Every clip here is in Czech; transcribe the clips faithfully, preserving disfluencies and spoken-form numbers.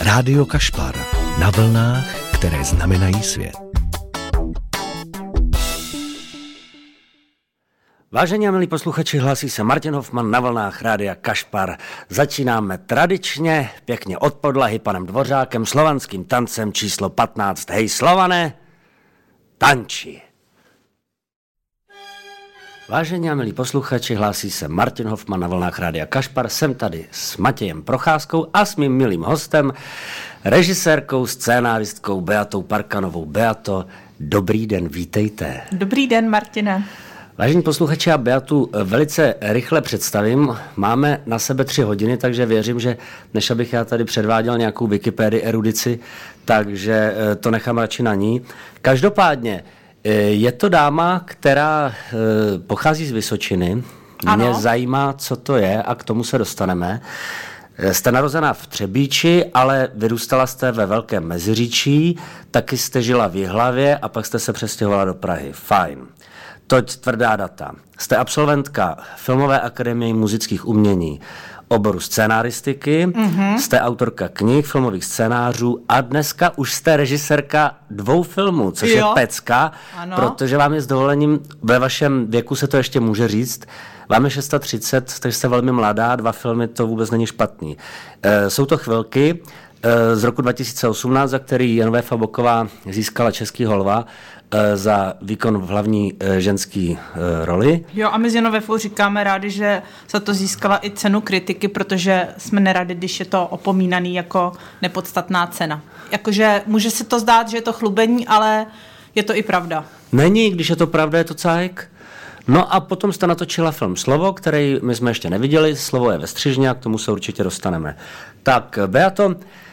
Rádio Kašpar. Na vlnách, které znamenají svět. Vážení a milí posluchači, hlásí se Martin Hofman na vlnách Rádia Kašpar. Začínáme tradičně, pěkně od podlahy panem Dvořákem, slovanským tancem číslo patnáct. Hej Slované, tanči. Vážení a milí posluchači, hlásí se Martin Hofman na vlnách Rádia Kašpar. Jsem tady s Matějem Procházkou a s mým milým hostem, režisérkou, scénáristkou Beatou Parkanovou. Beato, dobrý den, vítejte. Dobrý den, Martine. Vážení posluchači, já Beatu velice rychle představím. Máme na sebe tři hodiny, takže věřím, že než abych já tady předváděl nějakou Wikipedii erudici, takže to nechám radši na ní. Každopádně je to dáma, která pochází z Vysočiny. Ano. Mě zajímá, co to je a k tomu se dostaneme. Jste narozená v Třebíči, ale vyrůstala jste ve Velkém Meziříčí, taky jste žila v Jihlavě a pak jste se přestěhovala do Prahy. Fajn. Toť tvrdá data. Jste absolventka Filmové akademie muzických umění, oboru scénáristiky, mm-hmm. jste autorka knih, filmových scénářů a dneska už jste režisérka dvou filmů, což jo. je pecka, ano. Protože vám je s dovolením, ve vašem věku se to ještě může říct, vám je třicet šest, takže jste velmi mladá, dva filmy, to vůbec není špatný. E, jsou to Chvilky e, z roku dva tisíce osmnáct, za který Janové Faboková získala Český holva, za výkon v hlavní ženský roli. Jo, a my z Janové říkáme rádi, že za to získala i cenu kritiky, protože jsme neradi, když je to opomínaný jako nepodstatná cena. Jakože může se to zdát, že je to chlubení, ale je to i pravda. Není, když je to pravda, je to cajk. No a potom jste natočila film Slovo, který my jsme ještě neviděli. Slovo je ve střižně a k tomu se určitě dostaneme. Tak, Beato,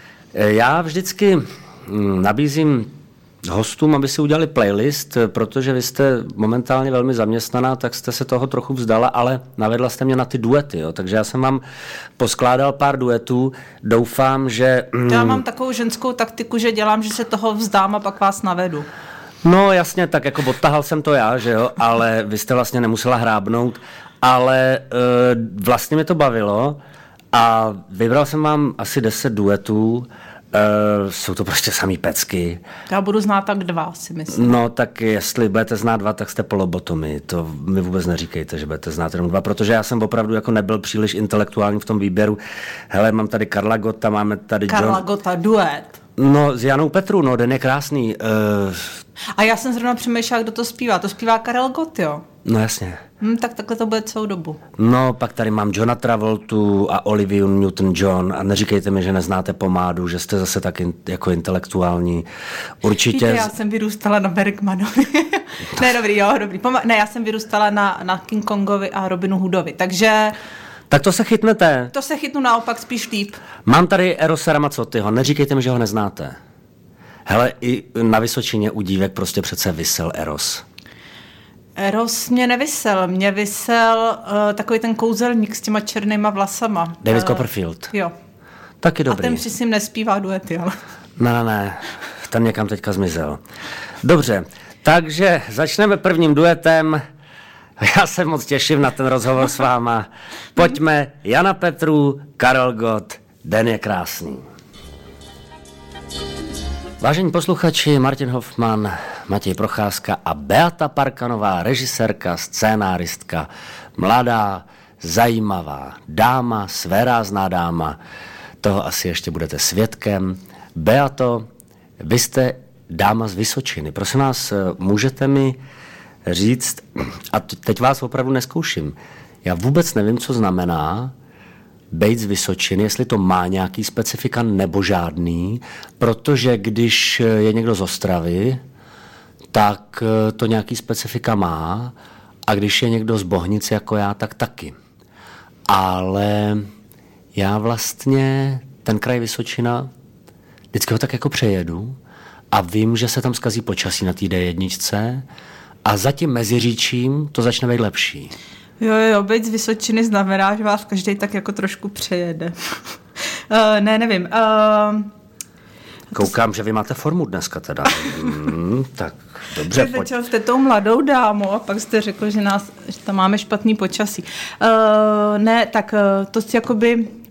já vždycky nabízím hostům, aby si udělali playlist, protože vy jste momentálně velmi zaměstnaná, tak jste se toho trochu vzdala, ale navedla jste mě na ty duety, jo? Takže já jsem vám poskládal pár duetů, doufám, že... Mm, já mám takovou ženskou taktiku, že dělám, že se toho vzdám a pak vás navedu. No jasně, tak jako odtahal jsem to já, že jo, ale vy jste vlastně nemusela hrábnout, ale uh, vlastně mě to bavilo a vybral jsem vám asi deset duetů. Uh, jsou to prostě samý pecky. Já budu znát tak dva, si myslím. No tak jestli budete znát dva, tak jste polobotomy. To mi vůbec neříkejte, že budete znát jenom dva, protože já jsem opravdu jako nebyl příliš intelektuální v tom výběru. Hele, mám tady Karla Gotta, máme tady Karla John... Gotta, duet. No s Janou Petru, no, Den je krásný. Uh... A já jsem zrovna přemýšlela, kdo to zpívá. To zpívá Karel Gott, jo? No jasně. Hmm, tak takhle to bude celou dobu. No, pak tady mám Johna Travoltu a Oliviu Newton-John a neříkejte mi, že neznáte Pomádu, že jste zase tak in, jako intelektuální. Určitě... Víte, já jsem vyrůstala na Bergmanovi. Ne, dobrý, jo, dobrý. Poma- ne, já jsem vyrůstala na, na King Kongovi a Robinu Hoodovi, takže... Tak to se chytnete. To se chytnu naopak spíš líp. Mám tady Erose Ramazottiho, neříkejte mi, že ho neznáte. Hele, i na Vysočině u dívek prostě přece visel Eros. Eros mě nevysel, mě vysel uh, takový ten kouzelník s těma černýma vlasama. David uh, Copperfield. Jo. Taky dobrý. A ten přesně nespívá duety, ale... Ne, ne, ne, ten někam teďka zmizel. Dobře, takže začneme prvním duetem. Já se moc těším na ten rozhovor s váma. Pojďme, Jana Petru, Karel Gott, Den je krásný. Vážení posluchači, Martin Hofman, Matěj Procházka a Beata Parkanová, režisérka, scénáristka, mladá, zajímavá dáma, svérázná dáma, toho asi ještě budete svědkem. Beato, vy jste dáma z Vysočiny. Prosím vás, můžete mi říct, a teď vás opravdu neskouším, já vůbec nevím, co znamená bejt z Vysočiny, jestli to má nějaký specifika nebo žádný, protože když je někdo z Ostravy, tak to nějaký specifika má a když je někdo z Bohnic jako já, tak taky. Ale já vlastně ten kraj Vysočina vždycky ho tak jako přejedu a vím, že se tam zkazí počasí na té dé jedna a za tím Meziříčím to začne být lepší. Jo, jo, být z Vysočiny znamená, že vás každý tak jako trošku přejede. uh, ne, nevím. Uh, Koukám, že vy máte formu dneska teda. mm, tak dobře, tak začal jste tou mladou dámou a pak jste řekl, že, nás, že tam máme špatný počasí. Uh, ne, tak uh, to si jakoby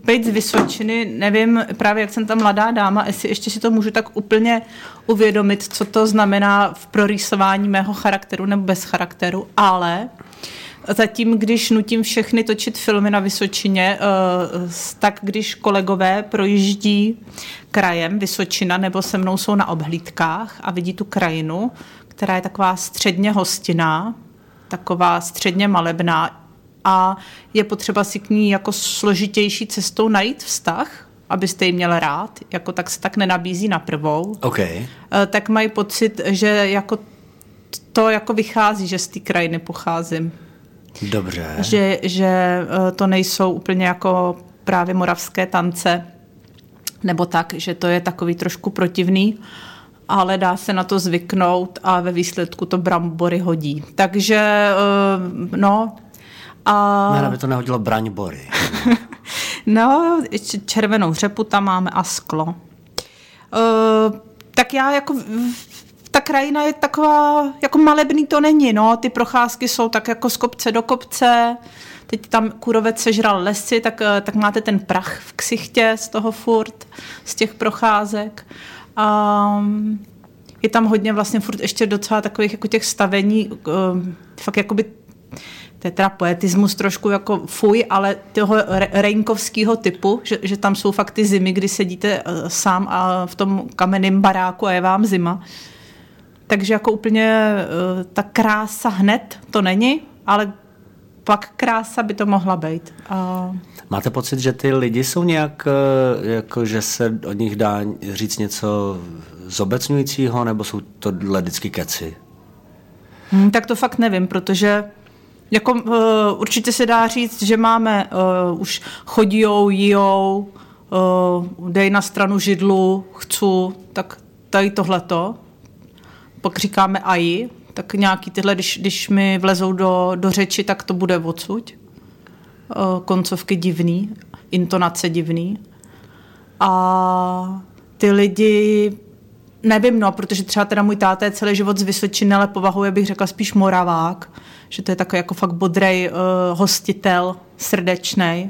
být z Vysočiny, nevím právě, jak jsem tam mladá dáma, jestli ještě si to můžu tak úplně uvědomit, co to znamená v prorýsování mého charakteru nebo bez charakteru, ale zatím, když nutím všechny točit filmy na Vysočině, tak když kolegové projíždí krajem Vysočina nebo se mnou jsou na obhlídkách a vidí tu krajinu, která je taková středně hostinná, taková středně malebná a je potřeba si k ní jako složitější cestou najít vztah, abyste ji měl rád, jako tak se tak nenabízí na prvou, okay. Tak mají pocit, že jako to jako vychází, že z té krajiny pocházím. Dobře. Že, že to nejsou úplně jako právě moravské tance, nebo tak, že to je takový trošku protivný, ale dá se na to zvyknout a ve výsledku to brambory hodí. Takže, no... A... Ne, aby to nehodilo braňbory. No, červenou řepu tam máme a sklo. Uh, tak já jako... Ta krajina je taková, jako malebný to není, no, ty procházky jsou tak jako z kopce do kopce, teď tam kůrovec sežral lesy, tak, tak máte ten prach v ksichtě z toho furt, z těch procházek. A je tam hodně vlastně furt ještě docela takových jako těch stavení, fakt jakoby, to je teda poetismus trošku jako fuj, ale toho rejnkovského typu, že, že tam jsou fakt ty zimy, kdy sedíte sám a v tom kamenném baráku a je vám zima. Takže jako úplně ta krása hned to není, ale pak krása by to mohla být. A... Máte pocit, že ty lidi jsou nějak, jako že se od nich dá říct něco zobecňujícího, nebo jsou to vždycky keci? Hmm, tak to fakt nevím, protože jako, uh, určitě se dá říct, že máme uh, už chodijou, jíjou, uh, dej na stranu židlu, chcu, tak tady tohleto. Pak říkáme aji, tak nějaký tyhle, když, když mi vlezou do, do řeči, tak to bude odsuť. Koncovky divný, intonace divný. A ty lidi, nevím, no, protože třeba teda můj táta je celý život z Vysočiny, ale povahou, bych řekla spíš Moravák, že to je takový jako fakt bodrej uh, hostitel, srdečnej.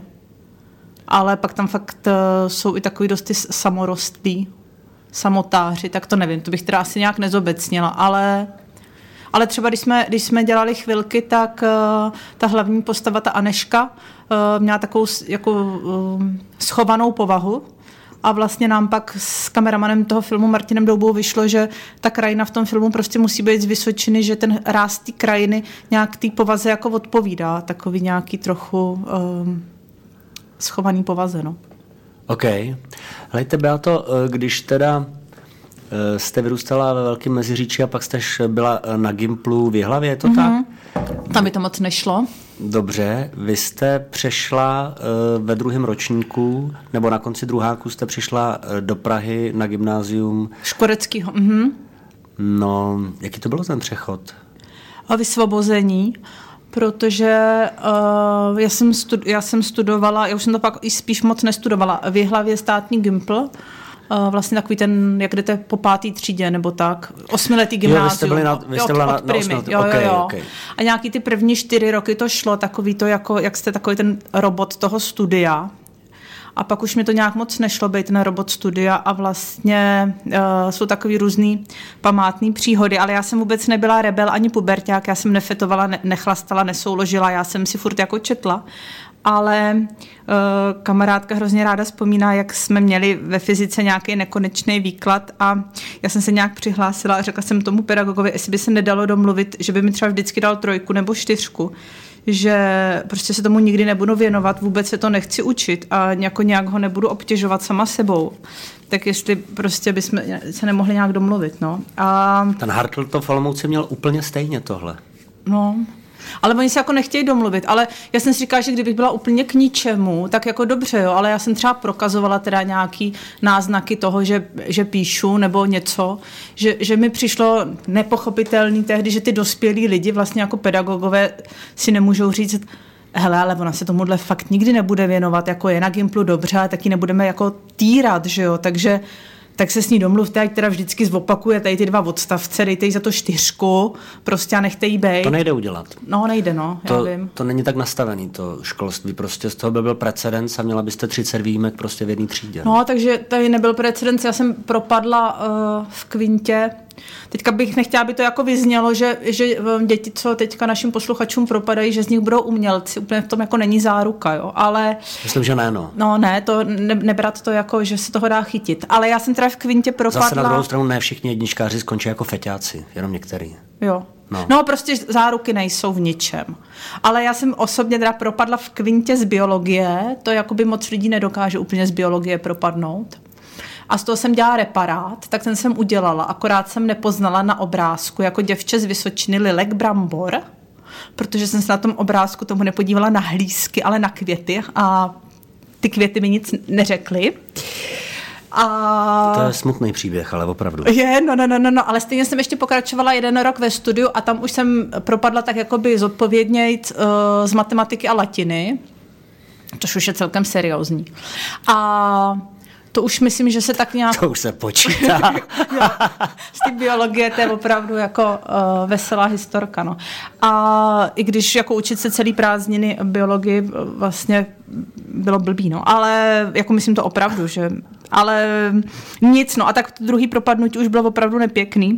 Ale pak tam fakt uh, jsou i takový dosti samorostlí, samotáři, tak to nevím, to bych teda asi nějak nezobecnila, ale, ale třeba když jsme, když jsme dělali chvilky, tak uh, ta hlavní postava, ta Aneška, uh, měla takovou jako uh, schovanou povahu a vlastně nám pak s kameramanem toho filmu Martinem Doubou vyšlo, že ta krajina v tom filmu prostě musí být z Vysočiny, že ten ráz té krajiny nějak té povaze jako odpovídá, takový nějaký trochu uh, schovaný povaze, no. OK. Hlejte, Beato, když teda jste vyrůstala ve Velkém Meziříčí a pak jste byla na Gimplu v Jihlavě, je to mm-hmm. tak? Tam by to moc nešlo. Dobře, vy jste přešla ve druhém ročníku, nebo na konci druháku jste přišla do Prahy na gymnázium Škoreckýho. Mhm. No, jaký to bylo ten přechod? A vysvobození, protože uh, já, jsem stud, já jsem studovala, já už jsem to pak i spíš moc nestudovala, v Jihlavě státní Gimpl, uh, vlastně takový ten, jak jdete po pátý třídě, nebo tak, osmiletý gymnázium. Jo, vy jste byli na, vy jste byla na, na osmiletý, jo, okay, jo, jo. Okay. A nějaký ty první čtyři roky to šlo, takový to, jako, jak jste takový ten robot toho studia. A pak už mi to nějak moc nešlo být ten robot studia a vlastně uh, jsou takový různý památný příhody, ale já jsem vůbec nebyla rebel ani puberťák, já jsem nefetovala, ne- nechlastala, nesouložila, já jsem si furt jako četla, ale uh, kamarádka hrozně ráda vzpomíná, jak jsme měli ve fyzice nějaký nekonečný výklad a já jsem se nějak přihlásila a řekla jsem tomu pedagogovi, jestli by se nedalo domluvit, že by mi třeba vždycky dal trojku nebo čtyřku, že prostě se tomu nikdy nebudu věnovat, vůbec se to nechci učit a jako nějak ho nebudu obtěžovat sama sebou. Tak jestli prostě bychom se nemohli nějak domluvit, no. A... Ten Hartl to v Olomouci měl úplně stejně tohle. No, ale oni se jako nechtějí domluvit, ale já jsem si říkala, že kdybych byla úplně k ničemu, tak jako dobře, jo, ale já jsem třeba prokazovala teda nějaký náznaky toho, že, že píšu nebo něco, že, že mi přišlo nepochopitelný tehdy, že ty dospělí lidi vlastně jako pedagogové si nemůžou říct, hele, ale ona se tomuhle fakt nikdy nebude věnovat, jako je na Gimplu dobře, ale taky nebudeme jako týrat, že jo, takže tak se s ní domluvte, ať teda vždycky zopakuje tady ty dva odstavce, dejte jí za to čtyřku, prostě a nechte jí bejt. To nejde udělat. No, nejde, no, to, já vím. To není tak nastavený, to školství, prostě z toho by byl precedens a měla byste třicet výjimek prostě v jedné třídě. No, takže tady nebyl precedens, já jsem propadla uh, v kvintě. Teďka bych nechtěla, aby to jako vyznělo, že, že děti, co teďka našim posluchačům propadají, že z nich budou umělci, úplně v tom jako není záruka, jo, ale... Myslím, že ne, no. No ne, to ne, nebrat to jako, že se toho dá chytit, ale já jsem teda v kvintě propadla... Zase na druhou stranu ne všichni jedničkáři skončí jako feťáci, jenom některý. Jo. No. no prostě záruky nejsou v ničem. Ale já jsem osobně teda propadla v kvintě z biologie, to jakoby moc lidí nedokáže úplně z biologie propadnout. A z toho jsem dělala reparát, tak ten jsem udělala, akorát jsem nepoznala na obrázku jako děvče z Vysočiny Lilek Brambor, protože jsem se na tom obrázku tomu nepodívala na hlízky, ale na květy a ty květy mi nic neřekly. A... To je smutný příběh, ale opravdu. Je, no, no, no, no, no, ale stejně jsem ještě pokračovala jeden rok ve studiu a tam už jsem propadla tak jakoby zodpovědnějc uh, z matematiky a latiny, což už je celkem seriózní. A to už myslím, že se tak nějak... To už se počítá. Z té biologie to je opravdu jako uh, veselá historka. No. A i když jako učit se celý prázdniny biologii vlastně bylo blbý, no. Ale jako myslím to opravdu, že... Ale nic, no a tak druhý propadnutí už bylo opravdu nepěkný.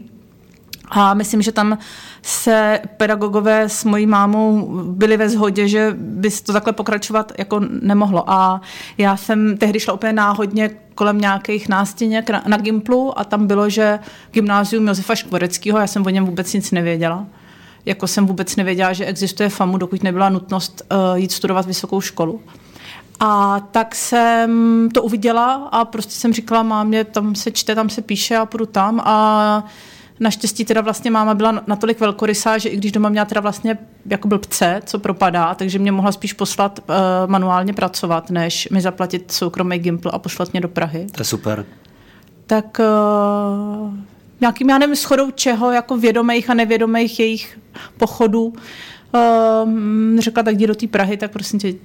A myslím, že tam se pedagogové s mojí mámou byli ve shodě, že by to takhle pokračovat jako nemohlo. A já jsem tehdy šla úplně náhodně kolem nějakých nástěněk na, na Gimplu a tam bylo, že gymnázium Josefa Škvoreckého, já jsem o něm vůbec nic nevěděla. Jako jsem vůbec nevěděla, že existuje FAMU, dokud nebyla nutnost uh, jít studovat vysokou školu. A tak jsem to uviděla a prostě jsem říkala mámě, tam se čte, tam se píše a půjdu tam a naštěstí teda vlastně máma byla natolik velkorysá, že i když doma měla teda vlastně jako blbce, co propadá, takže mě mohla spíš poslat uh, manuálně pracovat, než mi zaplatit soukromý Gimpl a poslat mě do Prahy. To je super. Tak uh, nějakým, já nevím, shodou čeho, jako vědomých a nevědomých jejich pochodů, uh, řekla, tak jdi do té Prahy, tak prosím tě,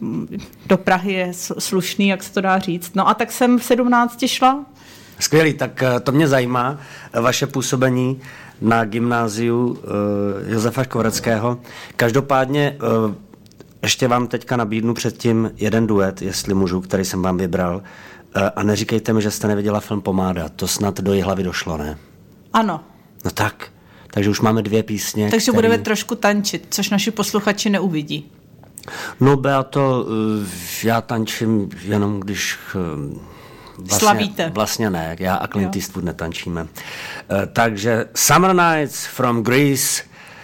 do Prahy je slušný, jak se to dá říct. No a tak jsem v sedmnácti šla. Skvělý, tak to mě zajímá, vaše působení na gymnáziu uh, Josefa Škvoreckého. Každopádně uh, ještě vám teďka nabídnu předtím jeden duet, jestli můžu, který jsem vám vybral. Uh, a neříkejte mi, že jste neviděla film Pomáda. To snad do Jihlavy došlo, ne? Ano. No tak, takže už máme dvě písně. Takže který... budeme trošku tančit, což naši posluchači neuvidí. No Beato, já tančím jenom když... Vlastně, slavíte. Vlastně ne, já a Clint Eastwood netančíme. Takže Summer Nights from Greece,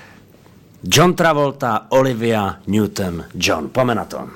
John Travolta, Olivia Newton-John. Pojďme na to.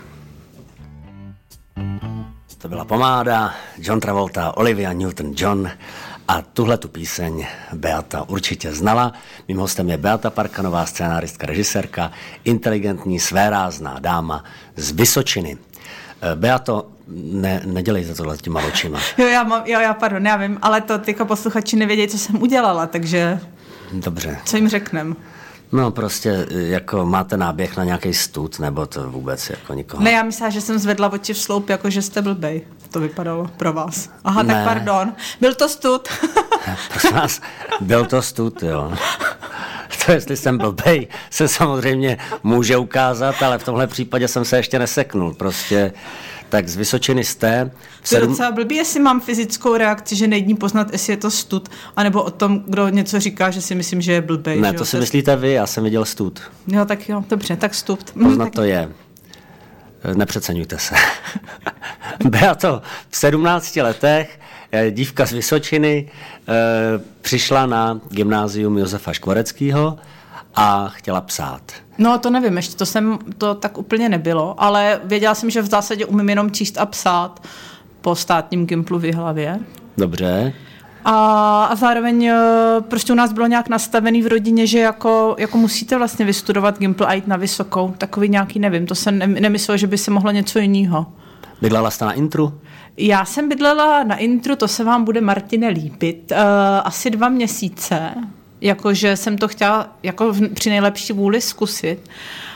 To byla Pomáda, John Travolta, Olivia Newton-John. A tuhle tu píseň Beata určitě znala. Mým hostem je Beata Parkanová, scénáristka, režisérka, inteligentní, svérázná dáma z Vysočiny. Beato, ne, nedělejte tohle těma očima. Jo, já mám, jo, já pardon, já vím, ale to tyko posluchači nevědějí, co jsem udělala, takže... Dobře. Co jim řeknem? No prostě, jako máte náběh na nějaký stud, nebo to vůbec jako nikoho? Ne, já myslela, že jsem zvedla oči v sloup, jako že jste blbej. To vypadalo pro vás. Aha, ne. Tak pardon. Byl to stud. Prosím vás, byl to stud, jo. To, jestli jsem blbej, se samozřejmě může ukázat, ale v tomhle případě jsem se ještě neseknul. Prostě tak z Vysočiny jste. V sedm... To je docela blbý, jestli mám fyzickou reakci, že nejdí poznat, jestli je to stud, anebo o tom, kdo něco říká, že si myslím, že je blbej. Ne, že to jo? si myslíte vy, já jsem viděl stud. Jo, tak jo, dobře, tak stud. Poznat tak... to je. Nepřeceňujte se. Beato, v sedmnácti letech dívka z Vysočiny přišla na gymnázium Josefa Škvoreckého a chtěla psát. No to nevím, ještě to jsem, to tak úplně nebylo, ale věděla jsem, že v zásadě umím jenom číst a psát po státním Gimplu v Jihlavě. Dobře. A, a zároveň prostě u nás bylo nějak nastavený v rodině, že jako, jako musíte vlastně vystudovat Gimpl a jít na vysokou. Takový nějaký, nevím, to jsem nemyslela, že by se mohlo něco jiného. Bydlela jste na intru? Já jsem bydlela na intru, to se vám bude, Martine, líbit, uh, asi dva měsíce, jakože jsem to chtěla jako v, při nejlepší vůli zkusit.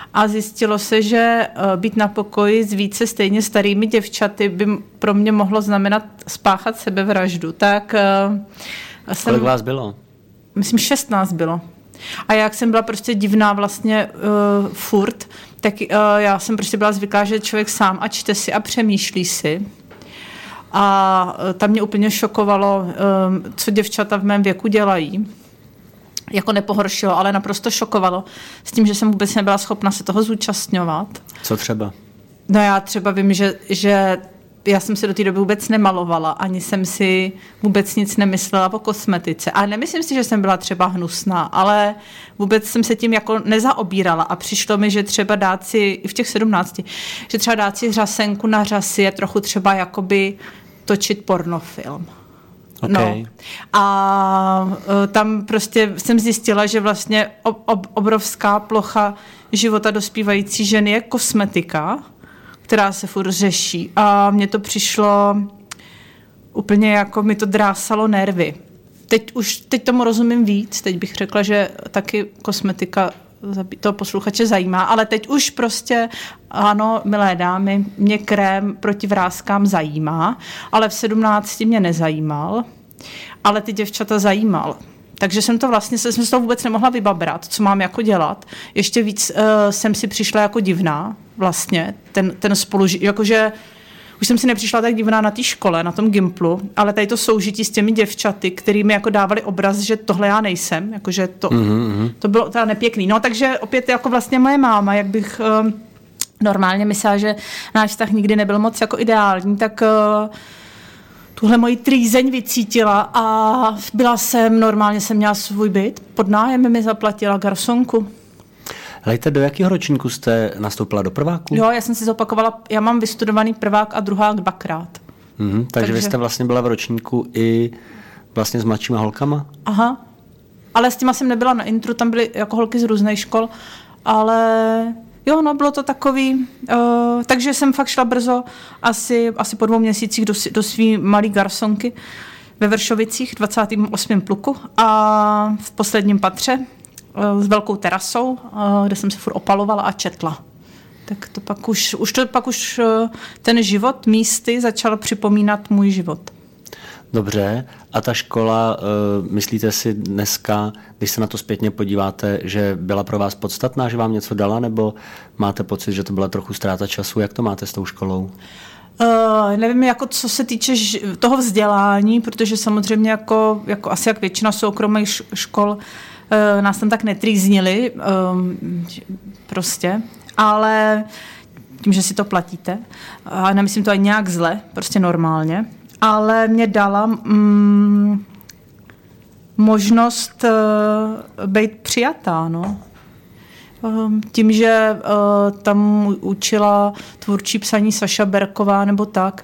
a zjistilo se, že být na pokoji s více stejně starými děvčaty by pro mě mohlo znamenat spáchat sebevraždu. Tak jsem... Kolik vás bylo? Myslím, šestnáct bylo. A jak jsem byla prostě divná vlastně uh, furt, tak uh, já jsem prostě byla zvyklá, že člověk sám a čte si a přemýšlí si. A uh, tam mě úplně šokovalo, um, co děvčata v mém věku dělají. Jako nepohoršilo, ale naprosto šokovalo s tím, že jsem vůbec nebyla schopna se toho zúčastňovat. Co třeba? No já třeba vím, že, že já jsem se do té doby vůbec nemalovala, ani jsem si vůbec nic nemyslela o kosmetice. A nemyslím si, že jsem byla třeba hnusná, ale vůbec jsem se tím jako nezaobírala a přišlo mi, že třeba dát si, i v těch sedmnácti, že třeba dát si řasenku na řasy je trochu třeba jakoby točit pornofilm. Okay. No. A tam prostě jsem zjistila, že vlastně ob, ob, obrovská plocha života dospívající ženy je kosmetika, která se furt řeší. A mně to přišlo úplně jako mi to drásalo nervy. Teď už, teď tomu rozumím víc, teď bych řekla, že taky kosmetika toho posluchače zajímá, ale teď už prostě, ano, milé dámy, mě krém proti vrázkám zajímá, ale v sedmnácti mě nezajímal, ale ty děvčata zajímal. Takže jsem to vlastně, jsem se to vůbec nemohla vybabrat, co mám jako dělat. Ještě víc uh, jsem si přišla jako divná vlastně, ten, ten spoluži, jakože už jsem si nepřišla tak divná na té škole, na tom Gimplu, ale tady to soužití s těmi děvčaty, kterými jako dávali obraz, že tohle já nejsem, jakože to, mm-hmm. to bylo teda nepěkný. No takže opět jako vlastně moje máma, jak bych uh, normálně myslela, že náš vztah nikdy nebyl moc jako ideální, tak uh, tuhle moji trýzeň vycítila a byla jsem, normálně jsem měla svůj byt, pod nájem mi zaplatila garsonku. Hlejte, do jakého ročníku jste nastoupila do prváku? Jo, já jsem si zopakovala, já mám vystudovaný prvák a druhák dvakrát. Mm-hmm, takže, takže vy jste vlastně byla v ročníku i vlastně s mladšíma holkama? Aha, ale s těma jsem nebyla na intru, tam byly jako holky z různých škol, ale jo, no, bylo to takový, uh, takže jsem fakt šla brzo, asi, asi po dvou měsících do, do svý malý garsonky ve Vršovicích, dvacátém osmém pluku a v posledním patře uh, s velkou terasou, uh, kde jsem se furt opalovala a četla. Tak to pak už, už, to, pak už uh, ten život místy začal připomínat můj život. Dobře. A ta škola, uh, myslíte si dneska, když se na to zpětně podíváte, že byla pro vás podstatná, že vám něco dala, nebo máte pocit, že to byla trochu ztráta času? Jak to máte s tou školou? Uh, nevím, jako co se týče ž- toho vzdělání, protože samozřejmě jako, jako asi jak většina soukromých škol uh, nás tam tak netrýznili, um, prostě, ale tím, že si to platíte, a nemyslím to ani nějak zle, prostě normálně, ale mě dala mm, možnost uh, být přijatá, no. Um, tím, že uh, tam učila tvůrčí psaní Saša Berková nebo tak,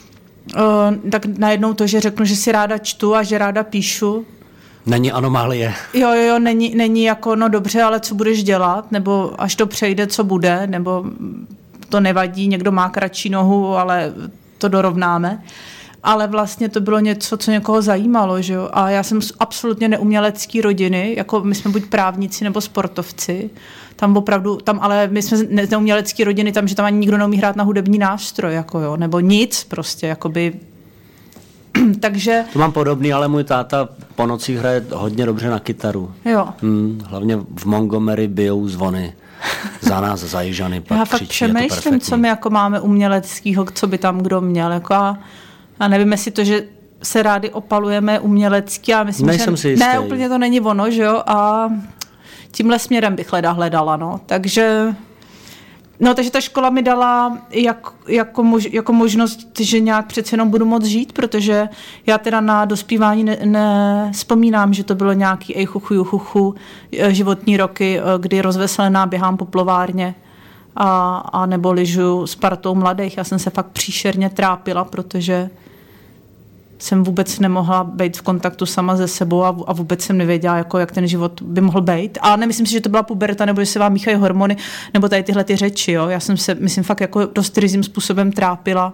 uh, tak najednou to, že řeknu, že si ráda čtu a že ráda píšu. Není anomálie. Jo, jo, jo, není, není jako, no dobře, ale co budeš dělat, nebo až to přejde, co bude, nebo to nevadí, někdo má kratší nohu, ale to dorovnáme. Ale vlastně to bylo něco, co někoho zajímalo, že jo. A já jsem z absolutně neumělecký rodiny, jako my jsme buď právníci nebo sportovci. Tam opravdu, tam ale my jsme z neumělecký rodiny, tam, že tam ani nikdo neumí hrát na hudební nástroj, jako jo, nebo nic prostě, jakoby. Takže... To mám podobný, ale můj táta po nocích hraje hodně dobře na kytaru. Jo. Hmm, hlavně v Montgomery bijou zvony. Za nás, za Jižany, pak já fakt křičí, je to přemýšlím, perfektní. co my jako máme uměleckýho, co by tam kdo měl, jako a, a nevím, jestli to, že se rádi opalujeme umělecký, a myslím, Nejsem že si jistý. ne, úplně to není ono, že jo, a tímhle směrem bych hledala, hledala, no, takže no, takže ta škola mi dala jak, jako, mož, jako možnost, že nějak přece jenom budu moct žít, protože já teda na dospívání ne, ne vzpomínám, že to bylo nějaký ej chuchu, juchuchu, životní roky, kdy rozveselená běhám po plovárně a, a nebo lyžu s partou mladých. Já jsem se fakt příšerně trápila, protože jsem vůbec nemohla být v kontaktu sama se sebou a, a vůbec jsem nevěděla, jako, jak ten život by mohl být. A nemyslím si, že to byla puberta, nebo že se vám míchají hormony, nebo tady tyhle ty řeči. Jo? Já jsem se, myslím, fakt jako dost ryzím způsobem trápila,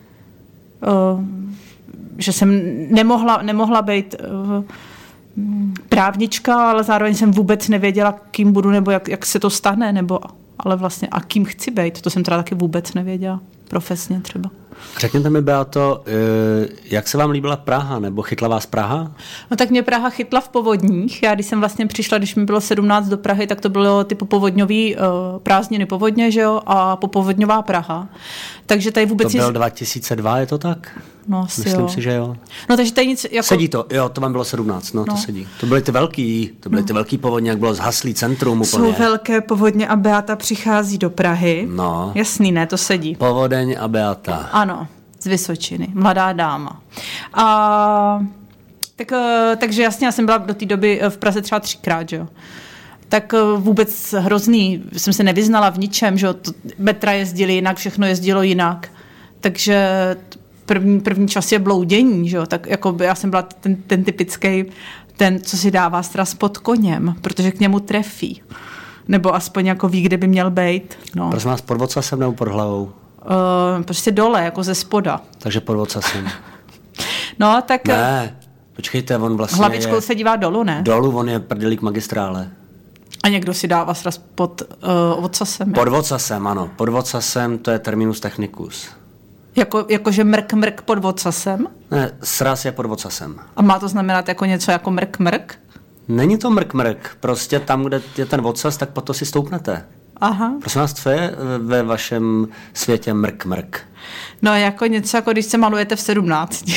uh, že jsem nemohla, nemohla být uh, právnička, ale zároveň jsem vůbec nevěděla, kým budu, nebo jak, jak se to stane, nebo ale vlastně a kým chci být, to jsem teda taky vůbec nevěděla, profesně třeba. Řekněte mi, Beato, jak se vám líbila Praha, nebo chytla vás Praha? No tak mě Praha chytla v povodních. Já když jsem vlastně přišla, když mi bylo sedmnáct do Prahy, tak to bylo ty popovodňový uh, prázdniny povodně, že jo, a popovodňová Praha. Takže tady vůbec... To byl dva tisíce dva, je to tak? No asi Myslím jo. si, že jo. No takže tady nic jako... Sedí to, jo, to vám bylo sedmnáct, no, no. to sedí. To byly ty velký, to byly no. ty velký povodně, jak bylo zhaslý centrum úplně. Jsou velké povodně a Beata přichází do Prahy. No. Jasný, ne, to sedí. Povodeň a Beata. Ano, z Vysočiny, mladá dáma. A... Tak, takže jasně, já jsem byla do té doby v Praze třeba třikrát, že jo. Tak vůbec hrozný, jsem se nevyznala v ničem, že jo. Metra jezdili jinak, všechno jezdilo jinak. Takže první, první čas je bloudění, že jo. Tak jako já jsem byla ten, ten typický, ten, co si dává stras pod koněm, protože k němu trefí. Nebo aspoň jako ví, kde by měl být. No. Prosím vás, pod vocasem nebo pod hlavou? Uh, prostě dole, jako ze spoda. Takže pod vocasem. No, tak... Ne, počkejte, on vlastně hlavičkou je... se dívá dolů, ne? Dolů, on je prdělík magistrále. A někdo si dává sraz pod uh, vocasem. Pod vocasem, ano. Pod vocasem, to je terminus technicus. Jako, jakože mrk, mrk pod vocasem? Ne, sraz je pod vocasem. A má to znamenat jako něco jako mrk, mrk? Není to mrk, mrk. Prostě tam, kde je ten vocas, tak pod to si stoupnete. Aha. Prosím vás, co je ve vašem světě mrk, mrk? No jako něco, jako když se malujete v sedmnácti.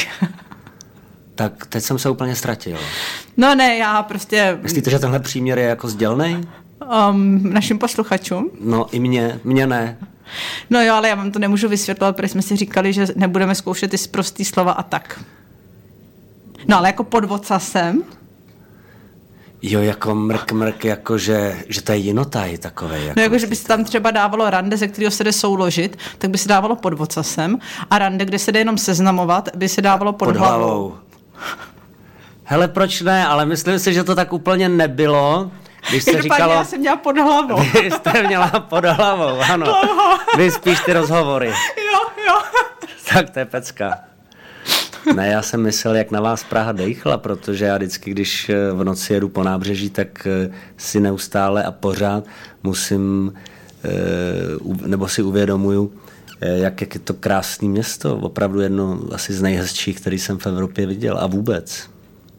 Tak teď jsem se úplně ztratil. No ne, já prostě... Myslíte, že tenhle příměr je jako sdělnej? Um, našim posluchačům? No i mě, mě ne. No jo, ale já vám to nemůžu vysvětlovat, protože jsme si říkali, že nebudeme zkoušet ty sprostý slova a tak. No ale jako pod vocasem... Jo, jako mrk, mrk, jako že, že to je jinotaj takovej. Jako no jako, že by se tam třeba dávalo rande, ze kterého se jde souložit, tak by se dávalo pod vocasem a rande, kde se jde jenom seznamovat, by se dávalo pod, pod hlavou. hlavou. Hele, proč ne, ale myslím si, že to tak úplně nebylo. Když se říkalo... Já jsem měla pod hlavou. Vy jste měla pod hlavou, ano. Dlouho. Vy spíš ty rozhovory. Jo, jo. Tak to je pecka. Ne, já jsem myslel, jak na vás Praha dejchla, protože já vždycky, když v noci jedu po nábřeží, tak si neustále a pořád musím, nebo si uvědomuju, jak, jak je to krásné město. Opravdu jedno asi z nejhezčích, který jsem v Evropě viděl a vůbec.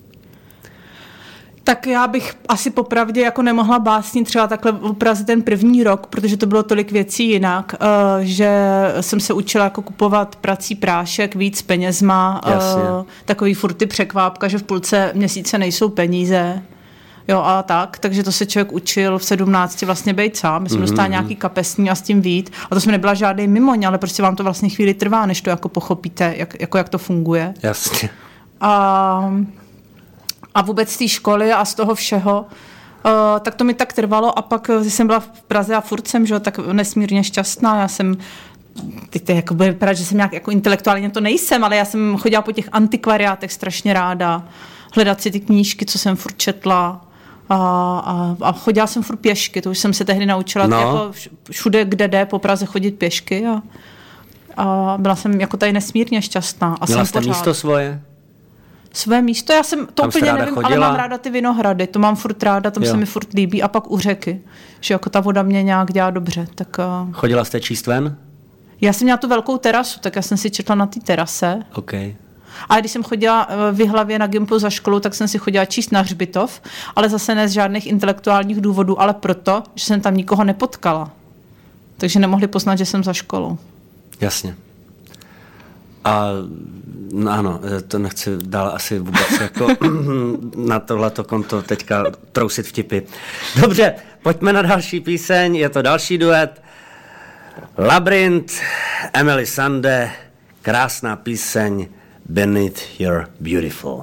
Tak já bych asi popravdě jako nemohla básnit třeba takhle v Praze ten první rok, protože to bylo tolik věcí jinak, že jsem se učila jako kupovat prací prášek víc penězma, Jasně. takový furt ty překvápka, že v půlce měsíce nejsou peníze. Jo a tak, takže to se člověk učil v sedmnácti vlastně být sám. My jsme mm-hmm. dostali nějaký kapesní a s tím vít. A to jsme nebyla žádný mimoň, ale prostě vám to vlastně chvíli trvá, než to jako pochopíte, jak, jako jak to funguje. Jasně. A... A vůbec z té školy a z toho všeho, uh, tak to mi tak trvalo a pak jsem byla v Praze a furt jsem, že, tak nesmírně šťastná. Já jsem, teď to jako bude vypadat, že jsem nějak jako intelektuálně to nejsem, ale já jsem chodila po těch antikvariátech strašně ráda, hledat si ty knížky, co jsem furt četla a, a, a chodila jsem furt pěšky, to už jsem se tehdy naučila no. jako všude, kde jde po Praze chodit pěšky a, a byla jsem jako tady nesmírně šťastná. A Měla jsem jste pořád... místo svoje? Své místo, já jsem to tam úplně nevím, chodila? Ale mám ráda ty vinohrady, to mám furt ráda, tam jo. se mi furt líbí a pak u řeky, že jako ta voda mě nějak dělá dobře. Tak, uh... Chodila jste číst ven? Já jsem měla tu velkou terasu, tak já jsem si četla na té terase. Okay. A když jsem chodila v Jihlavě na Gimplu za školu, tak jsem si chodila číst na hřbitov, ale zase ne z žádných intelektuálních důvodů, ale proto, že jsem tam nikoho nepotkala. Takže nemohli poznat, že jsem za školou. Jasně. A no ano, to nechci dál asi vůbec jako na tohleto konto teďka trousit vtipy. Dobře, pojďme na další píseň, je to další duet. Labyrinth, Emeli Sandé, krásná píseň Beneath Your Beautiful.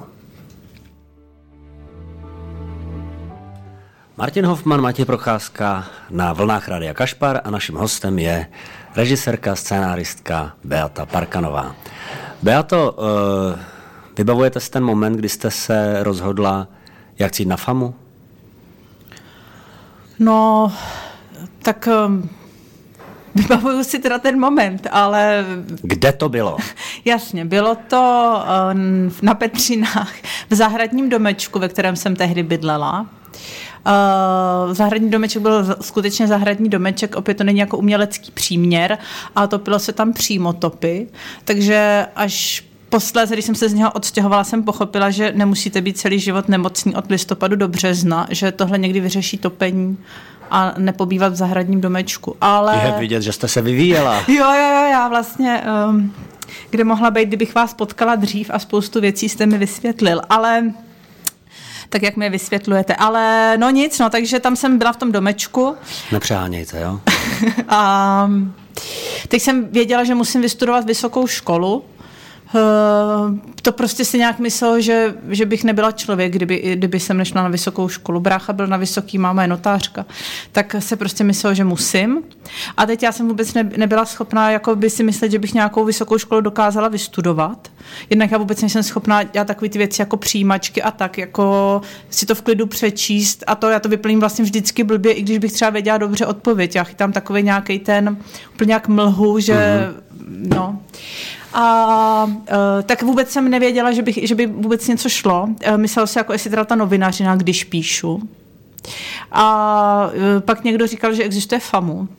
Martin Hoffman, Matěj Procházka na vlnách Rádia Kašpar a naším hostem je režisérka, scénáristka Beata Parkanová. Beato, uh, vybavujete si ten moment, kdy jste se rozhodla, jak jít na FAMu? No, tak um, vybavuju si teda ten moment, ale... Kde to bylo? Jasně, bylo to um, na Petřinách, v zahradním domečku, ve kterém jsem tehdy bydlela. Uh, zahradní domeček byl skutečně zahradní domeček, opět to není jako umělecký příměr, a topilo se tam přímo topy, takže až posléze, když jsem se z něho odstěhovala, jsem pochopila, že nemusíte být celý život nemocný od listopadu do března, že tohle někdy vyřeší topení a nepobývat v zahradním domečku. Ale... Je vidět, že jste se vyvíjela. Jo, jo, jo, já vlastně, um, kde mohla být, kdybych vás potkala dřív a spoustu věcí jste mi vysvětlil, ale tak jak mi je vysvětlujete. Ale no nic, no, takže tam jsem byla v tom domečku. Nepřehánějte, jo? A teď jsem věděla, že musím vystudovat vysokou školu. To prostě si nějak myslel, že, že bych nebyla člověk, kdyby, kdyby jsem nešla na vysokou školu. Brácha byl na vysoký, máma je notářka. Tak se prostě myslel, že musím. A teď já jsem vůbec ne, nebyla schopná jako by si myslet, že bych nějakou vysokou školu dokázala vystudovat. Jednak já vůbec nejsem schopná dělat takové ty věci jako přijímačky a tak, jako si to v klidu přečíst a to já to vyplním vlastně vždycky blbě, i když bych třeba věděla dobře odpověď. Já chytám takový nějaký ten úplně jak mlhu, že mm-hmm. no... A uh, tak vůbec jsem nevěděla, že, bych, že by vůbec něco šlo. Uh, myslela se, jako jestli teda ta novinařina, když píšu. A uh, pak někdo říkal, že existuje FAMU. Uh,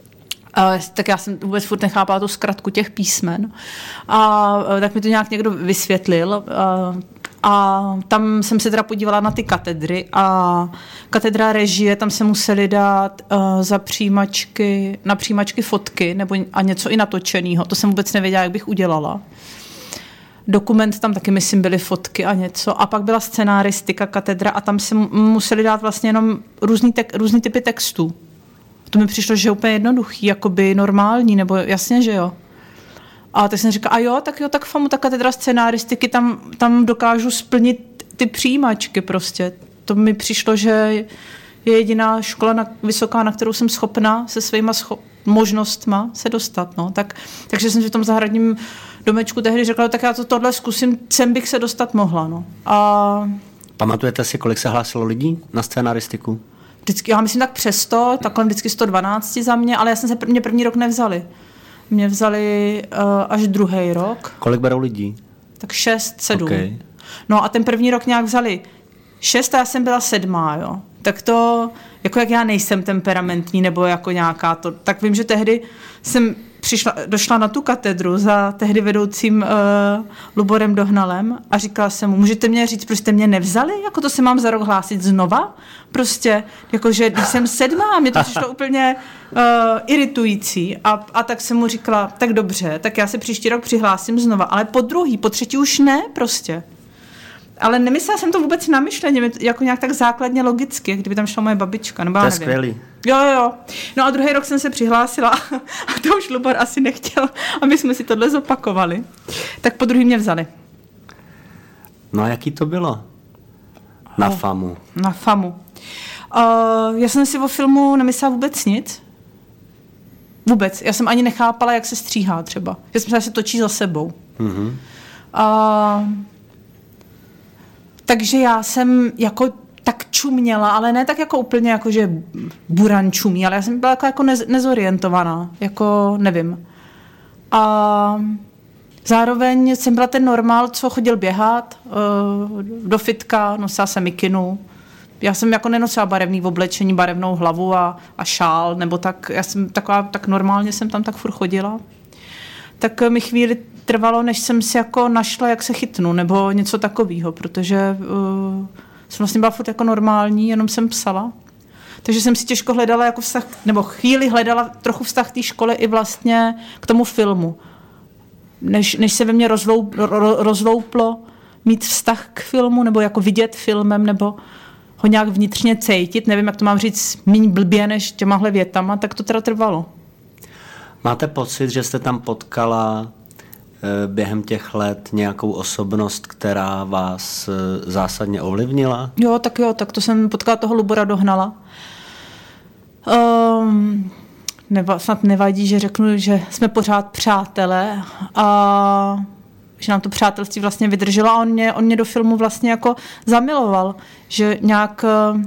tak já jsem vůbec furt nechápala tu zkratku těch písmen. A uh, tak mi to nějak někdo vysvětlil. Uh, a tam jsem se teda podívala na ty katedry a katedra režie, tam se museli dát uh, za přijímačky, na přijímačky fotky nebo a něco i natočenýho. To jsem vůbec nevěděla, jak bych udělala. Dokument, tam taky myslím byly fotky a něco. A pak byla scenáristika, katedra a tam se museli dát vlastně jenom různý, tek, různý typy textů. To mi přišlo, že je úplně jednoduchý, jakoby normální, nebo jasně, že jo. A tak jsem říkala, a jo, tak jo, tak FAMU, ta katedra scenáristiky, tam, tam dokážu splnit ty přijímačky prostě. To mi přišlo, že je jediná škola na, vysoká, na kterou jsem schopná se svýma scho- možnostma se dostat. No. Tak, takže jsem si v tom zahradním domečku tehdy řekla, tak já to tohle zkusím, sem bych se dostat mohla. No. A... Pamatujete si, kolik se hlásilo lidí na scenaristiku? Vždycky, já myslím tak přes sto, takhle vždycky sto dvanáct za mě, ale já jsem se mě první rok nevzali. Mě vzali uh, až druhý rok. Kolik berou lidí? Tak šest, sedm. Okay. No a ten první rok nějak vzali šest a já jsem byla sedmá, jo. Tak to, jako jak já nejsem temperamentní nebo jako nějaká to, tak vím, že tehdy jsem přišla, došla na tu katedru za tehdy vedoucím uh, Luborem Dohnalem a říkala jsem mu, můžete mě říct, proč jste mě nevzali? Jako to se mám za rok hlásit znova? Prostě, jakože když jsem sedmá, mě to přišlo úplně uh, iritující a, a tak jsem mu říkala, tak dobře, tak já se příští rok přihlásím znova, ale po druhý, po třetí už ne prostě. Ale nemyslela jsem to vůbec na myšlení, jako nějak tak základně logicky, kdyby tam šla moje babička, nebo já nevím. To je skvělý. Jo, jo, jo. No a druhý rok jsem se přihlásila a to už Lubor asi nechtěl a my jsme si tohle zopakovali. Tak po druhý mě vzali. No a jaký to bylo? Na oh, FAMU. Na FAMU. Uh, já jsem si o filmu nemyslela vůbec nic. Vůbec. Já jsem ani nechápala, jak se stříhá třeba. Já jsem myslela, že se točí za sebou. Mm-hmm. Uh, takže já jsem jako tak čuměla, ale ne tak jako úplně jako, že buran čumí, ale já jsem byla jako, jako nez, nezorientovaná, jako nevím. A zároveň jsem byla ten normál, co chodil běhat uh, do fitka, nosila jsem mikinu. Já jsem jako nenosila barevný oblečení, barevnou hlavu a, a šál, nebo tak, já jsem taková, tak normálně jsem tam tak furt chodila. Tak mi chvíli trvalo, než jsem si jako našla, jak se chytnu, nebo něco takového, protože uh, jsem vlastně byla furt jako normální, jenom jsem psala. Takže jsem si těžko hledala jako vztah, nebo chvíli hledala trochu vztah té školy i vlastně k tomu filmu. Než, než se ve mně rozloup, ro, rozlouplo mít vztah k filmu, nebo jako vidět filmem, nebo ho nějak vnitřně cítit, nevím, jak to mám říct, míň blbě než těmahle větama, tak to teda trvalo. Máte pocit, že jste tam potkala e, během těch let nějakou osobnost, která vás e, zásadně ovlivnila? Jo, tak jo, tak to jsem potkala toho Lubora Dohnala. Um, neva, snad nevadí, že řeknu, že jsme pořád přátelé a že nám to přátelství vlastně vydrželo a on mě, on mě do filmu vlastně jako zamiloval, že nějak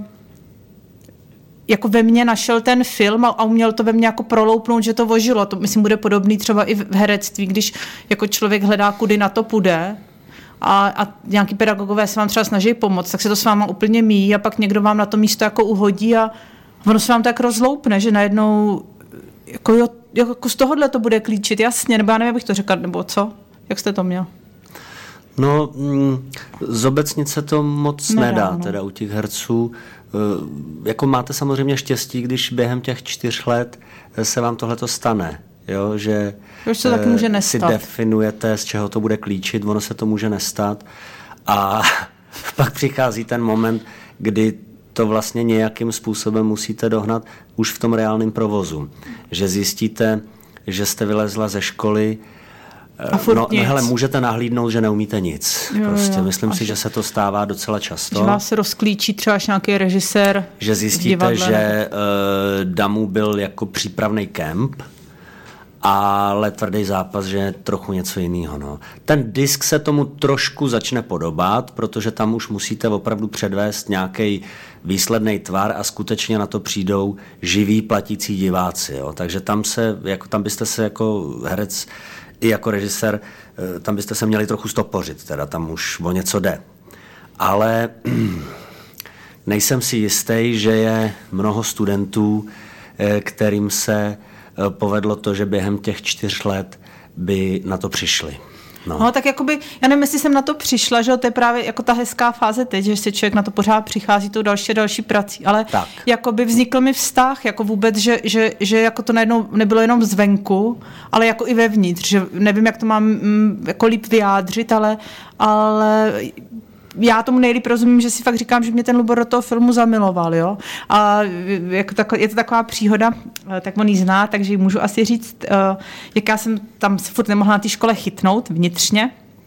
jako ve mně našel ten film a, a uměl to ve mně jako proloupnout, že to ožilo. To myslím bude podobný třeba i v herectví, když jako člověk hledá, kudy na to půjde. a, a nějaký pedagogové se vám třeba snaží pomoct, tak se to s váma úplně míjí a pak někdo vám na to místo jako uhodí a ono se vám tak rozloupne, že najednou jako, jo, jako z tohohle to bude klíčit, jasně, nebo já nevím, jak bych to řekla, nebo co? Jak jste to měl? No, mm, zobecnit se to moc nedá, nedá no. teda u těch herců. E, jako máte samozřejmě štěstí, když během těch čtyř let se vám tohleto stane, jo, že se tak může si definujete, z čeho to bude klíčit, ono se to může nestat a pak přichází ten moment, kdy to vlastně nějakým způsobem musíte dohnat už v tom reálném provozu. Že zjistíte, že jste vylezla ze školy, a furt no, nic. no hele, můžete nahlídnout, že neumíte nic. Jo, prostě jo. myslím a si, že, že se to stává docela často. Že vás rozklíčí třeba až nějaký režisér. Že zjistíte, že uh, Damu byl jako přípravný kemp, ale tvrdý zápas, že je trochu něco jiného. No. Ten disk se tomu trošku začne podobat, protože tam už musíte opravdu předvést nějaký výsledný tvar a skutečně na to přijdou živí platící diváci. Jo. Takže tam, se, jako, tam byste se jako herec i jako režisér, tam byste se měli trochu stopořit, teda tam už o něco jde. Ale nejsem si jistý, že je mnoho studentů, kterým se povedlo to, že během těch čtyř let by na to přišli. No. no, tak jakoby, já nevím, jestli jsem na to přišla, že to je právě jako ta hezká fáze teď, že se člověk na to pořád přichází tou další další prací, ale tak. Jakoby vznikl mi vztah, jako vůbec, že, že, že jako to najednou nebylo jenom zvenku, ale jako i vevnitř, že nevím, jak to mám mm, jako líp vyjádřit, ale, ale já tomu nejlíp rozumím, že si fakt říkám, že mě ten Lubor do toho filmu zamiloval, jo. A jako tako, je to taková příhoda, tak on ji zná, takže ji můžu asi říct, jak já jsem tam se furt nemohla na té škole chytnout vnitřně.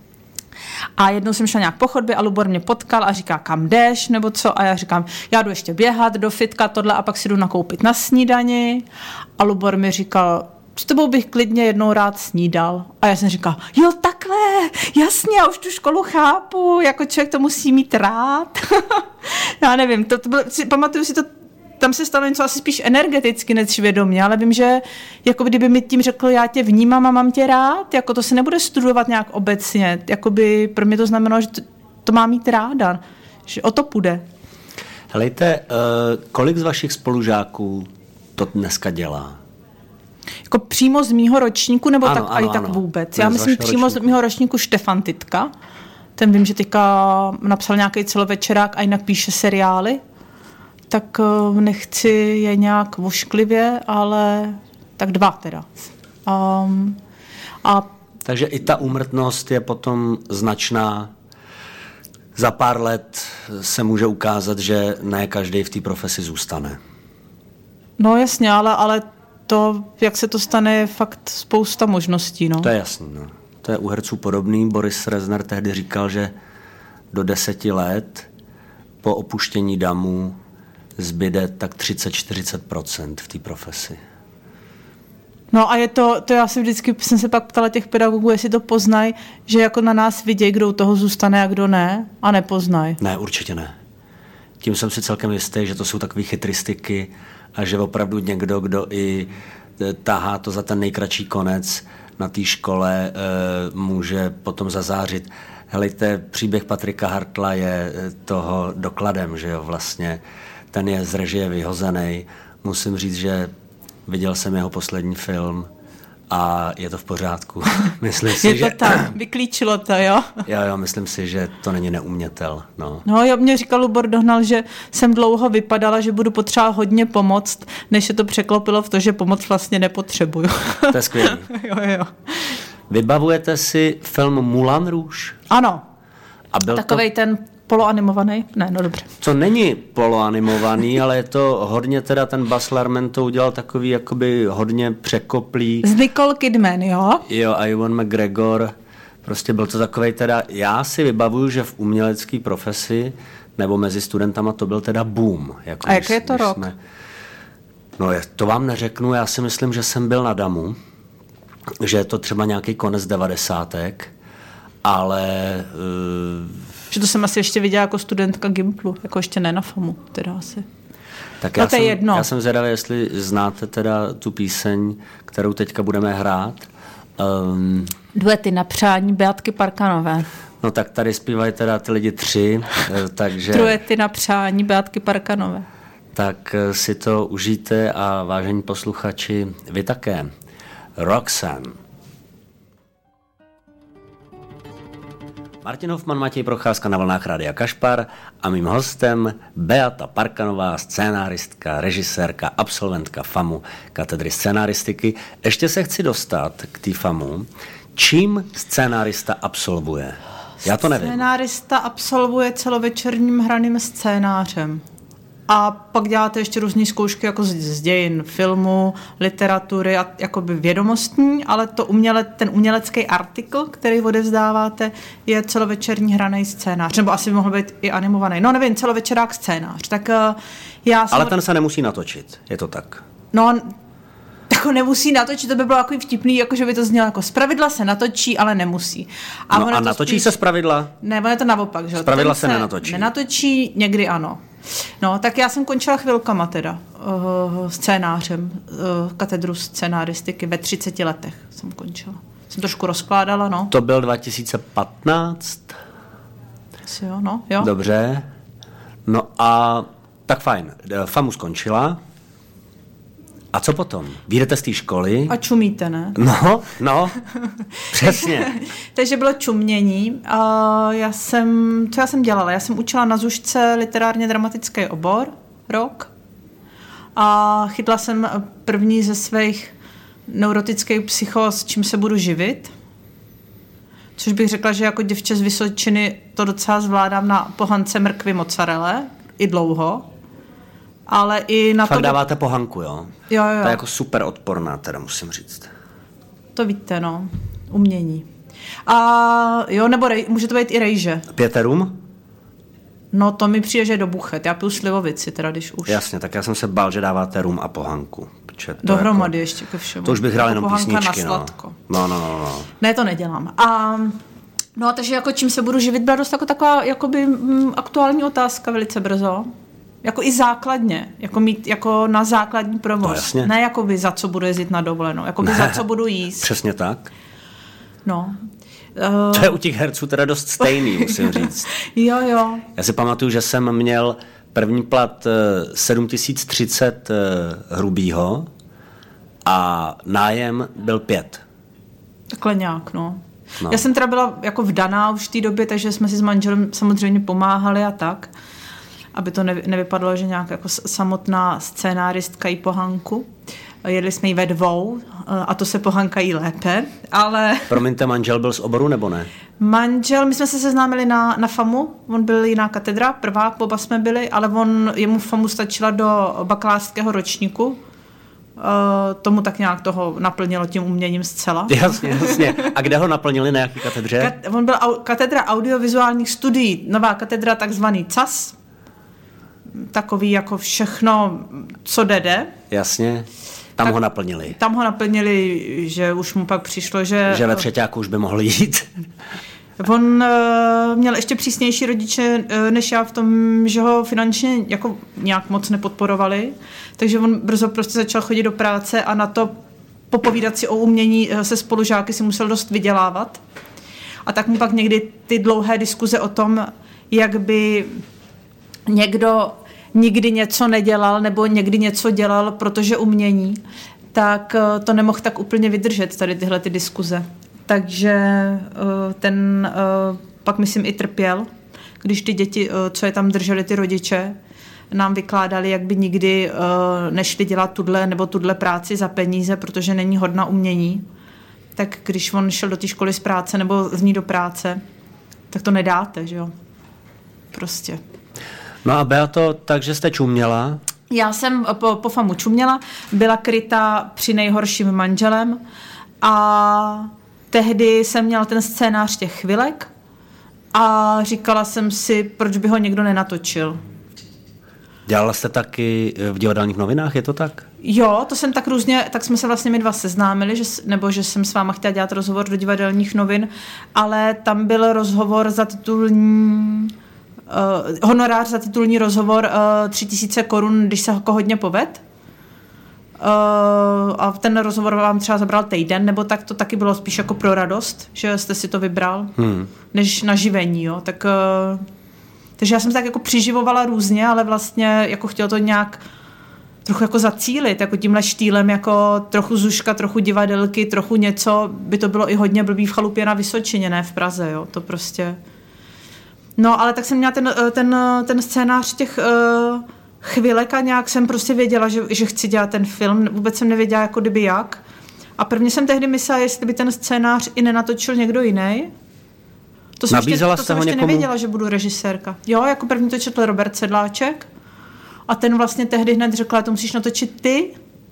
A jednou jsem šla nějak po chodbě a Lubor mě potkal a říká, kam jdeš, nebo co? A já říkám, já jdu ještě běhat do fitka, tohle a pak si jdu nakoupit na snídani. A Lubor mi říkal, s tebou bych klidně jednou rád snídal. A já jsem říkala, jo, takhle, jasně, já už tu školu chápu, jako člověk to musí mít rád. Já nevím, to, to bylo, si, pamatuju si to, tam se stalo něco asi spíš energeticky než vědomě, ale vím, že jako kdyby mi tím řekl, já tě vnímám a mám tě rád, jako to se nebude studovat nějak obecně, jakoby pro mě to znamenalo, že to, to má mít ráda, že o to půjde. Helejte, uh, kolik z vašich spolužáků to dneska dělá? Jako přímo z mýho ročníku, nebo ano, tak ano, i tak ano. vůbec? Já myslím přímo ročníku. Z mýho ročníku Štefan Tytka. Ten vím, že teďka napsal nějaký celovečerák a jinak píše seriály. Tak nechci je nějak vošklivě, ale tak dva teda. Um, a... Takže i ta úmrtnost je potom značná. Za pár let se může ukázat, že ne každý v té profesi zůstane. No jasně, ale, ale to, jak se to stane, je fakt spousta možností. No. To je jasný. No. To je u herců podobný. Boris Rezner tehdy říkal, že do deseti let po opuštění Damu zbyde tak třicet až čtyřicet procent v té profesi. No a je to, to já si vždycky jsem se pak ptala těch pedagogů, jestli to poznají, že jako na nás vidějí, kdo u toho zůstane a kdo ne, a nepoznají. Ne, určitě ne. Tím jsem si celkem jistý, že to jsou takové chytristiky a že opravdu někdo, kdo i tahá to za ten nejkratší konec na té škole, může potom zazářit. Helejte, příběh Patrika Hartla je toho dokladem, že jo, vlastně ten je z režie vyhozený. Musím říct, že viděl jsem jeho poslední film a je to v pořádku. Myslím si, je to že... tak, vyklíčilo to, jo? Jo, jo, myslím si, že to není neumětel. No, no jo, mě říkal Lubor Dohnal, že jsem dlouho vypadala, že budu potřebovat hodně pomoct, než se to překlopilo v to, že pomoc vlastně nepotřebuju. To je skvělý. jo, jo. Vybavujete si film Moulin Rouge? Ano. A byl Takovej to... ten poloanimovaný? Ne, no dobře. To není poloanimovaný, ale je to hodně teda, ten Baz Luhrmann to udělal takový jakoby hodně překoplý. S Nicole Kidman, jo? Jo, a Ewan McGregor. Prostě byl to takovej teda, já si vybavuju, že v umělecké profesi nebo mezi studentama to byl teda boom. Jako a jaký je to rok? Jsme... No to vám neřeknu, já si myslím, že jsem byl na Damu, že je to třeba nějaký konec devadesátek, ale... Uh... Že to jsem asi ještě viděla jako studentka Gimplu, jako ještě ne na FAMu, teda asi. Tak no já, to je jsem, jedno. já jsem zvědavý, jestli znáte teda tu píseň, kterou teďka budeme hrát. Um, Duety na přání Beatky Parkanové. No tak tady zpívají teda ty lidi tři, takže... Truety na přání Beatky Parkanové. Tak si to užijte a vážení posluchači, vy také. Roxanne. Martin Hofman, Matěj Procházka na vlnách Rádia Kašpar a mým hostem Beata Parkanová, scénáristka, režisérka, absolventka FAMu, katedry scénáristiky. Ještě se chci dostat k té FAMu. Čím scénárista absolvuje? Já to nevím. Scénárista absolvuje celovečerním hraným scénářem. A pak děláte ještě různé zkoušky jako z, z dějin filmu, literatury a jakoby vědomostní, ale to uměle, ten umělecký artikl, který odevzdáváte, je celovečerní hraný scénář. Nebo asi by mohl být i animovaný. No nevím, celovečerák scénář. Tak já jsem... Ale ten se nemusí natočit, je to tak? No, jako nemusí natočit, to by bylo jako vtipný, jako že by to znělo jako zpravidla se natočí, ale nemusí. A, no a natočí spíš... se zpravidla? Ne, ono je to naopak, že? Zpravidla se, se nenatočí. Nenatočí, někdy ano. No, tak já jsem končila chvilkama teda uh, scénářem, uh, katedru scénáristiky ve třiceti letech jsem končila. Jsem trošku rozkládala, no. To byl dva tisíce patnáct? Asi jo, no, jo. Dobře. No a tak fajn, FAMu skončila. A co potom? Vyjdete z té školy? A čumíte, ne? No, no, přesně. Takže bylo čumění. A já jsem, co já jsem dělala? Já jsem učila na Zušce literárně dramatický obor, rok. A chytla jsem první ze svých neurotických psychóz, čím se budu živit. Což bych řekla, že jako děvče z Vysočiny to docela zvládám na pohance mrkvy mozzarelle, i dlouho. Ale i na Fakt to... dáváte pohanku, jo? Jo, jo. To je jako super odporná, teda musím říct. To víte, no. Umění. A jo, nebo rej, může to být i rejže. Pijete rum? No to mi přijde, že je do buchet. Já piju slivovici, teda když už. Jasně, tak já jsem se bál, že dáváte rum a pohanku. Dohromady jako, ještě ke všemu. To už bych hrál jenom písničky, na sladko. No. no, no, no. Ne, to nedělám. A no, takže jako čím se budu živit, byla dost jako taková jakoby, m, aktuální otázka velice brzo. Jako i základně, jako mít jako na základní provoz. No, ne jako by za co budu jezdit na dovolenou, jako by za co budu jíst. Přesně tak. No. To je u těch herců teda dost stejný, musím říct. Jo, jo. Já si pamatuju, že jsem měl první plat sedm tisíc třicet hrubýho a nájem byl pět. Takhle nějak, no. no. Já jsem teda byla jako vdaná už v té době, takže jsme si s manželem samozřejmě pomáhali a tak, aby to nevypadalo, že nějak jako samotná scénáristka jí pohanku. Jedli jsme ji ve dvou a to se pohankají lépe, ale... Promiňte, manžel byl z oboru nebo ne? Manžel, my jsme se seznámili na, na FAMu, on byl jiná katedra, prvák, oba jsme byli, ale on, jemu FAMu stačila do bakalářského ročníku. Uh, tomu tak nějak toho naplnilo tím uměním zcela. Jasně, jasně. A kde ho naplnili, na jaký katedře? Kat, on byl au, katedra audiovizuálních studií, nová katedra, takzvaný C A S, takový jako všechno, co jde. Jasně. Tam tak, ho naplnili. Tam ho naplnili, že už mu pak přišlo, že... Že ve třeťáku už by mohl jít. On uh, měl ještě přísnější rodiče uh, než já v tom, že ho finančně jako nějak moc nepodporovali, takže on brzo prostě začal chodit do práce a na to popovídat si o umění uh, se spolužáky si musel dost vydělávat. A tak mu pak někdy ty dlouhé diskuze o tom, jak by někdo nikdy něco nedělal nebo někdy něco dělal, protože umění, tak uh, to nemohl tak úplně vydržet tady tyhle ty diskuze. Takže uh, ten uh, pak myslím i trpěl, když ty děti, uh, co je tam drželi ty rodiče, nám vykládali, jak by nikdy uh, nešli dělat tudle nebo tudle práci za peníze, protože není hodna umění. Tak když on šel do té školy z práce nebo z ní do práce, tak to nedáte, že jo? Prostě. No a Beato, takže jste čuměla? Já jsem po, po FAMu čuměla, byla krytá při nejhorším manželem a tehdy jsem měla ten scénář těch chvilek a říkala jsem si, proč by ho někdo nenatočil. Dělala jste taky v divadelních novinách, je to tak? Jo, to jsem tak různě, tak jsme se vlastně my dva seznámili, že, nebo že jsem s váma chtěla dělat rozhovor do divadelních novin, ale tam byl rozhovor za titulní, uh, honorář za titulní rozhovor uh, tři tisíce korun, když se jako hodně poved. Uh, a ten rozhovor vám třeba zabral týden, nebo tak to taky bylo spíš jako pro radost, že jste si to vybral, hmm. než na živení, jo. Tak, uh, takže já jsem se tak jako přiživovala různě, ale vlastně jako chtěla to nějak trochu jako zacílit, jako tímhle štýlem, jako trochu Zuška, trochu divadelky, trochu něco, by to bylo i hodně blbý v Chalupě na Vysočině, ne v Praze, jo, to prostě. No, ale tak jsem měla ten, ten, ten scénář těch uh, chvilek a nějak jsem prostě věděla, že, že chci dělat ten film, vůbec jsem nevěděla, jako kdyby jak. A prvně jsem tehdy myslela, jestli by ten scénář i nenatočil někdo jiný. To jsem Nabízela ještě, to jsem ještě někomu? nevěděla, že budu režisérka. Jo, jako první to četl Robert Sedláček a ten vlastně tehdy hned řekl, to musíš natočit ty.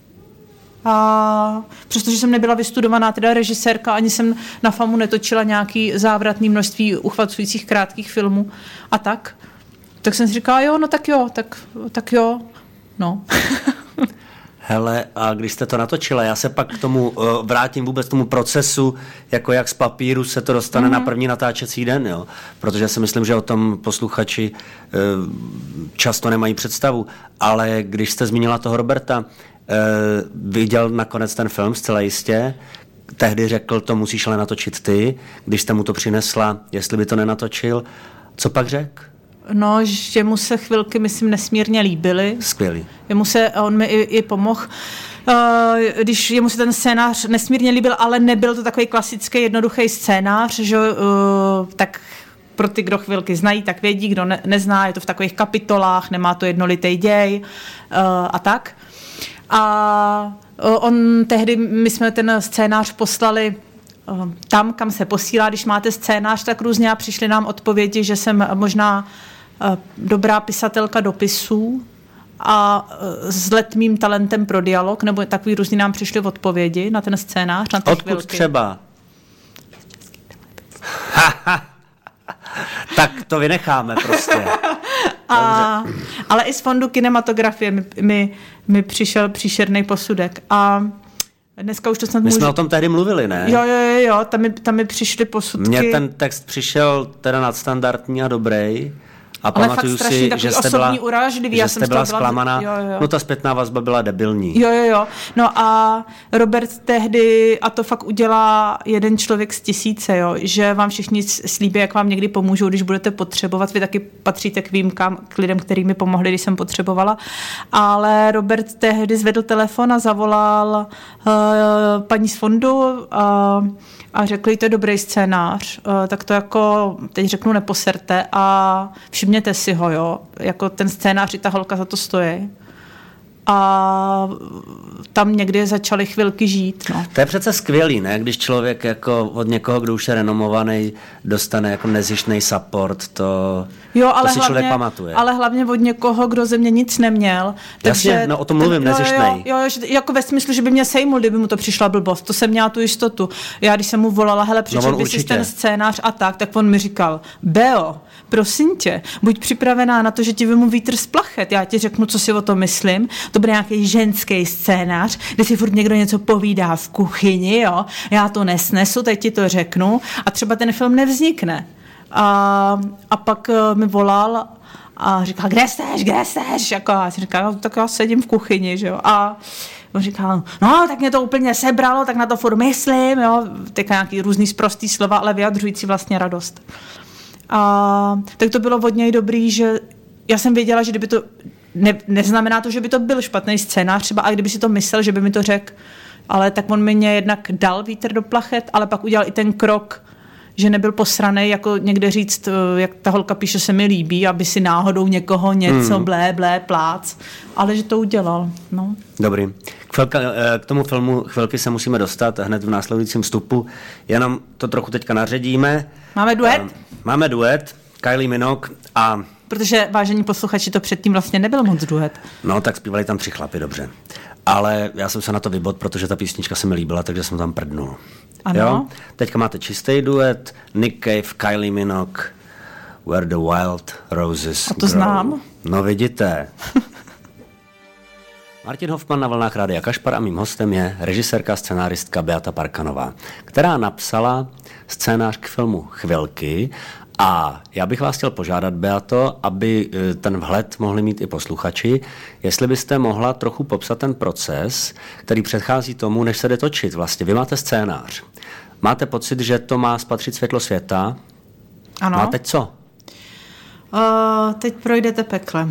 A přestože jsem nebyla vystudovaná teda režisérka, ani jsem na FAMu netočila nějaký závratný množství uchvacujících krátkých filmů a tak. Tak jsem si říkala, jo, no tak jo, tak, tak jo, no. Hele, a když jste to natočila, já se pak k tomu uh, vrátím vůbec tomu procesu, jako jak z papíru se to dostane mm-hmm. na první natáčecí den, jo. Protože si myslím, že o tom posluchači uh, často nemají představu. Ale když jste zmínila toho Roberta, uh, viděl nakonec ten film zcela jistě, tehdy řekl, to musíš ale natočit ty, když jste mu to přinesla, jestli by to nenatočil, co pak řekl? No, že mu se chvilky, myslím, nesmírně líbily. Skvělý. Jemu se, on mi i, i pomohl. Uh, když jemu se ten scénář nesmírně líbil, ale nebyl to takový klasický jednoduchý scénář, že uh, tak pro ty, kdo chvilky znají, tak vědí, kdo ne, nezná, je to v takových kapitolách, nemá to jednolitý děj uh, a tak. A uh, on tehdy, my jsme ten scénář poslali uh, tam, kam se posílá, když máte scénář, tak různě a přišly nám odpovědi, že jsem možná uh, dobrá pisatelka dopisů a uh, s letmým talentem pro dialog, nebo takový různý nám přišly odpovědi na ten scénář, na ty Odkud chvilky. třeba? Tak to vynecháme prostě. A, ale i z fondu kinematografie mi, mi, mi přišel příšerný posudek. A dneska už to snad My můžu... jsme o tom tehdy mluvili, ne? Jo, jo, jo, jo, tam mi, tam mi přišly posudky. Mně ten text přišel teda nadstandardní a dobrý. A ale pamatuju fakt si, že jste byla, urážlivý. že Já jste jsem byla z toho zklamaná. Jo, jo. No ta zpětná vazba byla debilní. Jo, jo, jo. No a Robert tehdy, a to fakt udělá jeden člověk z tisíce, jo, že vám všichni slíbí, jak vám někdy pomůžou, když budete potřebovat. Vy taky patříte k výjimkám, k lidem, kterým mi pomohli, když jsem potřebovala. Ale Robert tehdy zvedl telefon a zavolal uh, paní z fondu uh, a řekli, to je dobrý scénář, uh, tak to jako, teď řeknu, neposerte a všimněte si ho, jo, jako ten scénář i ta holka za to stojí. A tam někdy začaly chvilky žít. No. To je přece skvělý, ne? Když člověk jako od někoho, kdo už je renomovaný, dostane jako nezištný support, to, jo, ale to si hlavně, člověk pamatuje. Ale hlavně od někoho, kdo ze mě nic neměl. Jasně, takže no o tom mluvím, nezištnej. Jo, jo, jo, že, jako ve smyslu, že by mě sejmul, kdyby mu to přišla blbost. To jsem měla tu jistotu. Já, když jsem mu volala, hele, přečet no by si ten scénář a tak, tak on mi říkal, Beo, prosím tě, buď připravená na to, že ti vymu vítr z plachet. Já ti řeknu, co si o tom myslím. To bude nějaký ženský scénář, kde si furt někdo něco povídá v kuchyni, jo. Já to nesnesu, teď ti to řeknu a třeba ten film nevznikne. A, a pak uh, mi volal a říkal, kde seš, kde seš? Jako, a já si říkal, no, tak já sedím v kuchyni, že jo. A on říkal, no, tak mě to úplně sebralo, tak na to furt myslím, jo. Teďka nějaký různý sprostý slova, ale vyjadřující vlastně radost. A tak to bylo od něj dobrý, že já jsem věděla, že kdyby to, ne, neznamená to, že by to byl špatný scénář, třeba a kdyby si to myslel, že by mi to řekl, ale tak on mi jednak dal vítr do plachet, ale pak udělal i ten krok, že nebyl posranej, jako někde říct, jak ta holka píše, se mi líbí, aby si náhodou někoho něco hmm. blé, blé, plác, ale že to udělal. No. Dobrý. K, chvilka, k tomu filmu chvilky se musíme dostat hned v následujícím vstupu, jenom to trochu teďka naředíme. Máme duet? Máme duet, Kylie Minogue a... Protože, vážení posluchači, to předtím vlastně nebyl moc duet. No, tak zpívali tam tři chlapy, dobře. Ale já jsem se na to vybodl, protože ta písnička se mi líbila, takže jsem tam prdnul. Ano. Jo? Teďka máte čistý duet, Nick Cave, Kylie Minogue, Where the Wild Roses A to Grow. znám. No vidíte. Martin Hoffman na vlnách Rádia Kašpar a mým hostem je režisérka, scenáristka Beata Parkanová, která napsala scénář k filmu Chvilky A já bych vás chtěl požádat, Beato, aby ten vhled mohli mít i posluchači, jestli byste mohla trochu popsat ten proces, který předchází tomu, než se jde točit. Vlastně vy máte scénář. Máte pocit, že to má spatřit světlo světa? Ano. No a teď co? Uh, teď projdete peklem.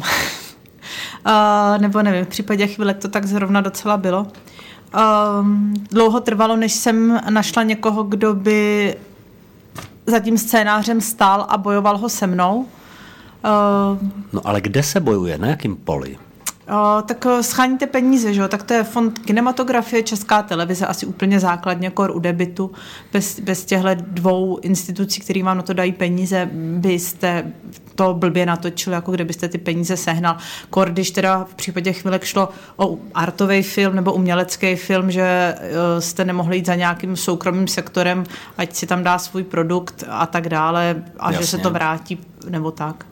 uh, nebo nevím, v případě chvílek to tak zrovna docela bylo. Uh, dlouho trvalo, než jsem našla někoho, kdo by za tím scénářem stál a bojoval ho se mnou. Uh, no ale kde se bojuje? Na jakém poli? Uh, tak uh, scháníte peníze, že jo? Tak to je fond kinematografie, Česká televize, asi úplně základně, kor u debitu. Bez, bez těchto dvou institucí, které vám na to dají peníze, byste to blbě natočili, jako kdybyste ty peníze sehnal. Kor, když teda v případě chvílek šlo o artový film nebo umělecký film, že uh, jste nemohli jít za nějakým soukromým sektorem, ať si tam dá svůj produkt a tak dále a Jasně. že se to vrátí nebo tak.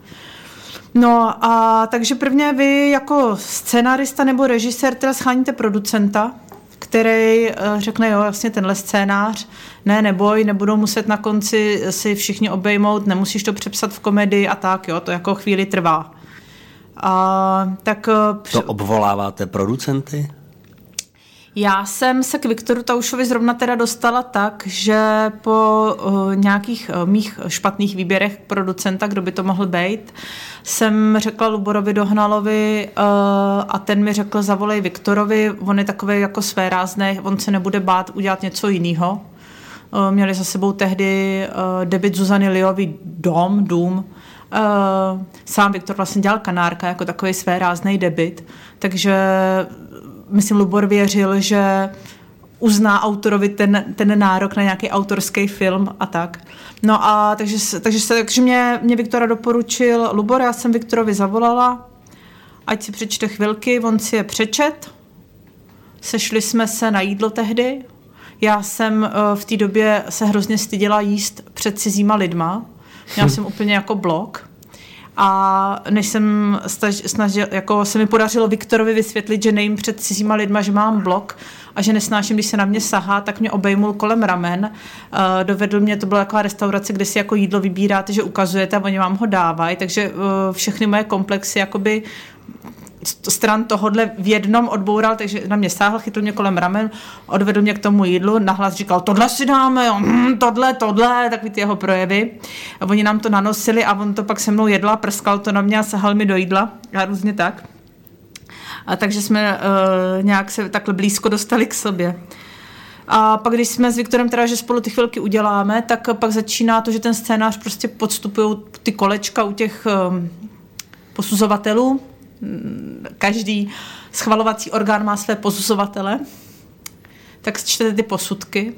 No a takže prvně vy jako scenárista nebo režisér teda scháníte producenta, který řekne, jo, jasně tenhle scénář, ne, neboj, nebudou muset na konci si všichni obejmout, nemusíš to přepsat v komedii a tak, jo, to jako chvíli trvá. A tak... To obvoláváte producenty? Já jsem se k Viktoru Taušovi zrovna teda dostala tak, že po uh, nějakých uh, mých špatných výběrech producenta, kdo by to mohl být, jsem řekla Luborovi Dohnalovi uh, a ten mi řekl, zavolej Viktorovi, on je takový jako svérázný, on se nebude bát udělat něco jiného. Uh, měli za sebou tehdy uh, debut Zuzany Liový Dom, Dům. Uh, sám Viktor vlastně dělal Kanárka jako takový svérázný debut, takže myslím, Lubor věřil, že uzná autorovi ten, ten nárok na nějaký autorský film a tak. No a takže, takže, se, takže mě, mě Viktora doporučil Lubor, já jsem Viktorovi zavolala, ať si přečte chvilky, on si je přečet, sešli jsme se na jídlo tehdy, já jsem v té době se hrozně styděla jíst před cizíma lidma, měla jsem úplně jako blok. A než jsem snažil, jako se mi podařilo Viktorovi vysvětlit, že nejím před cizíma lidma, že mám blok a že nesnáším, když se na mě sahá, tak mě obejmul kolem ramen. Uh, dovedl mě, to byla taková restaurace, kde si jako jídlo vybíráte, že ukazujete a oni vám ho dávají, takže uh, všechny moje komplexy jakoby stran tohodle v jednom odboural, takže na mě sáhl, chytl mě kolem ramen, odvedl mě k tomu jídlu, nahlas říkal, tohle si dáme, jo, hm, tohle, tohle, takový ty jeho projevy. A oni nám to nanosili a on to pak se mnou jedla, prskal to na mě a sahal mi do jídla a různě tak. A takže jsme uh, nějak se takhle blízko dostali k sobě. A pak, když jsme s Viktorem teda, že spolu ty chvilky uděláme, tak pak začíná to, že ten scénář prostě podstupují ty kolečka u těch um, posuzovatelů. Každý schvalovací orgán má své posuzovatele, tak čtete ty posudky.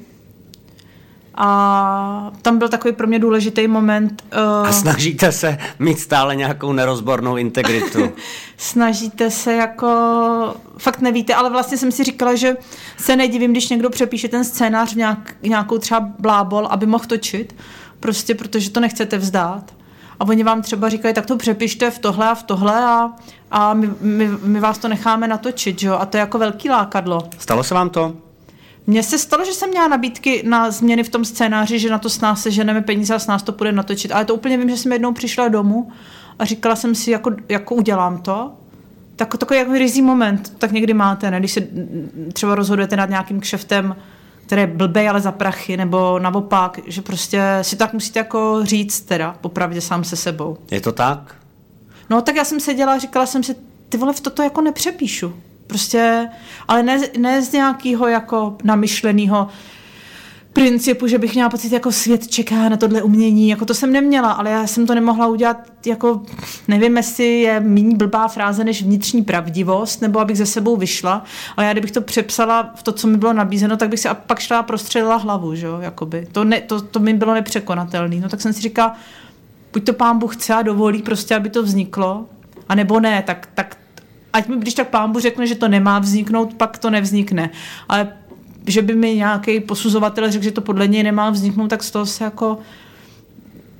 A tam byl takový pro mě důležitý moment. Uh, a snažíte se mít stále nějakou nerozbornou integritu. Snažíte se jako... Fakt nevíte, ale vlastně jsem si říkala, že se nedivím, když někdo přepíše ten scénář nějak, nějakou třeba blábol, aby mohl točit. Prostě protože to nechcete vzdát. A oni vám třeba říkají, tak to přepište v tohle a v tohle a, a my, my, my vás to necháme natočit, že jo? A to je jako velký lákadlo. Stalo se vám to? Mně se stalo, že jsem měla nabídky na změny v tom scénáři, že na to s nás seženeme peníze a s nás to půjde natočit. Ale to úplně vím, že jsem jednou přišla domů a říkala jsem si, jako, jako udělám to. Tak, takový jako rizí moment, tak někdy máte, ne? Když se třeba rozhodujete nad nějakým kšeftem, který je blbej, ale za prachy, nebo naopak, že prostě si tak musíte jako říct teda, popravdě sám se sebou. Je to tak? No tak já jsem seděla a říkala jsem si, ty vole, v toto jako nepřepíšu. Prostě, ale ne, ne z nějakého jako namyšlenýho principu, že bych měla pocit, jako svět čeká na tohle umění, jako to jsem neměla, ale já jsem to nemohla udělat, jako nevím, jestli je méně blbá fráze než vnitřní pravdivost, nebo abych ze sebou vyšla, ale já kdybych to přepsala v to, co mi bylo nabízeno, tak bych si a pak šla a prostřelila hlavu, že jo, jakoby. To, ne, to, to mi bylo nepřekonatelné. No tak jsem si říkala, buď to pán Bůh chce a dovolí prostě, aby to vzniklo, a nebo ne, tak, tak ať mi, když tak pán Bůh řekne, že to nemá vzniknout, pak to nevznikne. Ale že by mi nějaký posuzovatel řekl, že to podle něj nemá vzniknout, tak z toho se jako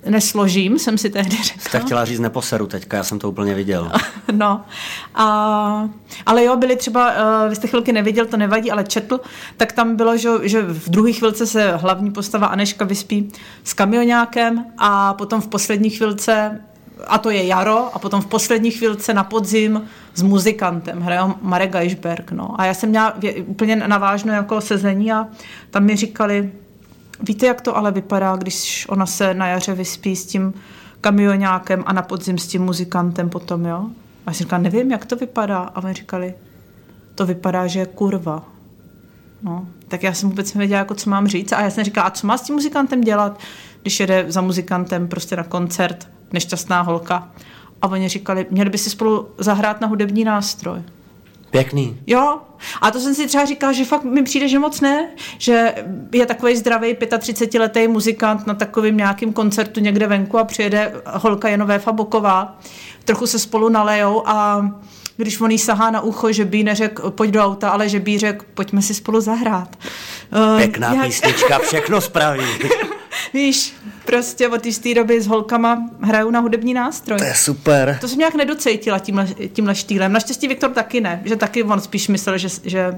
nesložím, jsem si tehdy řekla. Jste chtěla říct neposeru teďka, já jsem to úplně viděl. No, a, ale jo, byly třeba, uh, vy jste chvilky neviděl, to nevadí, ale četl, tak tam bylo, že, že v druhé chvilce se hlavní postava Anežka vyspí s kamionákem a potom v poslední chvilce, a to je jaro, a potom v poslední chvilce na podzim s muzikantem, hraje Marek Geisberg, no. A já jsem měla úplně navážno jako sezení a tam mi říkali, víte, jak to ale vypadá, když ona se na jaře vyspí s tím kamionákem a na podzim s tím muzikantem potom, jo? A já jsem říkala, nevím, jak to vypadá. A oni říkali, to vypadá, že je kurva. No, tak já jsem vůbec nevěděla, jako, co mám říct. A já jsem říkala, a co má s tím muzikantem dělat, když jede za muzikantem prostě na koncert, nešťastná holka. A oni říkali, měli by si spolu zahrát na hudební nástroj. Pěkný. Jo, a to jsem si třeba říkala, že fakt mi přijde, že moc ne, že je takovej zdravý třicetiletý muzikant na takovým nějakým koncertu někde venku a přijede holka Jenové Faboková, trochu se spolu nalejou a když on jí sahá na ucho, že by jí neřekl, pojď do auta, ale že by jí řekl, pojďme si spolu zahrát. Pěkná uh, jak... písnička, všechno spraví. Víš, prostě od té doby s holkama hrajou na hudební nástroj. To je super. To jsem nějak nedocejtila tímhle, tímhle štýlem. Naštěstí Viktor taky ne, že taky on spíš myslel, že... že...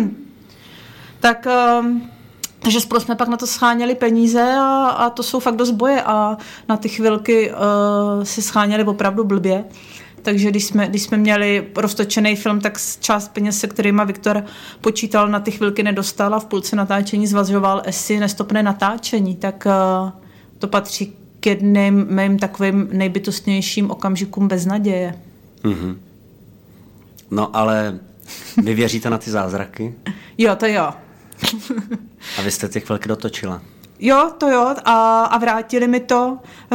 tak... Um... Takže spolu jsme pak na to scháněli peníze a, a to jsou fakt dost boje a na ty chvilky uh, si scháněli opravdu blbě. Takže když jsme, když jsme měli roztočený film, tak část peněz, se kterýma Viktor počítal, na ty chvilky nedostal a v půlce natáčení zvažoval, jestli nestopne natáčení. Tak uh, to patří k jedným mým takovým nejbytostnějším okamžikům beznaděje. Mm-hmm. No ale vy věříte na ty zázraky? Jo, to jo. A vy jste ty chvilky dotočila. Jo, to jo, a, a vrátili mi to. E,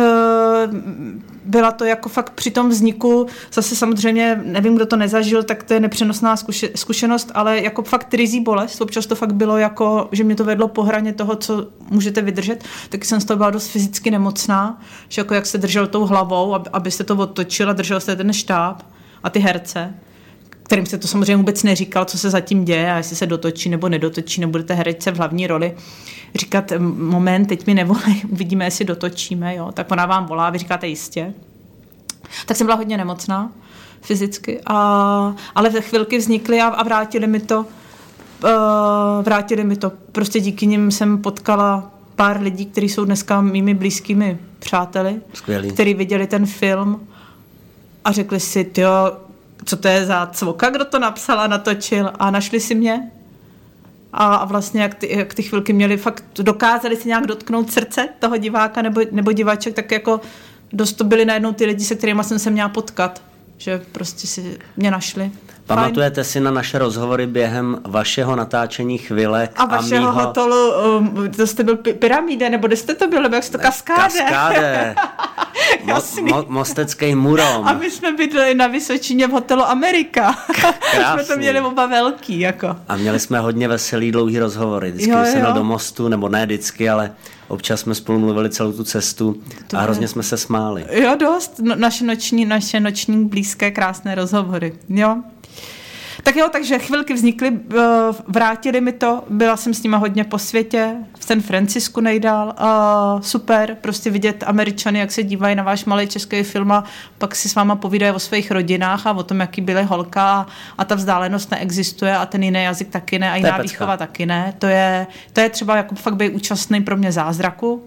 byla to jako fakt při tom vzniku, zase samozřejmě, nevím, kdo to nezažil, tak to je nepřenosná zkuše, zkušenost, ale jako fakt rizí bolest. Občas to fakt bylo jako, že mě to vedlo po hraně toho, co můžete vydržet. Taky jsem z toho byla dost fyzicky nemocná, že jako jak jste držel tou hlavou, aby, abyste to otočil a držel jste ten štáb a ty herce, kterým se to samozřejmě vůbec neříkal, co se zatím děje a jestli se dotočí nebo nedotočí, nebudete herečce v hlavní roli říkat, moment, teď mi nevolej, uvidíme, jestli dotočíme, jo. Tak ona vám volá, vy říkáte jistě. Tak jsem byla hodně nemocná fyzicky, a, ale ve chvilky vznikly a, a vrátili mi to, uh, vrátili mi to. Prostě díky nim jsem potkala pár lidí, kteří jsou dneska mými blízkými přáteli, Skvělý. Kteří viděli ten film a řekli si, tyjo, co to je za cvoka, kdo to napsal a natočil, a našli si mě. A, a vlastně jak ty, jak ty chvilky měli, fakt dokázali si nějak dotknout srdce toho diváka nebo, nebo diváček, tak jako dost to byli najednou ty lidi, se kterými jsem se měla potkat, že prostě si mě našli. Pamatujete si na naše rozhovory během vašeho natáčení Chvilek a vašeho a mýho... hotelu, um, to jste byl Pyramíde, nebo kde jste to byl, nebo jak jste to Kaskáde? Kaskáde. Mo, mo, Mostecký Murom. A my jsme bydleli na Vysočině v hotelu Amerika. Jsme to měli oba velký. Jako. A měli jsme hodně veselý dlouhý rozhovory. Vždycky jo, jsem jel do Mostu, nebo ne vždycky, ale občas jsme spolu mluvili celou tu cestu to a hrozně je... jsme se smáli. Jo, dost. No, naše noční, naše noční blízké krásné rozhovory. Jo. Tak jo, takže chvilky vznikly, vrátili mi to, byla jsem s nima hodně po světě, v San Francisku nejdál, uh, super, prostě vidět Američany, jak se dívají na váš malý český film a pak si s váma povídají o svých rodinách a o tom, jaký byly holka a, a ta vzdálenost neexistuje a ten jiný jazyk taky ne a jiná výchova taky ne. To je, to je třeba jako fakt být účastný pro mě zázraku,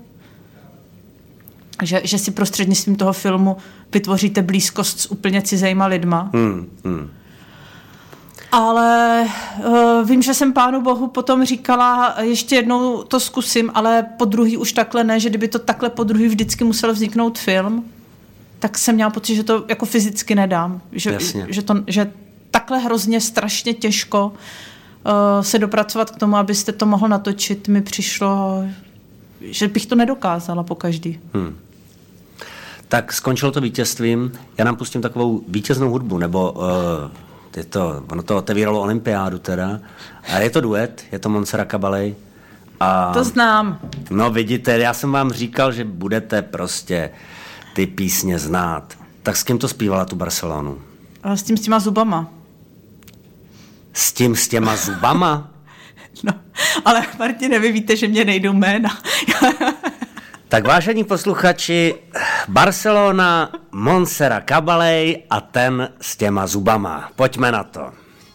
že, že si prostřednictvím toho filmu vytvoříte blízkost s úplně cizejma lidma. Hmm, hmm. Ale uh, vím, že jsem Pánu Bohu potom říkala, ještě jednou to zkusím, ale po druhý už takhle ne, že kdyby to takhle po druhý vždycky musel vzniknout film, tak jsem měla pocit, že to jako fyzicky nedám. Že, že, to, že takhle hrozně strašně těžko uh, se dopracovat k tomu, abyste to mohl natočit, mi přišlo, že bych to nedokázala po každý. Hmm. Tak skončilo to vítězstvím. Já nám pustím takovou vítěznou hudbu, nebo... Uh... Je to, ono to otevíralo olympiádu teda. A je to duet, je to Montserrat Caballé. A to znám. No vidíte, já jsem vám říkal, že budete prostě ty písně znát. Tak s kým to zpívala tu Barcelonu? A s tím s těma zubama. S tím s těma zubama? No, ale Martine, vy víte, že mě nejdou jména. Tak vážení posluchači, Barcelona, Montserrat Caballé a ten s těma zubama. Pojďme na to.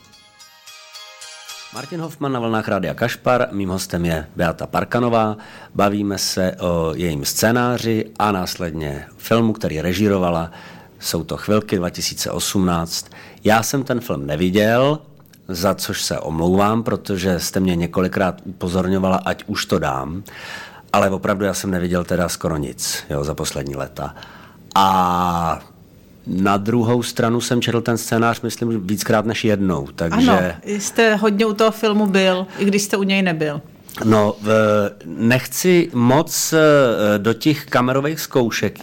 Martin Hoffman na vlnách Rádia Kašpar, mým hostem je Beata Parkanová. Bavíme se o jejím scénáři a následně filmu, který režírovala. Jsou to Chvilky dva tisíce osmnáct. Já jsem ten film neviděl, za což se omlouvám, protože jste mě několikrát upozorňovala, ať už to dám. Ale opravdu já jsem neviděl teda skoro nic, jo, za poslední léta. A na druhou stranu jsem četl ten scénář, myslím, víckrát než jednou, takže... Ano, jste hodně u toho filmu byl, i když jste u něj nebyl. No, nechci moc do těch kamerových zkoušek,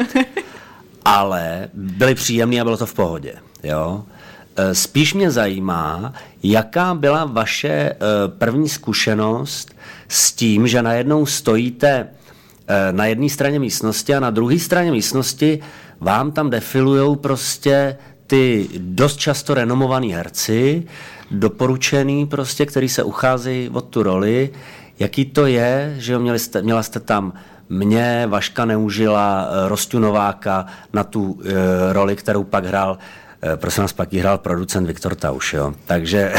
ale byly příjemný a bylo to v pohodě, jo. Spíš mě zajímá, jaká byla vaše první zkušenost s tím, že najednou stojíte na jedné straně místnosti a na druhé straně místnosti vám tam defilujou prostě ty dost často renomovaný herci, doporučený prostě, který se ucházejí o tu roli. Jaký to je, že měli jste, měla jste tam mě, Vaška Neužila, Rosťu Nováka na tu e, roli, kterou pak hrál, e, prosím nás, pak ji hrál producent Viktor Tauš, jo. Takže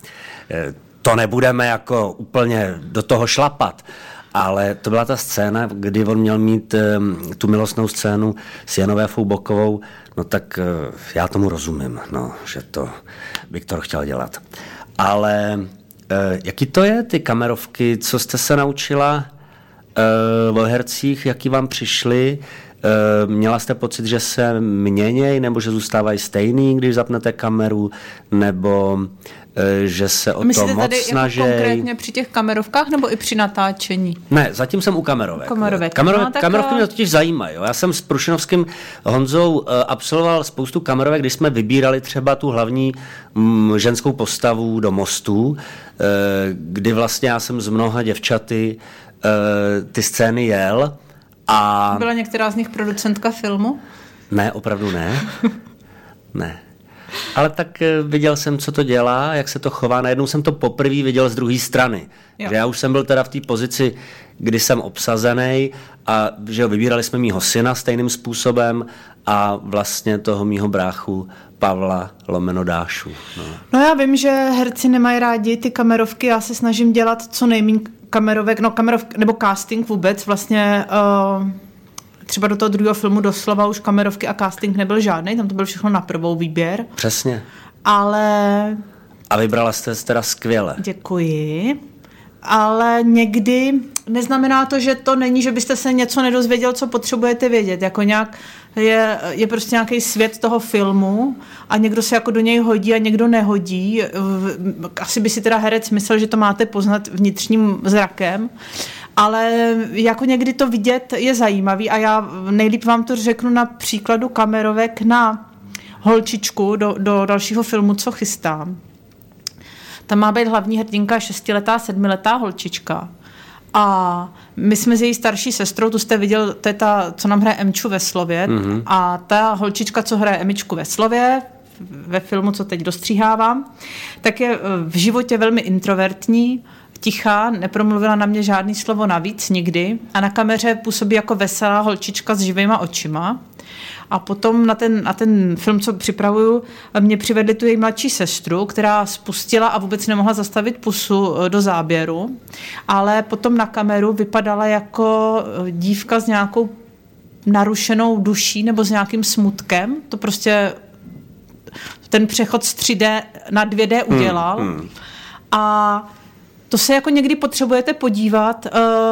e, to nebudeme jako úplně do toho šlapat. Ale to byla ta scéna, kdy on měl mít um, tu milostnou scénu s Janou Foubockovou, no tak uh, já tomu rozumím, no, že to Viktor chtěl dělat. Ale uh, jaký to je, ty kamerovky, co jste se naučila uh, o hercích, jaký vám přišly? Uh, měla jste pocit, že se měněj, nebo že zůstávají stejný, když zapnete kameru, nebo uh, že se o Myslíte to moc tady snaží? Jako konkrétně při těch kamerovkách, nebo i při natáčení? Ne, zatím jsem u kamerovek. Kamerovek. Kamerovek, No, tak kamerovky a... mě totiž zajímají. Jo. Já jsem s Prušinovským Honzou uh, absolvoval spoustu kamerovek, když jsme vybírali třeba tu hlavní mm, ženskou postavu do Mostu, uh, kdy vlastně já jsem z mnoha děvčaty uh, ty scény jel. A... Byla některá z nich producentka filmu? Ne, opravdu ne. Ne. Ale tak viděl jsem, co to dělá, jak se to chová. Najednou jsem to poprvé viděl z druhé strany. Že já už jsem byl teda v té pozici, kdy jsem obsazený a že vybírali jsme mýho syna stejným způsobem a vlastně toho mýho bráchu Pavla lomeno Dášu. No. no já vím, že herci nemají rádi ty kamerovky, já se snažím dělat co nejméně kamerovek, no kamerovky, nebo casting vůbec, vlastně uh, třeba do toho druhého filmu doslova už kamerovky a casting nebyl žádný, tam to byl všechno na prvou výběr. Přesně. Ale... A vybrala jste teda skvěle. Děkuji. Ale někdy neznamená to, že to není, že byste se něco nedozvěděl, co potřebujete vědět. Jako nějak je, je prostě nějaký svět toho filmu a někdo se jako do něj hodí a někdo nehodí. Asi by si teda herec myslel, že to máte poznat vnitřním zrakem, ale jako někdy to vidět je zajímavý a já nejlíp vám to řeknu na příkladu kamerovek na Holčičku do, do dalšího filmu, co chystám. Tam má být hlavní hrdinka šestiletá, sedmiletá holčička. A my jsme s její starší sestrou, tu jste viděl, to je ta, co nám hraje Emču ve Slově. Mm-hmm. A ta holčička, co hraje Emičku ve Slově, ve filmu, co teď dostříhávám, tak je v životě velmi introvertní, tichá, nepromluvila na mě žádný slovo navíc nikdy a na kameře působí jako veselá holčička s živýma očima. A potom na ten, na ten film, co připravuju, mě přivedli tu její mladší sestru, která spustila a vůbec nemohla zastavit pusu do záběru, ale potom na kameru vypadala jako dívka s nějakou narušenou duší nebo s nějakým smutkem. To prostě ten přechod z tři dé na dvě dé udělal. Hmm, hmm. A to se jako někdy potřebujete podívat,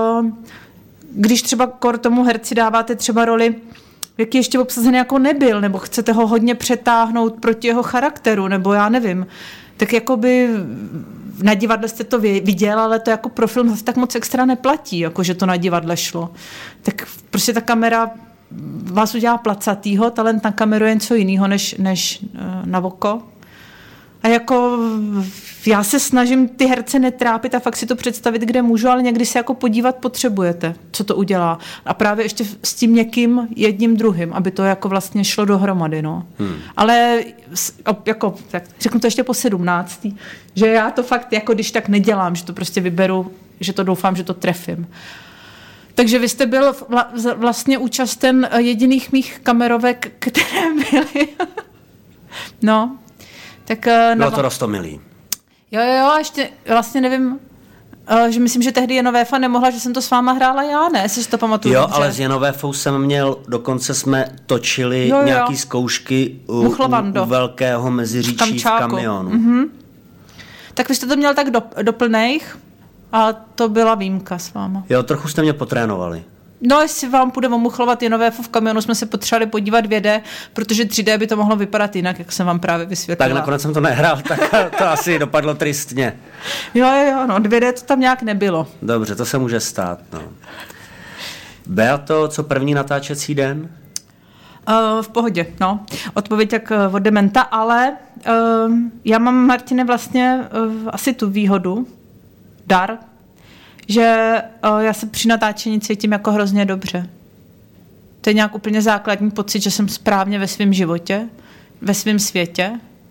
když třeba kor tomu herci dáváte třeba roli, jaký ještě obsazený jako nebyl, nebo chcete ho hodně přetáhnout proti jeho charakteru, nebo já nevím. Tak jakoby na divadle jste to viděl, ale to jako pro film zase tak moc extra neplatí, jako že to na divadle šlo. Tak prostě ta kamera vás udělá placatýho, talent na kameru je něco jiného než, než na oko. A jako já se snažím ty herce netrápit a fakt si to představit, kde můžu, ale někdy se jako podívat potřebujete, co to udělá. A právě ještě s tím někým jedním druhým, aby to jako vlastně šlo dohromady, no. Hmm. Ale jako, tak řeknu to ještě po sedmnáctý, že já to fakt jako když tak nedělám, že to prostě vyberu, že to doufám, že to trefím. Takže vy jste byl vla, vlastně účasten jediných mých kamerovek, které byly. No. Tak, bylo to roztomilý. Jo, jo, jo, ještě vlastně nevím, že myslím, že tehdy Jenovéfa nemohla, že jsem to s váma hrála já, ne, jestli si to pamatuju. Jo, dobře. Ale s Jenovéfou jsem měl, dokonce jsme točili jo, jo. nějaký zkoušky u, u, u velkého Meziříčí v kamionu. Mhm. Tak vy jste to měl tak do, do plnejch a to byla výjimka s váma. Jo, trochu jste mě potrénovali. No, jestli vám půjde omuchlovat Jenovéfu v kamionu, jsme se potřebovali podívat dvě dé, protože tři dé by to mohlo vypadat jinak, jak jsem vám právě vysvětlila. Tak nakonec jsem to nehrál, tak to asi dopadlo tristně. Jo, jo, no, dvě dé to tam nějak nebylo. Dobře, to se může stát, no. Beato, co první natáčecí den? Uh, v pohodě, no. Odpověď jak uh, od dementa, ale uh, já mám, Martine, vlastně uh, asi tu výhodu, dar, že uh, já se při natáčení cítím jako hrozně dobře. To je nějak úplně základní pocit, že jsem správně ve svém životě, ve svém světě.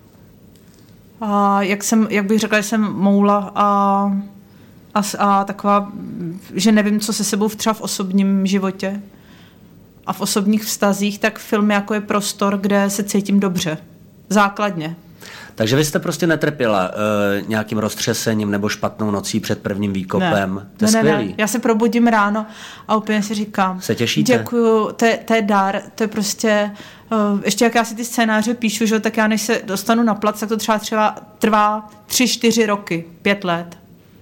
A jak, jsem, jak bych řekla, že jsem moula a, a, a taková, že nevím, co se sebou třeba v osobním životě a v osobních vztazích, tak film jako je prostor, kde se cítím dobře. Základně. Takže vy jste prostě netrpěla uh, nějakým roztřesením nebo špatnou nocí před prvním výkopem. Ne. To je ne, skvělý. Ne, ne. Já se probudím ráno a úplně si říkám. Se těšíte? Děkuju, to je, to je dar, to je prostě, uh, ještě jak já si ty scénáře píšu, že, tak já než se dostanu na plac, tak to třeba, třeba trvá tři, čtyři roky, pět let.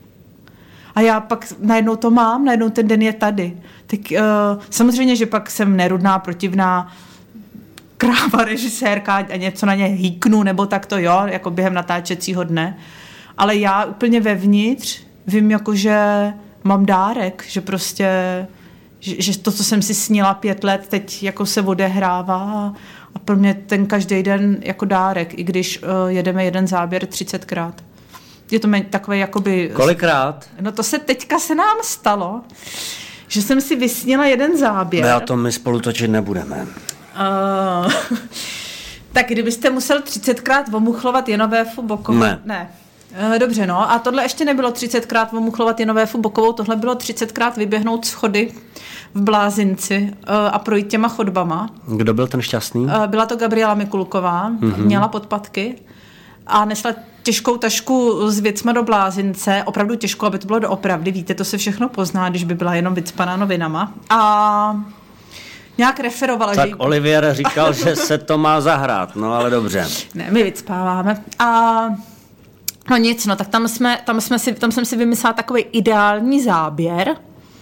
A já pak najednou to mám, najednou ten den je tady. Tak uh, samozřejmě, že pak jsem nerudná, protivná, kráva režisérka a něco na ně hýknu, nebo tak to jo, jako během natáčecího dne. Ale já úplně vevnitř vím, jako, že mám dárek, že prostě, že, že to, co jsem si snila pět let, teď jako se odehrává a pro mě ten každý den jako dárek, i když uh, jedeme jeden záběr třicetkrát. Je to takové jakoby... Kolikrát? No to se teďka se nám stalo, že jsem si vysnila jeden záběr. No, to my spolu točit nebudeme. Uh, tak kdybyste musel třicetkrát omuchlovat Jenovéfu Bokovou... Ne. ne. Uh, dobře, no. A tohle ještě nebylo třicetkrát omuchlovat Jenovéfu Bokovou, tohle bylo třicetkrát vyběhnout schody v Blázinci uh, a projít těma chodbama. Kdo byl ten šťastný? Uh, byla to Gabriela Mikulková, mm-hmm. měla podpatky a nesla těžkou tašku s věcma do Blázince, opravdu těžkou, aby to bylo doopravdy, víte, to se všechno pozná, když by byla jenom vycpaná novinama. A nějak referovala. Tak že... Olivier říkal, že se to má zahrát, no ale dobře. Ne, my vycpáváme. A no nic, no tak tam, jsme, tam, jsme si, tam jsem si vymyslela takový ideální záběr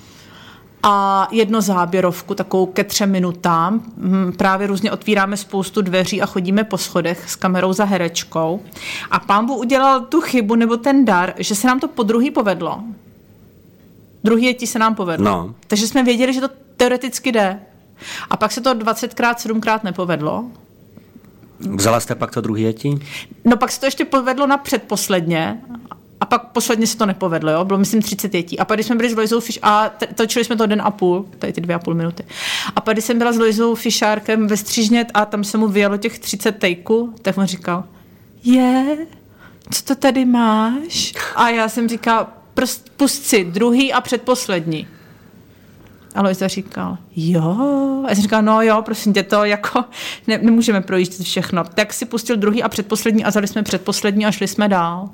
a jedno záběrovku, takovou ke třem minutám. Právě různě otvíráme spoustu dveří a chodíme po schodech s kamerou za herečkou. A pán Bůh udělal tu chybu nebo ten dar, že se nám to po druhý povedlo. Druhý jetí se nám povedlo. No. Takže jsme věděli, že to teoreticky jde. A pak se to dvacetkrát, sedmkrát nepovedlo. Vzala jste pak to druhý jetí? No pak se to ještě povedlo na předposledně a pak posledně se to nepovedlo, jo? Bylo myslím třicet jetí. A pak když jsme byli s Lojzou Fiš a t- točili jsme to den a půl, tady ty dvě a půl minuty. A pak když jsem byla s Lojzou Fišárkem ve Střížně a tam se mu vyjelo těch třicet tejků, tak on říkal, je, co to tady máš? A já jsem říkal, prst, pust si druhý a předposlední. A Lojza říkal, jo. A já jsem říkal, no jo, prosím tě, to jako ne, nemůžeme projít všechno. Tak si pustil druhý a předposlední a zali jsme předposlední a šli jsme dál.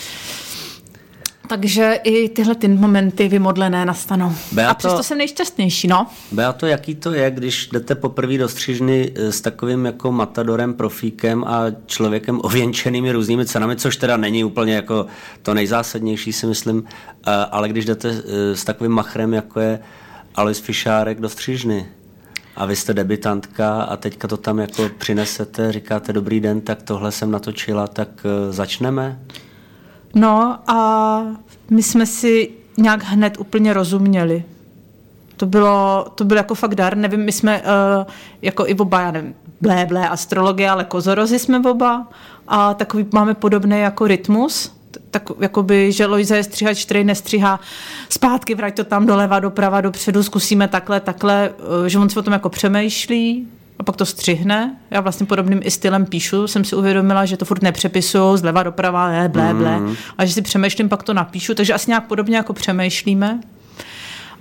Takže i tyhle ty momenty vymodlené nastanou. Beato, a přesto jsem nejšťastnější, no. Beato, jaký to je, když jdete poprvé do Střižny s takovým jako matadorem, profíkem a člověkem ověnčenými různými cenami, což teda není úplně jako to nejzásadnější, si myslím, ale když jdete s takovým machrem, jako je Alois Fišárek do Střižny a vy jste debitantka a teďka to tam jako přinesete, říkáte dobrý den, tak tohle jsem natočila, tak začneme? No a my jsme si nějak hned úplně rozuměli. To bylo, to byl jako fakt dar, nevím, my jsme uh, jako i oba, já nevím, blé, blé, astrologie, ale kozorozy jsme oba a takový máme podobný jako rytmus, tak jakoby, že Lojza je stříhač, který nestříhá zpátky, vrať to tam doleva, doprava, dopředu, zkusíme takhle, takhle, že on se o tom jako přemýšlí a pak to střihne. Já vlastně podobným i stylem píšu, jsem si uvědomila, že to furt nepřepisuju zleva doprava, ne, blé, blé, mm. a že si přemýšlím, pak to napíšu, takže asi nějak podobně jako přemýšlíme.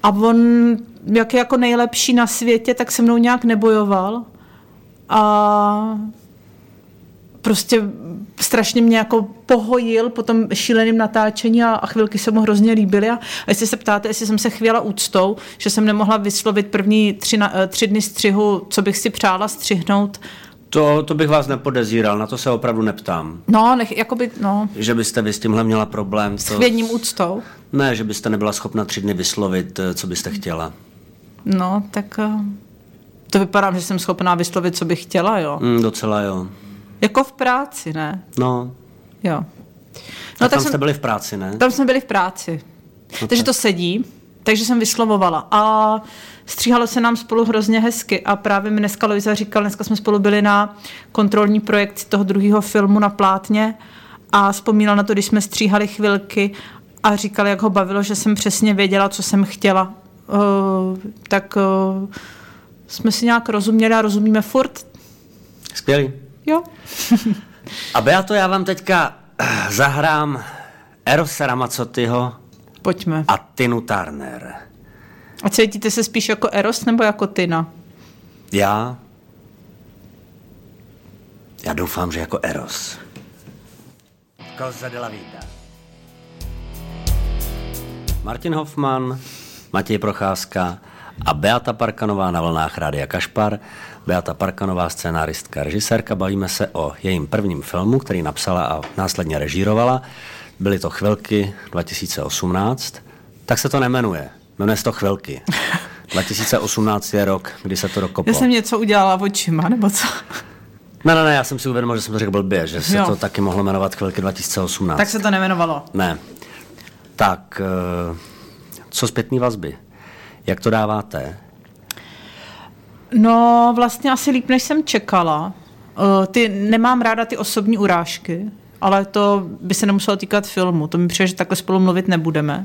A on, jak je jako nejlepší na světě, tak se mnou nějak nebojoval. A prostě strašně mě jako pohojil po tom šíleným natáčení a, a chvilky se mu hrozně líbily. A, a jestli se ptáte, jestli jsem se chvěla úctou, že jsem nemohla vyslovit první tři, na, tři dny střihu, co bych si přála střihnout. To, to bych vás nepodezíral, na to se opravdu neptám. No, nech, jakoby, no. Že byste vy s tímhle měla problém. S chvědním úctou? Ne, že byste nebyla schopna tři dny vyslovit, co byste chtěla. No, tak to vypadá, že jsem schopná vyslovit, co bych chtěla, jo. Mm, docela jo. Jako v práci, ne? No. Jo. No, tak tam jsem, jste byli v práci, ne? Tam jsme byli v práci. No takže tak. To sedí, takže jsem vyslovovala. A stříhalo se nám spolu hrozně hezky a právě mi dneska Lojza říkal, dneska jsme spolu byli na kontrolní projekci toho druhého filmu na plátně a vzpomínal na to, když jsme stříhali chvilky a říkal, jak ho bavilo, že jsem přesně věděla, co jsem chtěla. Uh, tak uh, jsme si nějak rozuměli a rozumíme furt. Skvělý. Jo. A Beato, já vám teďka zahrám Erose Ramazottiho Pojďme. A Tinu Turner. A cítíte se spíš jako Eros nebo jako Tina? Já? Já doufám, že jako Eros. Cosa della vita. Martin Hoffman, Matěj Procházka a Beata Parkanová na vlnách Rádia Kašpar. Beata Parkanová, scénáristka, režisérka. Bavíme se o jejím prvním filmu, který napsala a následně režírovala. Byly to Chvilky dva tisíce osmnáct. Tak se to nemenuje. Jmenuje se to Chvilky. dva tisíce osmnáct je rok, kdy se to dokoplo. Já jsem něco udělala očima, nebo co? Ne, ne, ne, já jsem si uvědomil, že jsem to řekl blbě, že se jo. to taky mohlo jmenovat Chvilky dva tisíce osmnáct. Tak se to nemenovalo. Ne. Tak, co zpětný vazby? Jak to dáváte? No, vlastně asi líp, než jsem čekala. Ty, nemám ráda ty osobní urážky, ale to by se nemuselo týkat filmu. To mi přijde, že takhle spolu mluvit nebudeme.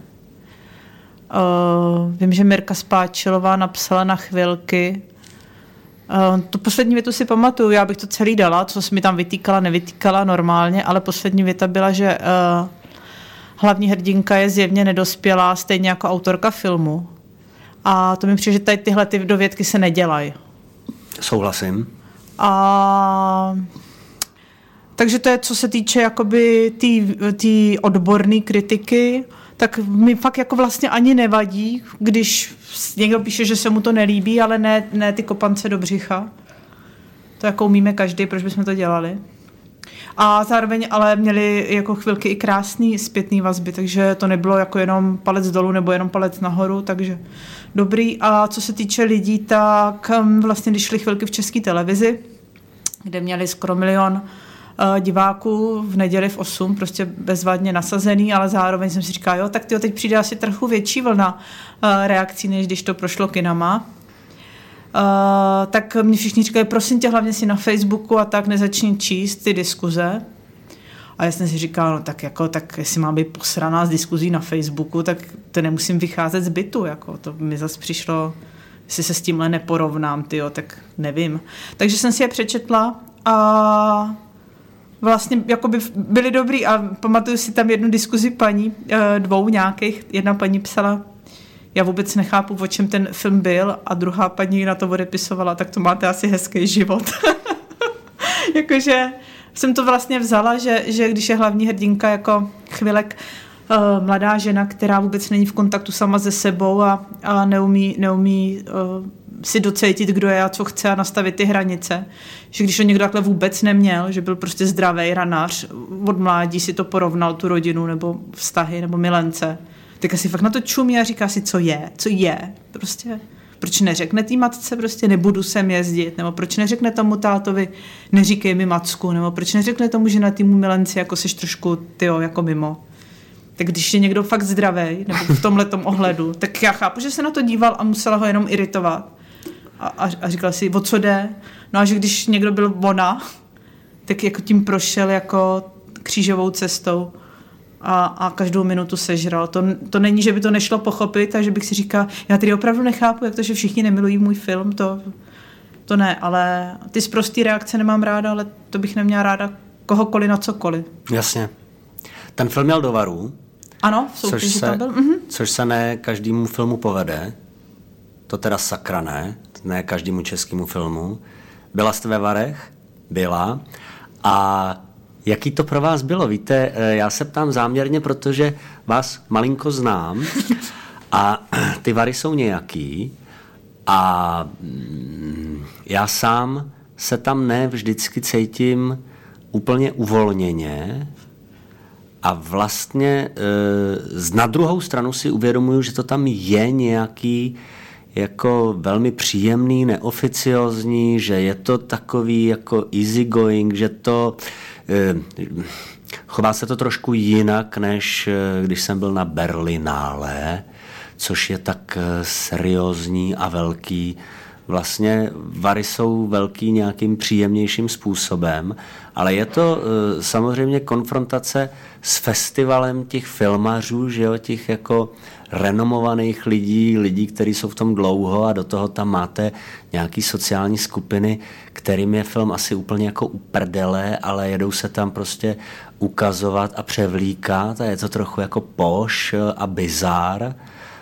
Uh, vím, že Mirka Spáčilová napsala na Chvilky. Uh, tu poslední větu si pamatuju, já bych to celý dala, co jsi mi tam vytýkala, nevytýkala normálně, ale poslední věta byla, že uh, hlavní hrdinka je zjevně nedospělá, stejně jako autorka filmu. A to mi přijde, že tady tyhle ty dovědky se nedělají. Souhlasím. A... Takže to je, co se týče jakoby té odborné kritiky, tak mi fakt jako vlastně ani nevadí, když někdo píše, že se mu to nelíbí, ale ne, ne ty kopance do břicha. To jako umíme každý, proč bychom to dělali. A zároveň ale měli jako chvilky i krásný zpětný vazby, takže to nebylo jako jenom palec dolů nebo jenom palec nahoru, takže dobrý. A co se týče lidí, tak vlastně když šli Chvilky v České televizi, kde měli skoro milion uh, diváků v neděli v osm, prostě bezvadně nasazený, ale zároveň jsem si říkala, jo, tak tyjo, teď přijde asi trochu větší vlna uh, reakcí, než když to prošlo kinama. Uh, tak mě všichni říkají, prosím tě, hlavně si na Facebooku a tak nezačni číst ty diskuze. A já jsem si říkala, no tak jako, tak jestli mám být posraná z diskuzí na Facebooku, tak to nemusím vycházet z bytu, jako to mi zase přišlo, jestli se s tímhle neporovnám, tyjo, tak nevím. Takže jsem si je přečetla a vlastně jakoby byly dobrý a pamatuju si tam jednu diskuzi paní, dvou nějakých, jedna paní psala, já vůbec nechápu, o čem ten film byl a druhá paní na to odepisovala, tak to máte asi hezký život. Jakože jsem to vlastně vzala, že, že když je hlavní hrdinka jako Chvilek, uh, mladá žena, která vůbec není v kontaktu sama se sebou a, a neumí, neumí uh, si docítit, kdo je a co chce a nastavit ty hranice. Že když to někdo takhle vůbec neměl, že byl prostě zdravý ranář, od mládí si to porovnal, tu rodinu nebo vztahy nebo milence, tak asi fakt na to čumí a říká si, co je, co je. Prostě, proč neřekne té matce, prostě nebudu sem jezdit, nebo proč neřekne tomu tátovi, neříkej mi macku, nebo proč neřekne tomu ženatýmu milenci, jako seš trošku, tyjo, jako mimo. Tak když je někdo fakt zdravej, nebo v tomhletom ohledu, tak já chápu, že se na to díval a musela ho jenom iritovat. A, a, a říkala si, o co jde? No a že když někdo byl ona, tak jako tím prošel jako křížovou cestou. A, a každou minutu sežral. To, to není, že by to nešlo pochopit a že bych si říkala, já tedy opravdu nechápu, jak to, že všichni nemilují můj film, to, to ne, ale ty sprostý reakce nemám ráda, ale to bych neměla ráda kohokoliv na cokoliv. Jasně. Ten film měl do varu, Ano, v soutěži tam byl. Mhm. Což se ne každému filmu povede. To teda sakra ne. Ne každému českému filmu. Byla jste ve Varech? Byla. A jaký to pro vás bylo? Víte, já se ptám záměrně, protože vás malinko znám a ty Vary jsou nějaký a já sám se tam ne vždycky cítím úplně uvolněně a vlastně na druhou stranu si uvědomuju, že to tam je nějaký jako velmi příjemný, neoficiozní, že je to takový jako easy going, že to chová se to trošku jinak, než když jsem byl na Berlinále, což je tak seriózní a velký. Vlastně Vary jsou velký nějakým příjemnějším způsobem, ale je to samozřejmě konfrontace s festivalem těch filmařů, že jo, těch jako renomovaných lidí, lidí, kteří jsou v tom dlouho a do toho tam máte nějaký sociální skupiny, kterým je film asi úplně jako uprdele, ale jedou se tam prostě ukazovat a převlíkat a je to trochu jako poš a bizár. E,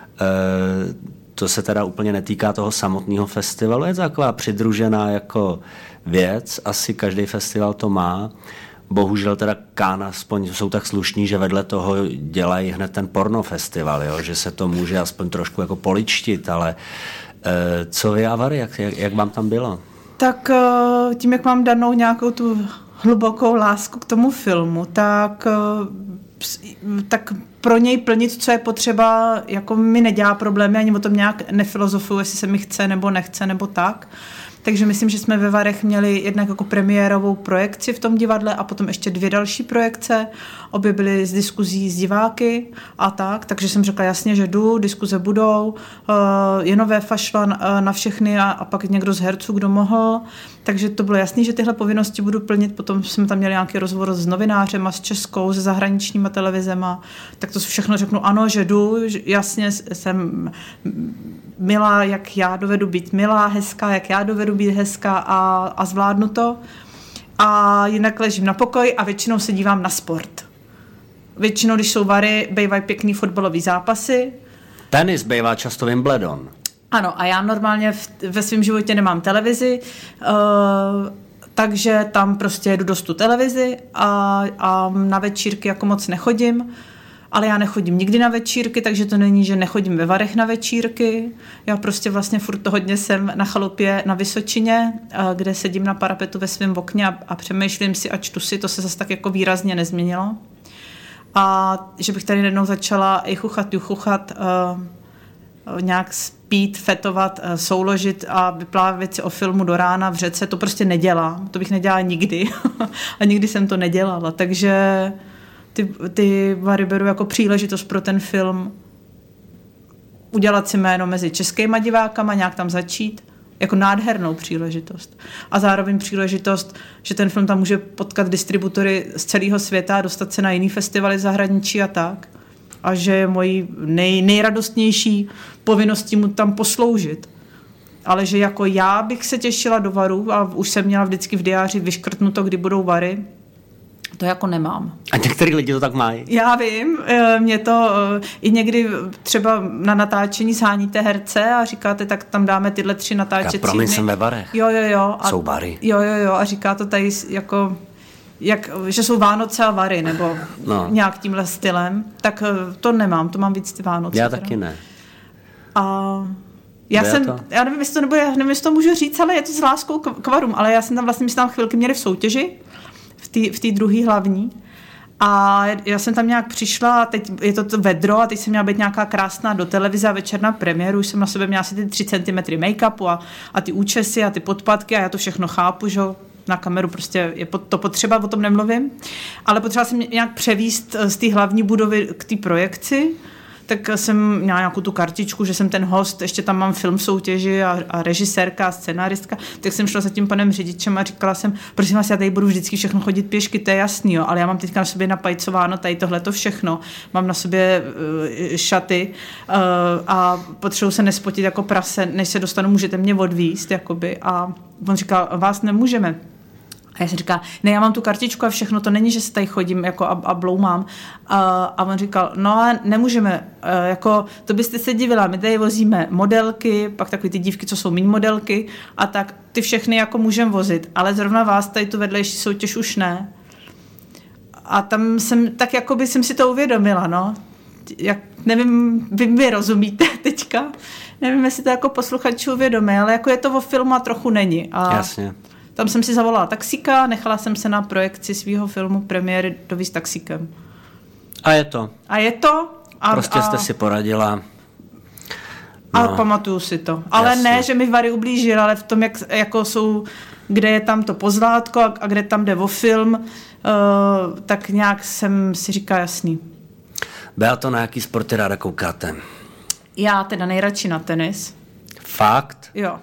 to se teda úplně netýká toho samotného festivalu, je to taková přidružená jako věc, asi každý festival to má. Bohužel teda Cannes aspoň jsou tak slušní, že vedle toho dělají hned ten pornofestival, jo? Že se to může aspoň trošku jako poličtit, ale e, co vy a Vary, jak, jak, jak vám tam bylo? Tak tím, jak mám danou nějakou tu hlubokou lásku k tomu filmu, tak, tak pro něj plnit, co je potřeba, jako mi nedělá problémy, ani o tom nějak nefilozofuju, jestli se mi chce nebo nechce nebo tak. Takže myslím, že jsme ve Varech měli jednak jako premiérovou projekci v tom divadle a potom ještě dvě další projekce. Obě byly z diskuzí s diváky a tak. Takže jsem řekla jasně, že jdu, diskuze budou. Je nové fašla na všechny a, a pak někdo z herců, kdo mohl. Takže to bylo jasné, že tyhle povinnosti budu plnit. Potom jsme tam měli nějaký rozhovor s novinářema, s českou, se zahraničníma televizema. Tak to všechno řeknu ano, že jdu. Jasně jsem milá, jak já dovedu být milá, hezká, jak já dovedu být hezká a, a zvládnu to. A jinak ležím na pokoji a většinou se dívám na sport. Většinou, když jsou Vary, bývají pěkný fotbalový zápasy. Tenis bývá často Wimbledon. Ano, a já normálně v, ve svém životě nemám televizi, uh, takže tam prostě jedu dost tu televizi a, a na večírky jako moc nechodím. Ale já nechodím nikdy na večírky, takže to není, že nechodím ve Varech na večírky. Já prostě vlastně furt to hodně jsem na chalupě na Vysočině, kde sedím na parapetu ve svém okně a, a přemýšlím si a čtu si, to se zase tak jako výrazně nezměnilo. A že bych tady jednou začala i chuchat, juchuchat, uh, nějak spít, fetovat, uh, souložit a vyplávět si o filmu do rána v řece, to prostě nedělám. To bych nedělala nikdy. A nikdy jsem to nedělala, takže Ty, ty Vary beru jako příležitost pro ten film udělat si jméno mezi českýma divákama, nějak tam začít, jako nádhernou příležitost. A zároveň příležitost, že ten film tam může potkat distributory z celého světa, dostat se na jiný festivaly v zahraničí a tak. A že je mojí nej, nejradostnější povinností mu tam posloužit. Ale že jako já bych se těšila do Varů a už jsem měla vždycky v diáři vyškrtnuto, kdy budou Vary, to jako nemám. A některý lidi to tak mají. Já vím, mě to i někdy třeba na natáčení sháníte herce a říkáte, tak tam dáme tyhle tři natáčecí. Promiň, jsem ve Varech. Jo, jo, jo. A, jsou Vary. Jo, jo, jo. A říká to tady jako, jak, že jsou Vánoce a Vary, nebo no. Nějak tímhle stylem. Tak to nemám, to mám víc ty Vánoce. Já teda. taky ne. A já Bude jsem, to? já nevím, jestli to, nebo já nevím, jestli to můžu říct, ale je to s láskou k, k Varům, ale já jsem tam vlastně, my jsme tam chvilky měli v soutěži, v té druhé hlavní. A já jsem tam nějak přišla a teď je to, to vedro a teď jsem měla být nějaká krásná do televize a večer na premiéru. Už jsem na sobě měla asi ty tři centimetry make-upu a, a ty účesy a ty podpatky a já to všechno chápu, že na kameru prostě je to potřeba, o tom nemluvím. Ale potřeba jsem nějak převíst z té hlavní budovy k té projekci. Tak jsem měla nějakou tu kartičku, že jsem ten host, ještě tam mám film v soutěži a, a režisérka a scenáristka, tak jsem šla za tím panem řidičem a říkala jsem, prosím vás, já tady budu vždycky všechno chodit pěšky, to je jasný, jo, ale já mám teďka na sobě napajcováno tady tohleto všechno, mám na sobě uh, šaty uh, a potřebuji se nespotit jako prase, než se dostanu, můžete mě odvízt, jakoby, a on říkal, vás nemůžeme. A já jsem říkala, ne, já mám tu kartičku a všechno, to není, že se tady chodím jako a, a bloumám. A, a on říkal, no ale nemůžeme, jako, to byste se divila, my tady vozíme modelky, pak takový ty dívky, co jsou míň modelky a tak ty všechny jako můžeme vozit, ale zrovna vás tady tu vedlejší soutěž už ne. A tam jsem, tak jako by jsem si to uvědomila, no. Jak, nevím, vy mi rozumíte teďka? Nevím, jestli to jako posluchači uvědomí, ale jako je to o filmu a trochu není. A jasně. Tam jsem si zavolala taxíka, nechala jsem se na projekci svého filmu premiéry dovízt taxíkem. A je to. A je to. A, prostě a, jste si poradila. No. No. A pamatuju si to. Ale jasně. Ne, že mi Vary ublížil, ale v tom, jak jako jsou, kde je tam to pozlátko a, a kde tam jde o film, uh, tak nějak jsem si říkala jasný. Beato, na jaký sporty ráda koukáte? Já teda nejradši na tenis. Fakt? Jo.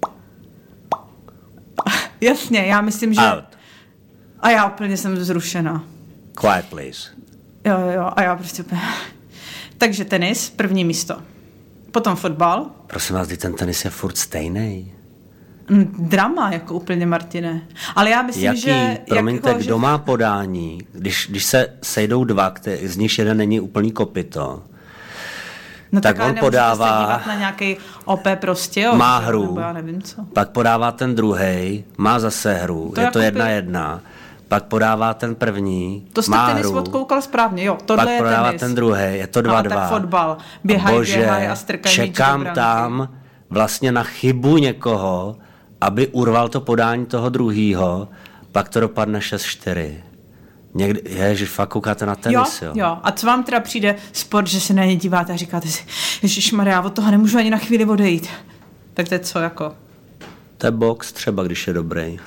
Jasně, já myslím, že... Out. A já úplně jsem zrušená. Quiet, please. Jo, jo, a já prostě úplně... Takže tenis, první místo. Potom fotbal. Prosím vás, ten tenis je furt stejný. Drama, jako úplně, Martine. Ale já myslím, Jaký, že... promiňte, jako, kdo že... má podání, když, když se sejdou dva, který, z nich jeden není úplný kopyto, no tak, tak on podává... se dívat na nějaký O P prostě, jo, má hru, nebo já nevím co. Pak podává ten druhej, má zase hru, to je to jedna by... jedna, pak podává ten první, to jste má tenis hru, odkoukal správně, jo, tohle pak je podává tenis. ten druhej, je to dva dva. A tak fotbal, běhaj, Bože, běhaj a strkají čekám tam vlastně na chybu někoho, aby urval to podání toho druhýho, pak to dopadne šest čtyři. Někdy, ježiš, fakt koukáte na tenis, jo? Jo, jo. A co vám teda přijde sport, že se na ně díváte a říkáte si, ježišmarja, já od toho nemůžu ani na chvíli odejít. Tak to je co, jako? To je box třeba, když je dobrý.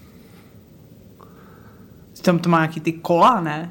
Tam to má nějaký ty kola, ne?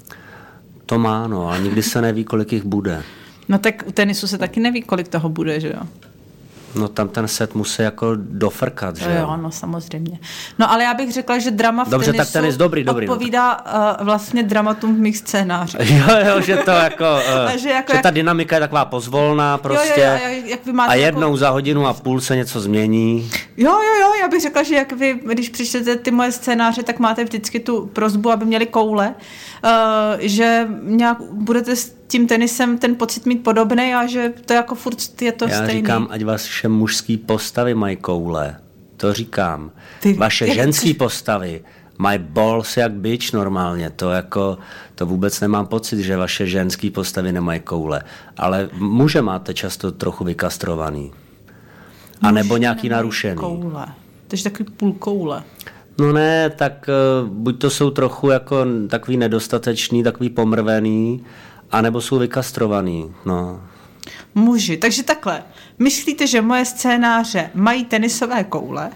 To má, no, ale nikdy se neví, kolik jich bude. No tak u tenisu se taky neví, kolik toho bude, že jo? No tam ten set musí jako dofrkat, že jo? Jo, no samozřejmě. No ale já bych řekla, že drama v Dobře, tenisu tak tenis dobrý, dobrý, odpovídá uh, vlastně dramatům v mých scénářích. Jo, jo, že to jako, uh, že, jako že jak... ta dynamika je taková pozvolná prostě. Jo, jo, jo, jak vy máte a jednou jako... za hodinu a půl se něco změní. Jo, jo, jo, já bych řekla, že jak vy, když přičtete ty moje scénáře, tak máte vždycky tu prosbu, aby měli koule, uh, že nějak budete s tím tenisem ten pocit mít podobný a že to jako furt je to Já stejný. Já říkám, ať vaše mužský postavy mají koule. To říkám. Ty, vaše jak... ženský postavy mají balls jak bič normálně. To jako, to vůbec nemám pocit, že vaše ženský postavy nemají koule. Ale muže máte často trochu vykastrovaný. A nebo nějaký narušený. Koule. Takže takový půl koule. No ne, tak uh, buď to jsou trochu jako takový nedostatečný, takový pomrvený, anebo jsou vykastrovaný, no. Muži, takže takhle. Myslíte, že moje scénáře mají tenisové koule?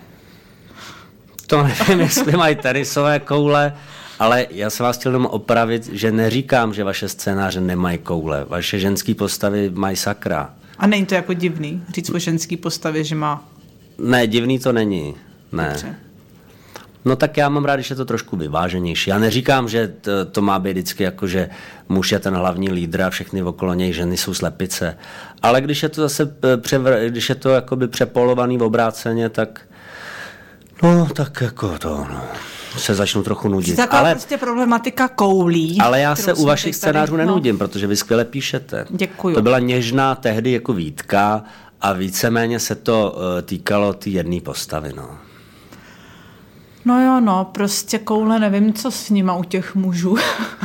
To nevím, jestli mají tenisové koule, ale já se vás chtěl jenom opravit, že neříkám, že vaše scénáře nemají koule. Vaše ženský postavy mají sakra. A není to jako divný říct o ženský postavě, že má... Ne, divný to není. Ne. Dobře. No tak já mám rád, když je to trošku vyváženější. Já neříkám, že to, to má být vždycky jako, že muž je ten hlavní lídr a všechny okolo něj ženy jsou slepice. Ale když je to zase převr, když je to jakoby přepolovaný v obráceně, tak no, tak jako to, no, se začnu trochu nudit. Taková ale, prostě problematika koulí. Ale já se u vašich scénářů tady, nenudím, no. Protože vy skvěle píšete. Děkuju. To byla něžná tehdy jako výtka a víceméně se to uh, týkalo ty jedné postavy, no. No jo, no, prostě koule, nevím, co s nima u těch mužů.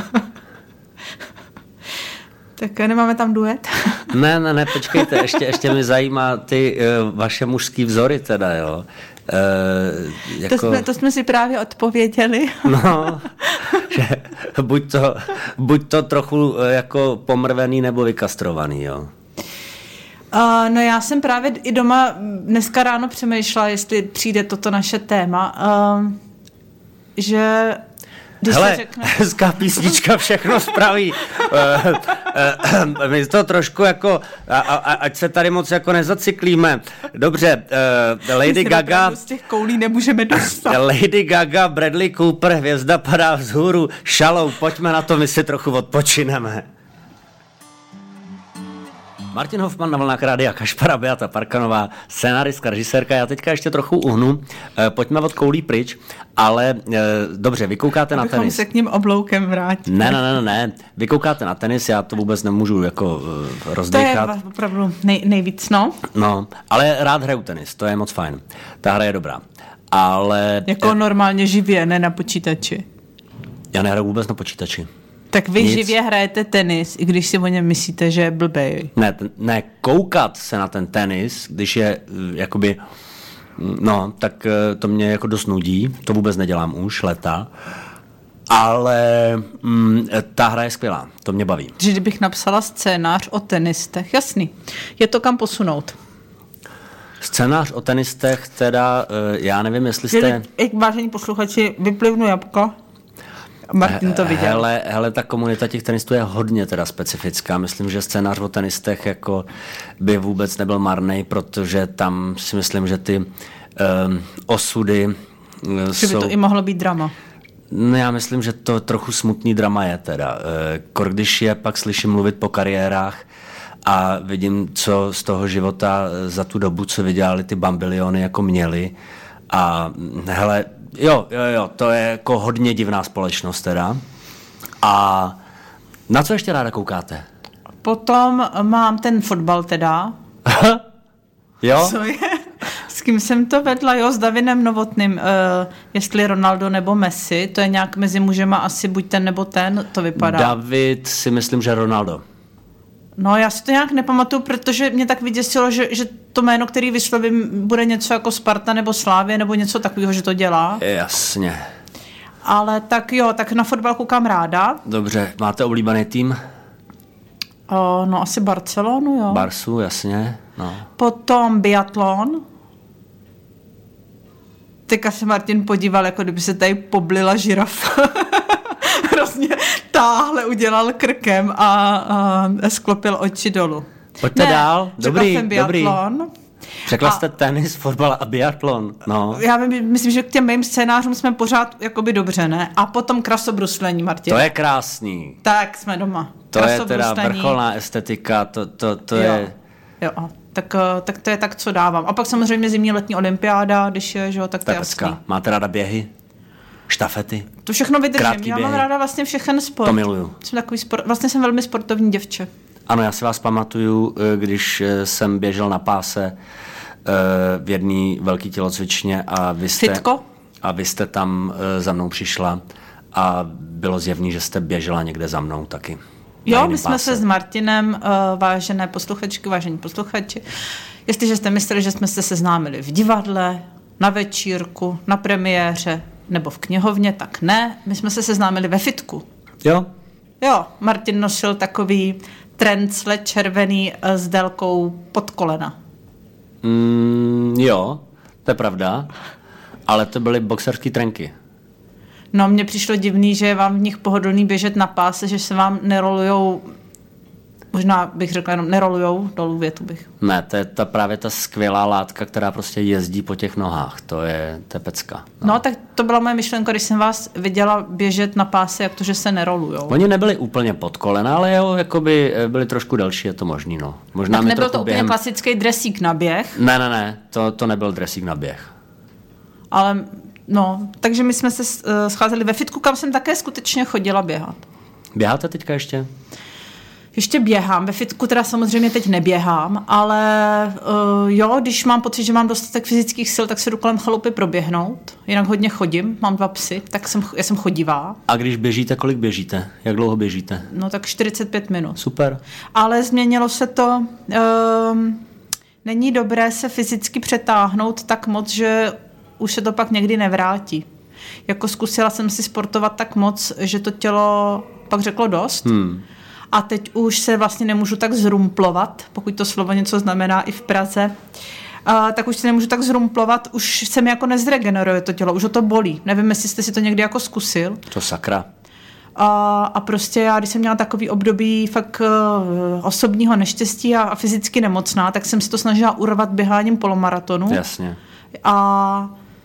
Tak nemáme tam duet? ne, ne, ne, počkejte, ještě, ještě mě zajímá ty uh, vaše mužský vzory teda, jo. Uh, jako... to, jsme, to jsme si právě odpověděli. no, že buď to, buď to trochu uh, jako pomrvený nebo vykastrovaný, jo. Uh, no já jsem právě i doma dneska ráno přemýšlela, jestli přijde toto naše téma, uh, že když hele, se řekne... hezká písnička, všechno spraví. uh, uh, my to trošku jako, a, a, ať se tady moc jako nezacyklíme. Dobře, uh, Lady Gaga... z těch koulí nemůžeme dostat. Lady Gaga, Bradley Cooper, hvězda padá vzhůru, Shallow, pojďme na to, my si trochu odpočineme. Martin Hofman na vlnách Rádia Kašpara, Beata Parkanová, scénáristka, režisérka. Já teďka ještě trochu uhnu. E, pojďme od koulí pryč, ale e, dobře, vy koukáte na Abychom tenis. se k ním obloukem vrátili. Ne, ne, ne, ne, vy koukáte na tenis, já to vůbec nemůžu jako e, rozdechat. To je opravdu nej, nejvíc, no. No, ale rád hraju tenis, to je moc fajn. Ta hra je dobrá. Ale... Jako normálně živě, ne na počítači. Já nehraju vůbec na počítači. Tak vy Nic. živě hrajete tenis, i když si o něm myslíte, že je blbej. Ne, t- ne, koukat se na ten tenis, když je uh, jakoby, no, tak uh, to mě jako dost nudí, to vůbec nedělám už leta, ale mm, ta hra je skvělá, to mě baví. Že kdybych napsala scénář o tenistech, jasný, je to kam posunout. Scénář o tenistech, teda, uh, já nevím, jestli jste... Jak vážení posluchači, vyplivnu jabko. Martin to viděl. Hele, hele, ta komunita těch tenistů je hodně teda specifická. Myslím, že scénář o tenistech jako by vůbec nebyl marný, protože tam si myslím, že ty um, osudy uh, Že by jsou... to i mohlo být drama. No, já myslím, že to trochu smutný drama je teda. Uh, kor, když je pak slyším mluvit po kariérách a vidím, co z toho života za tu dobu, co vydělali ty bambiliony, jako měli. A hele, jo, jo, jo, to je jako hodně divná společnost teda. A na co ještě ráda koukáte? Potom mám ten fotbal teda. Jo? Co je? S kým jsem to vedla? Jo, s Davidem Novotným. Uh, jestli Ronaldo nebo Messi, to je nějak mezi mužema asi buď ten nebo ten, to vypadá. David si myslím, že Ronaldo. No, já si to nějak nepamatuju, protože mě tak vyděsilo, že, že to jméno, který vyslovím, bude něco jako Sparta nebo Slávě, nebo něco takového, že to dělá. Jasně. Ale tak jo, tak na fotbal koukám ráda. Dobře, máte oblíbený tým? O, no asi Barcelonu, jo. Barsu, jasně. No. Potom biatlon. Teďka se Martin podíval, jako kdyby se tady poblila žirafa. Hrozně táhle udělal krkem a, a sklopil oči dolů. Pojďte ne, dál. Dobrý, jsem biatlon. dobrý. Řekla A- jste tenis, fotbal a biatlon. No. Já vím, myslím, že k těm mým scénářům jsme pořád jakoby dobře, ne? A potom krasobruslení, Martin. To je krásný. Tak, jsme doma. To je teda Krasobruslení. vrcholná estetika, to, to, to Jo. je... Jo, tak, eh, tak to je tak, co dávám. A pak samozřejmě zimní letní olympiáda, když je, že jo, tak to To je je jasný. pecka. Máte ráda běhy? Štafety? To všechno vydržím. Krátký Já běhy. mám ráda vlastně všechen sport. To miluju. Jsem takový sport, vlastně jsem velmi sportovní děvče. Ano, já si vás pamatuju, eh, když eh, jsem běžel na páse eh, v jedné velké tělocvičně a vy jste... Fitko? A vy jste tam eh, za mnou přišla a bylo zjevný, že jste běžela někde za mnou taky. Na Jo, jiném my jsme páse. se s Martinem, uh, vážené posluchačky, vážení posluchači, jestliže jste mysleli, že jsme se seznámili v divadle, na večírku, na premiéře nebo v knihovně, tak ne, my jsme se seznámili ve fitku. Jo? Jo, Martin nosil takový trencle červený eh, s délkou pod kolena. Mm, jo, to je pravda, ale to byly boxerské trenky. No, mně přišlo divný, že je vám v nich pohodlný běžet na páse, že se vám nerolujou, možná bych řekla jenom nerolujou, dolů větu bych. Ne, to je ta, právě ta skvělá látka, která prostě jezdí po těch nohách. To je, to je pecka. No. no, tak to byla moje myšlenka, když jsem vás viděla běžet na páse, jak to, že se nerolujou. Oni nebyli úplně pod kolena, ale jo, jakoby byli trošku delší, je to možný, no. Možná Tak mi nebyl trochu to úplně během... klasický dresík na běh, Ne, ne, ne, to, to nebyl dresík na běh. ale no, takže my jsme se uh, scházeli ve fitku, kam jsem také skutečně chodila běhat. Běháte teďka ještě? Ještě běhám, ve fitku teda samozřejmě teď neběhám, ale uh, jo, když mám pocit, že mám dostatek fyzických sil, tak se jdu kolem chalupy proběhnout. Jinak hodně chodím, mám dva psy, tak jsem, já jsem chodivá. A když běžíte, kolik běžíte? Jak dlouho běžíte? No tak čtyřicet pět minut. Super. Ale změnilo se to, um, není dobré se fyzicky přetáhnout tak moc, že už se to pak někdy nevrátí. Jako zkusila jsem si sportovat tak moc, že to tělo pak řeklo dost. Hmm. A teď už se vlastně nemůžu tak zrumplovat, pokud to slovo něco znamená i v Praze, a, tak už se nemůžu tak zrumplovat, už se mi jako nezregeneruje to tělo, už ho to bolí. Nevím, jestli jste si to někdy jako zkusil. To sakra. A, a prostě já, když jsem měla takový období fakt uh, osobního neštěstí a, a fyzicky nemocná, tak jsem si to snažila urvat běháním polomaratonu. Jasně. A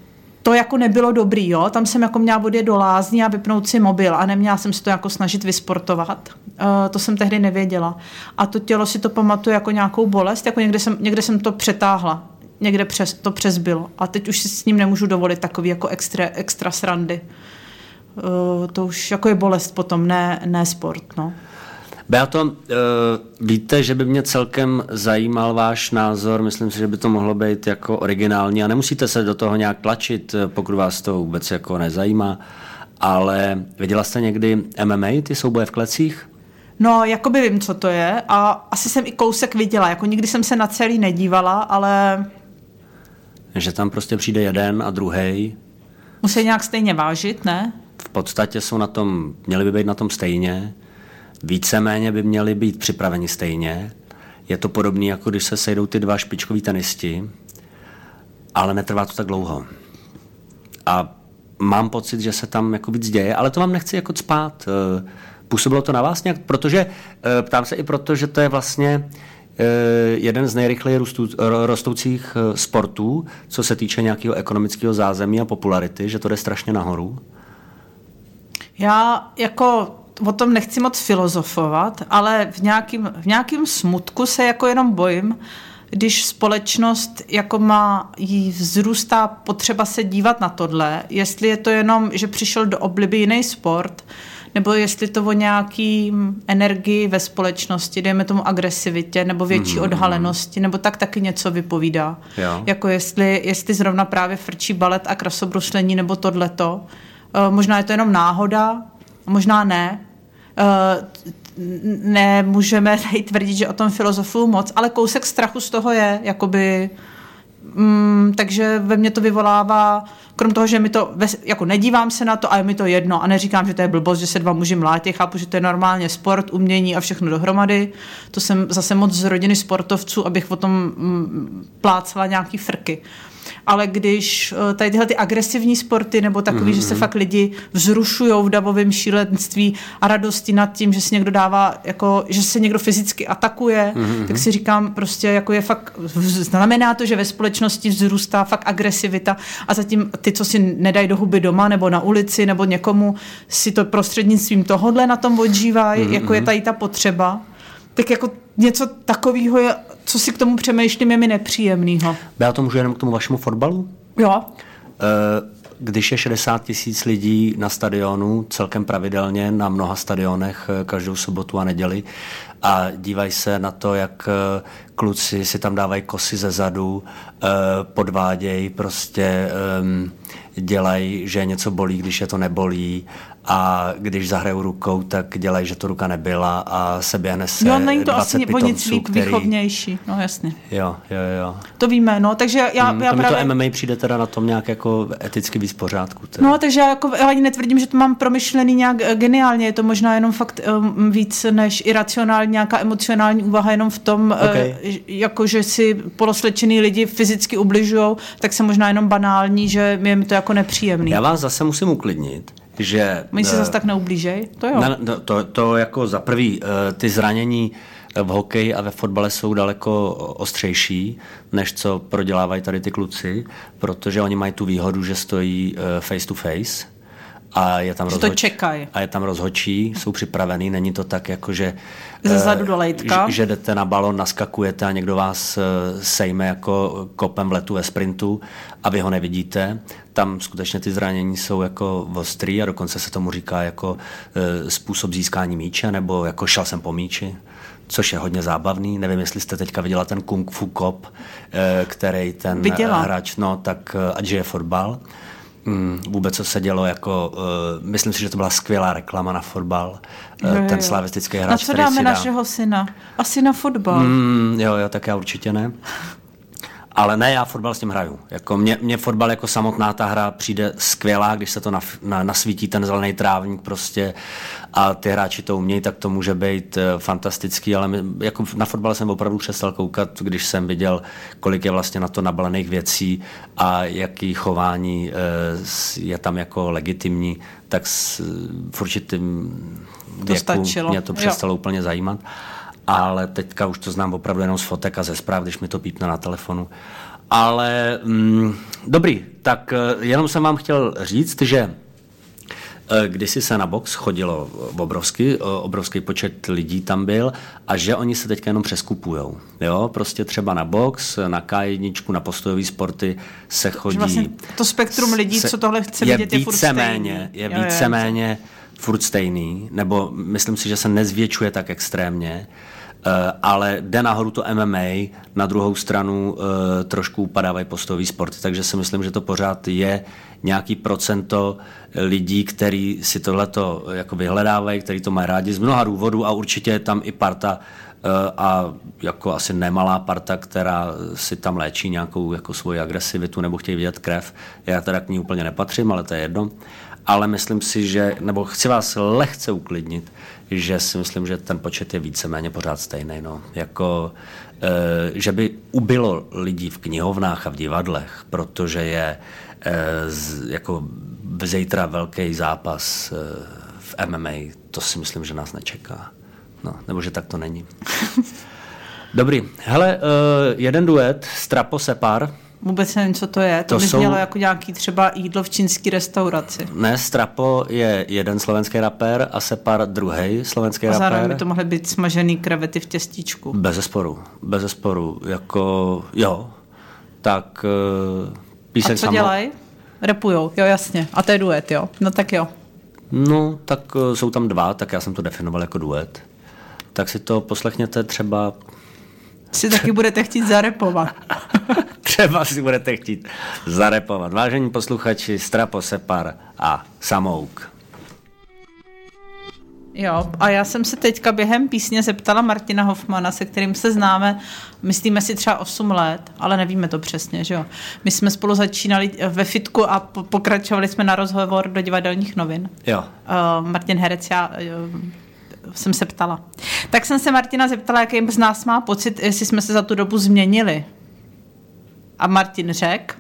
to jako nebylo dobrý, jo. Tam jsem jako měla odjet do lázní a vypnout si mobil a neměla jsem se to jako snažit vysportovat. Uh, to jsem tehdy nevěděla. A to tělo si to pamatuje jako nějakou bolest, jako někde jsem, někde jsem to přetáhla. Někde přes, to přezbylo. A teď už si s ním nemůžu dovolit takový jako extra, extra srandy. Uh, to už jako je bolest potom, ne, ne sport, no. Beato, uh, víte, že by mě celkem zajímal váš názor, myslím si, že by to mohlo být jako originální a nemusíte se do toho nějak tlačit, pokud vás to vůbec jako nezajímá, ale viděla jste někdy M M A, ty souboje v klecích? No, jakoby vím, co to je a asi jsem i kousek viděla, jako nikdy jsem se na celý nedívala, ale... Že tam prostě přijde jeden a druhej. Musí nějak stejně vážit, ne? V podstatě jsou na tom, měli by být na tom stejně, víceméně by měli být připraveni stejně. Je to podobné, jako když se sejdou ty dva špičkoví tenisti, ale netrvá to tak dlouho. A mám pocit, že se tam jako víc děje, ale to vám nechci jako cpát. Působilo to na vás nějak? Protože, ptám se i proto, že to je vlastně jeden z nejrychleji rostoucích sportů, co se týče nějakého ekonomického zázemí a popularity, že to jde strašně nahoru. Já jako o tom nechci moc filozofovat, ale v nějakým, v nějakým smutku se jako jenom bojím, když společnost jako má, jí vzrůstá potřeba se dívat na tohle, jestli je to jenom, že přišel do obliby jiný sport, nebo jestli to o nějaký energii ve společnosti, dejme tomu agresivitě, nebo větší mm-hmm. odhalenosti, nebo tak taky něco vypovídá. Jo. Jako jestli, jestli zrovna právě frčí balet a krasobruslení, nebo tohleto. Uh, možná je to jenom náhoda, možná ne. Uh, nemůžeme tady tvrdit, že o tom filozofuju moc, ale kousek strachu z toho je, jakoby... Mm, takže ve mně to vyvolává, krom toho, že mi to, jako nedívám se na to a je mi to jedno a neříkám, že to je blbost, že se dva muži mlátí, chápu, že to je normálně sport, umění a všechno dohromady. To jsem zase moc z rodiny sportovců, abych o tom mm, plácala nějaký frky. Ale když tady tyhle ty agresivní sporty nebo takový, mm-hmm. že se fakt lidi vzrušujou v davovém šílenství a radosti nad tím, že si někdo dává, jako, že se někdo fyzicky atakuje, mm-hmm. tak si říkám prostě, jako je fakt, znamená to, že ve společnosti vzrůstá fakt agresivita a zatím ty, co si nedají do huby doma nebo na ulici nebo někomu si to prostřednictvím tohodle na tom odžívají, mm-hmm. jako je tady ta potřeba. Tak jako něco takového, je, co si k tomu přemýšlím, je mi nepříjemnýho. Já to můžu jenom k tomu vašemu fotbalu? Jo. Když je šedesát tisíc lidí na stadionu, celkem pravidelně na mnoha stadionech každou sobotu a neděli a dívají se na to, jak kluci si tam dávají kosy ze zadu, podvádějí, prostě dělají, že něco bolí, když je to nebolí a když zahrajou rukou, tak dělají, že to ruka nebyla a se běhne se jo, není to dvacet asi pitomců, nic líp který... výchovnější, no jasně. Jo, jo, jo. To víme, no, takže já, hmm, já to právě... mi to M M A přijde teda na tom nějak jako eticky víc pořádku. Teda. No, takže já, jako, já ani netvrdím, že to mám promyšlený nějak geniálně, je to možná jenom fakt um, víc než iracionální, nějaká emocionální úvaha jenom v tom, okay. uh, jako že si poloslečený lidi fyzicky ubližujou, tak se možná jenom banální, že je mi to jako nepříjemný. Já vás zase musím uklidnit, že... Oni se zase tak neublížej, to jo. Na, to, to jako za prvý, ty zranění v hokeji a ve fotbale jsou daleko ostřejší, než co prodělávají tady ty kluci, protože oni mají tu výhodu, že stojí face to face a je tam, rozhoč, a je tam rozhočí, jsou připravený, není to tak jako, že, zezadu do lejtka. Že, že jdete na balon, naskakujete a někdo vás sejme jako kopem v letu ve sprintu a vy ho nevidíte. Tam skutečně ty zranění jsou jako ostrý a dokonce se tomu říká jako e, způsob získání míče nebo jako šel jsem po míči, což je hodně zábavný. Nevím, jestli jste teďka viděla ten Kung Fu Kop, e, který ten Viděla. hráč, no tak ať je fotbal. Mm, vůbec co se dělo, jako, uh, myslím si, že to byla skvělá reklama na fotbal. Uh, jo, ten jo. slavistický hráč, na co dáme si dá... našeho syna? Asi na fotbal. Mm, jo, jo, tak já určitě ne. Ale ne, já fotbal s tím hraju. Jako mě, mě fotbal jako samotná ta hra přijde skvělá, když se to na, na, nasvítí ten zelený trávník prostě a ty hráči to umějí, tak to může být uh, fantastický, ale my, jako na fotbal jsem opravdu přestal koukat, když jsem viděl, kolik je vlastně na to nabalených věcí a jaký chování uh, je tam jako legitimní, tak s, v určitým věku mě to přestalo jo. úplně zajímat. Ale teďka už to znám opravdu jenom z fotek a ze zpráv, když mi to pípne na telefonu. ale mm, dobrý, tak jenom jsem vám chtěl říct, že kdysi se na box chodilo obrovský, obrovský počet lidí tam byl a že oni se teďka jenom přeskupujou. Jo, prostě třeba na box, na ká jedna, na postojové sporty se chodí. Vlastně to spektrum lidí, se, co tohle chce je vidět, je furt stejný. Je víceméně furt stejný, nebo myslím si, že se nezvětšuje tak extrémně, ale jde nahoru to M M A, na druhou stranu trošku upadávají postojové sporty, takže si myslím, že to pořád je nějaký procento lidí, kteří si tohleto jako vyhledávají, kteří to mají rádi z mnoha důvodů a určitě je tam i parta a jako asi nemalá parta, která si tam léčí nějakou jako svoji agresivitu nebo chtějí vidět krev. Já teda k ní úplně nepatřím, ale to je jedno. Ale myslím si, že, nebo chci vás lehce uklidnit, že si myslím, že ten počet je víceméně pořád stejný. No. Jako, e, že by ubylo lidí v knihovnách a v divadlech, protože je e, z, jako zítra velký zápas e, v M M A, to si myslím, že nás nečeká. No, nebo že tak to není. Dobrý. Hele, e, jeden duet, Strapo Separ. Vůbec nevím, co to je. To, to by jsou... znělo jako nějaký třeba jídlo v čínský restauraci. Ne, Strapo je jeden slovenský rapér a Separ druhý slovenský rapér. A zároveň by to mohly být smažený krevety v těstíčku. Bezesporu, bezesporu. Jako, jo. Tak uh, píseň A co samo... dělají? Repujou, jo, jasně. A to je duet, jo. No tak jo. No, tak uh, jsou tam dva, tak já jsem to definoval jako duet. Tak si to poslechněte třeba... Si taky budete chtít zarepovat. Třeba si budete chtít zarepovat. Vážení posluchači, Strapo Separ a Samouk. Jo, a já jsem se teďka během písně zeptala Martina Hofmana, se kterým se známe, myslíme si třeba osm let, ale nevíme to přesně, že jo. My jsme spolu začínali ve fitku a po- pokračovali jsme na rozhovor do divadelních novin. Jo. Uh, Martin Herec, já... Uh, jsem se ptala. Tak jsem se Martina zeptala, jaký z nás má pocit, jestli jsme se za tu dobu změnili. A Martin řekl,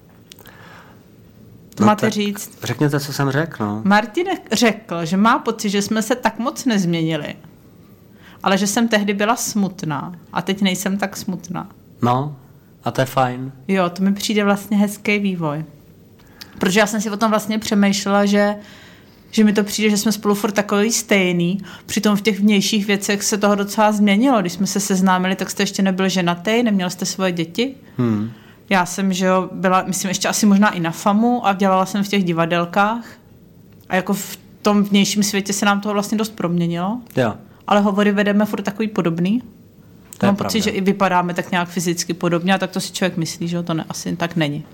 to no máte říct. Řekněte, co jsem řekl. No. Martin řekl, že má pocit, že jsme se tak moc nezměnili, ale že jsem tehdy byla smutná a teď nejsem tak smutná. No, a to je fajn. Jo, to mi přijde vlastně hezký vývoj. Protože já jsem si o tom vlastně přemýšlela, že že mi to přijde, že jsme spolu furt takový stejný, přitom v těch vnějších věcech se toho docela změnilo. Když jsme se seznámili, tak jste ještě nebyl ženatý, neměl jste svoje děti. Hmm. Já jsem, že jo, byla, myslím, ještě asi možná i na FAMu a dělala jsem v těch divadelkách a jako v tom vnějším světě se nám toho vlastně dost proměnilo. Jo. Ale hovory vedeme furt takový podobný. To Mám pocit, že i vypadáme tak nějak fyzicky podobně a tak to si člověk myslí, že to ne, asi tak není.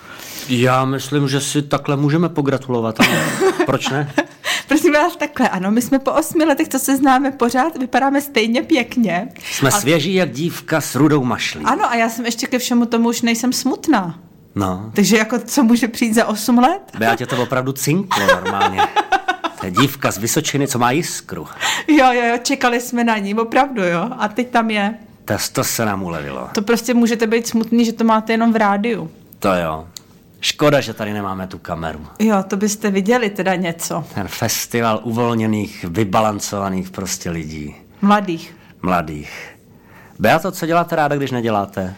Já myslím, že si takhle můžeme pogratulovat. Ale proč ne? Prosím vás, takhle, ano, my jsme po osmi letech, co se známe pořád, vypadáme stejně pěkně. Jsme a... svěží jak dívka s rudou mašlí. Ano, a já jsem ještě ke všemu tomu už nejsem smutná. No. Takže jako, co může přijít za osm let? Beátě to opravdu cinklo normálně. To je dívka z Vysočiny, co má jiskru. Jo, jo, jo, čekali jsme na ní, opravdu, jo. A teď tam je. To, to se nám ulevilo. To prostě můžete být smutný, že to máte jenom v rádiu. To jo. Škoda, že tady nemáme tu kameru. Jo, to byste viděli teda něco. Ten festival uvolněných, vybalancovaných prostě lidí. Mladých. Mladých. Beato, co děláte ráda, když neděláte?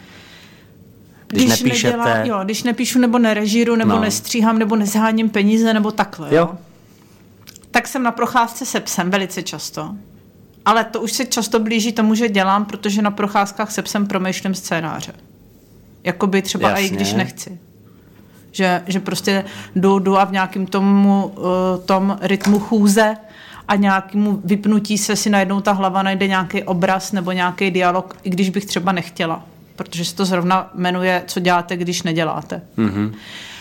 Když, když nepíšete? Nedělá, jo, když nepíšu nebo nerežíru, nebo no. nestříhám, nebo nezháním peníze, nebo takhle. Jo. jo. Tak jsem na procházce se psem velice často. Ale to už se často blíží tomu, že dělám, protože na procházkách se psem promýšlím scénáře. Jakoby třeba Jasně. i když nechci. Že, že prostě jdu, jdu a v nějakém tomu uh, tom rytmu chůze a nějakému vypnutí se si najednou ta hlava najde nějaký obraz nebo nějaký dialog, i když bych třeba nechtěla. Protože se to zrovna jmenuje, co děláte, když neděláte. Mm-hmm.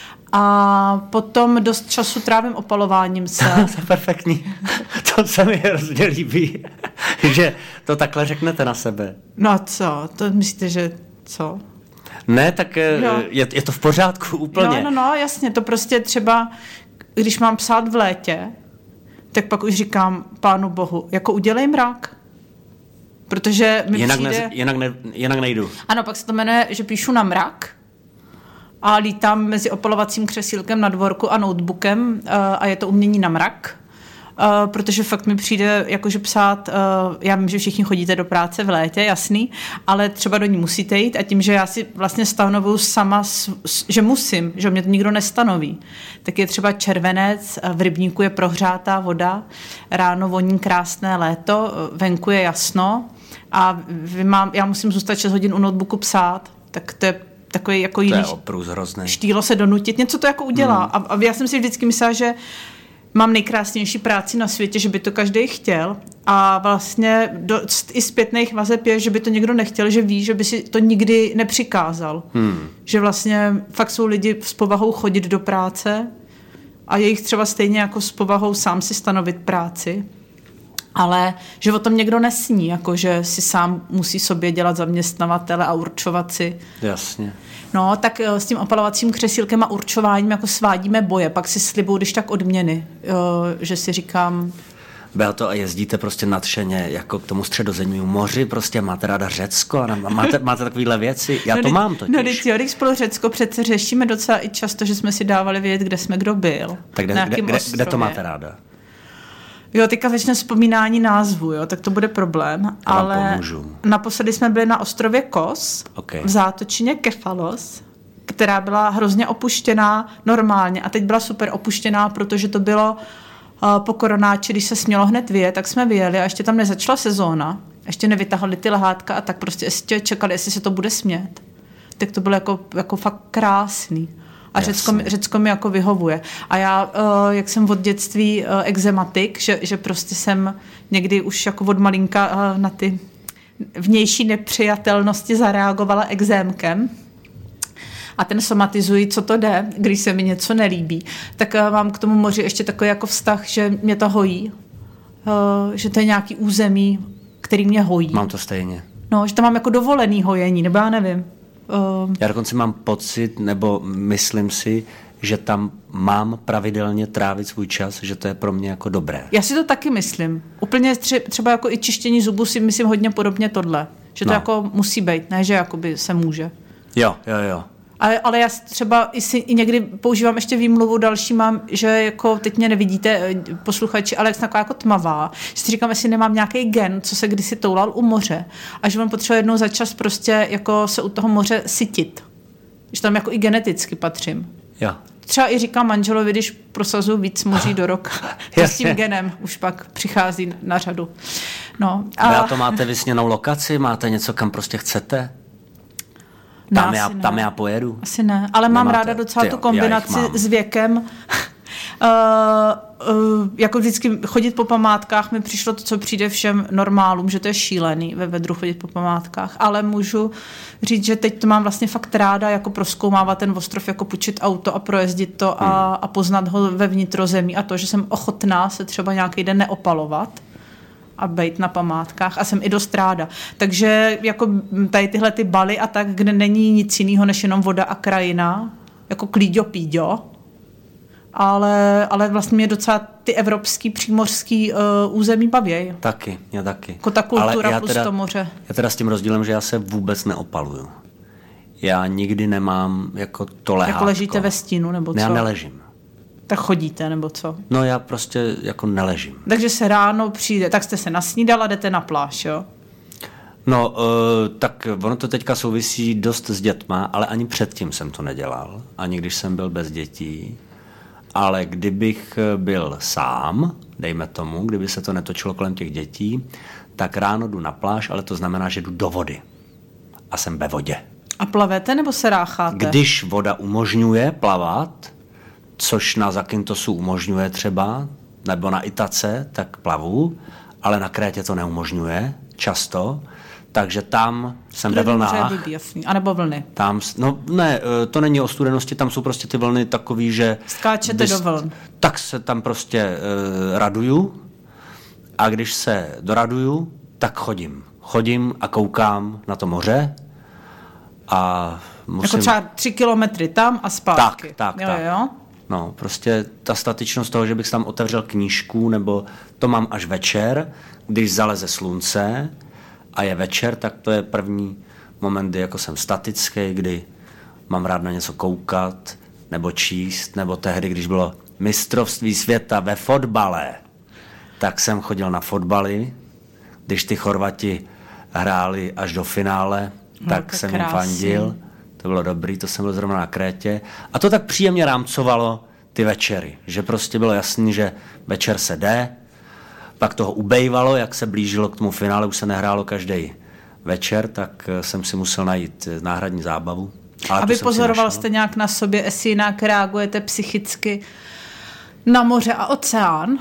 A potom dost času trávím opalováním se. To je perfektní. To se mi hrozně líbí, že to takhle řeknete na sebe. No co? To myslíte, že co? Ne, tak je, je to v pořádku úplně. No, no, no, jasně, to prostě třeba, když mám psát v létě, tak pak už říkám Pánu Bohu, jako udělej mrak. Protože mi jinak přijde... Ne, jinak, ne, jinak nejdu. Ano, pak se to jmenuje, že píšu na mrak a lítám mezi opalovacím křesílkem na dvorku a notebookem a je to umění na mrak. Uh, protože fakt mi přijde jakože psát, uh, já vím, že všichni chodíte do práce v létě, jasný, ale třeba do ní musíte jít a tím, že já si vlastně stanovuju sama, že musím, že mě to nikdo nestanoví, tak je třeba červenec, v rybníku je prohřátá voda, ráno voní krásné léto, venku je jasno a vy mám, já musím zůstat šest hodin u notebooku psát, tak to je takový jako jiný štýlo se donutit, něco to jako udělá. Hmm. A, a já jsem si vždycky myslela, že mám nejkrásnější práci na světě, že by to každý chtěl a vlastně do, i zpětných vazeb je, že by to někdo nechtěl, že ví, že by si to nikdy nepřikázal. Hmm. Že vlastně fakt jsou lidi s povahou chodit do práce a je jich třeba stejně jako s povahou sám si stanovit práci, ale že o tom někdo nesní, jako že si sám musí sobě dělat zaměstnavatele a určovat si. Jasně. No, tak s tím opalovacím křesílkem a určováním jako svádíme boje, pak si slibuju, když tak odměny, že si říkám... Beato, a jezdíte prostě nadšeně jako k tomu Středozemnímu moři, prostě máte ráda Řecko a máte, máte takovýhle věci? Já no, to dy, mám totiž. No, když jo, když spolu Řecko přece řešíme docela i často, že jsme si dávali vědět, kde jsme kdo byl. Tak kde, kde, kde, kde to máte ráda? Jo, teďka začne vzpomínání názvu, jo, tak to bude problém, to ale pomůžu. Naposledy jsme byli na ostrově Kos, okay. v zátočině Kefalos, která byla hrozně opuštěná normálně a teď byla super opuštěná, protože to bylo uh, po koronáči, když se smělo hned vyjet, tak jsme vyjeli a ještě tam nezačala sezóna, ještě nevytahali ty lehátka a tak prostě ještě čekali, jestli se to bude smět. Tak to bylo jako, jako fakt krásný. A Řecko, Řecko mi jako vyhovuje. A já, uh, jak jsem od dětství uh, exematik, že, že prostě jsem někdy už jako od malinka uh, na ty vnější nepřijatelnosti zareagovala exémkem a ten somatizuji, co to jde, když se mi něco nelíbí, tak uh, mám k tomu moři ještě takový jako vztah, že mě to hojí. Uh, že to je nějaký území, který mě hojí. Mám to stejně. No, že to mám jako dovolený hojení, nebo já nevím. Já dokonce mám pocit, nebo myslím si, že tam mám pravidelně trávit svůj čas, že to je pro mě jako dobré. Já si to taky myslím. Úplně třeba jako i čištění zubů si myslím hodně podobně tohle. Že to no. jako musí být, ne že jakoby se může. Jo, jo, jo. Ale, ale já třeba i, si, i někdy používám ještě výmluvu další mám, že jako teď mě nevidíte posluchači, ale jsem taková jako tmavá. Že si říkám, jestli nemám nějaký gen, co se kdysi toulal u moře a že on potřebuje jednou za čas prostě jako se u toho moře sytit. Že tam jako i geneticky patřím. Jo. Třeba i říkám manželovi, když prosazuju víc moří do roka. To s tím genem už pak přichází na řadu. No, a... a to máte vysněnou lokaci? Máte něco, kam prostě chcete? Tam, ne, já, tam já pojedu. Asi ne, ale mám Nemáte. ráda docela Ty, tu kombinaci s věkem. uh, uh, jako vždycky chodit po památkách mi přišlo to, co přijde všem normálům, že to je šílený ve vedru chodit po památkách, ale můžu říct, že teď to mám vlastně fakt ráda, jako prozkoumávat ten ostrov, jako půjčit auto a projezdit to a, hmm. a poznat ho ve vnitrozemí a to, že jsem ochotná se třeba nějaký den neopalovat a bejt na památkách a jsem i dost ráda. Takže jako tady tyhle ty Bali a tak, kde není nic jiného než jenom voda a krajina, jako klíďo píďo, ale, ale vlastně mě docela ty evropský přímořský uh, území bavějí. Taky, já taky. Jako ta kultura plus teda, to moře. Já teda s tím rozdílem, že já se vůbec neopaluju. Já nikdy nemám jako to lehátko. Jako ležíte ve stínu, nebo co? Já neležím. Tak chodíte, nebo co? No já prostě jako neležím. Takže se ráno přijde, tak jste se nasnídala, jdete na pláž, jo? No, uh, tak ono to teďka souvisí dost s dětma, ale ani předtím jsem to nedělal, ani když jsem byl bez dětí. Ale kdybych byl sám, dejme tomu, kdyby se to netočilo kolem těch dětí, tak ráno jdu na pláž, ale to znamená, že jdu do vody. A jsem ve vodě. A plavete nebo se rácháte? Když voda umožňuje plavat, což na Zakyntosu umožňuje třeba, nebo na Itace, tak plavu, ale na Krétě to neumožňuje často, takže tam jsem ve vlnách. A nebo vlny? Tam, no ne, to není o studenosti, tam jsou prostě ty vlny takový, že... Skáčete když, do vln. Tak se tam prostě uh, raduju a když se doraduju, tak chodím. Chodím a koukám na to moře a musím... Jako třeba tři kilometry tam a zpátky. Tak, tak, jo, tak. Jo? No, prostě ta statičnost toho, že bych tam otevřel knížku, nebo to mám až večer, když zaleze slunce a je večer, tak to je první moment, kdy jako jsem statický, kdy mám rád na něco koukat, nebo číst, nebo tehdy, když bylo mistrovství světa ve fotbale, tak jsem chodil na fotbaly. Když ty Chorvati hráli až do finále, no, tak jsem jim fandil. To bylo dobrý, to jsem byl zrovna na Krétě. A to tak příjemně rámcovalo ty večery, že prostě bylo jasný, že večer se jde, pak toho ubejvalo, jak se blížilo k tomu finále, už se nehrálo každý večer, tak jsem si musel najít náhradní zábavu. Ale a vy pozoroval jste nějak na sobě, jestli jinak reagujete psychicky na moře a oceán?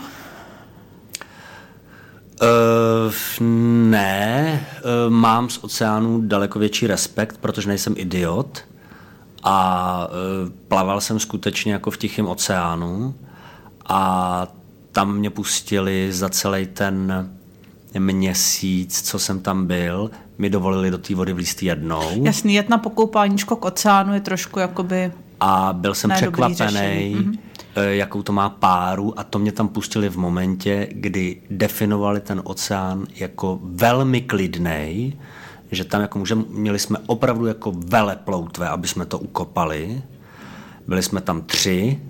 Uh, ne, uh, mám z oceánu daleko větší respekt, protože nejsem idiot a uh, plaval jsem skutečně jako v tichém oceánu a tam mě pustili za celý ten měsíc, co jsem tam byl, mi dovolili do té vody vlízt jednou. Jasný, jet na pokoupáníčko k oceánu je trošku jakoby... A byl jsem překvapený, mm-hmm. jakou to má páru a to mě tam pustili v momentě, kdy definovali ten oceán jako velmi klidnej, že tam jako můžeme, měli jsme opravdu jako veleploutve, aby jsme to ukopali. Byli jsme tam tři,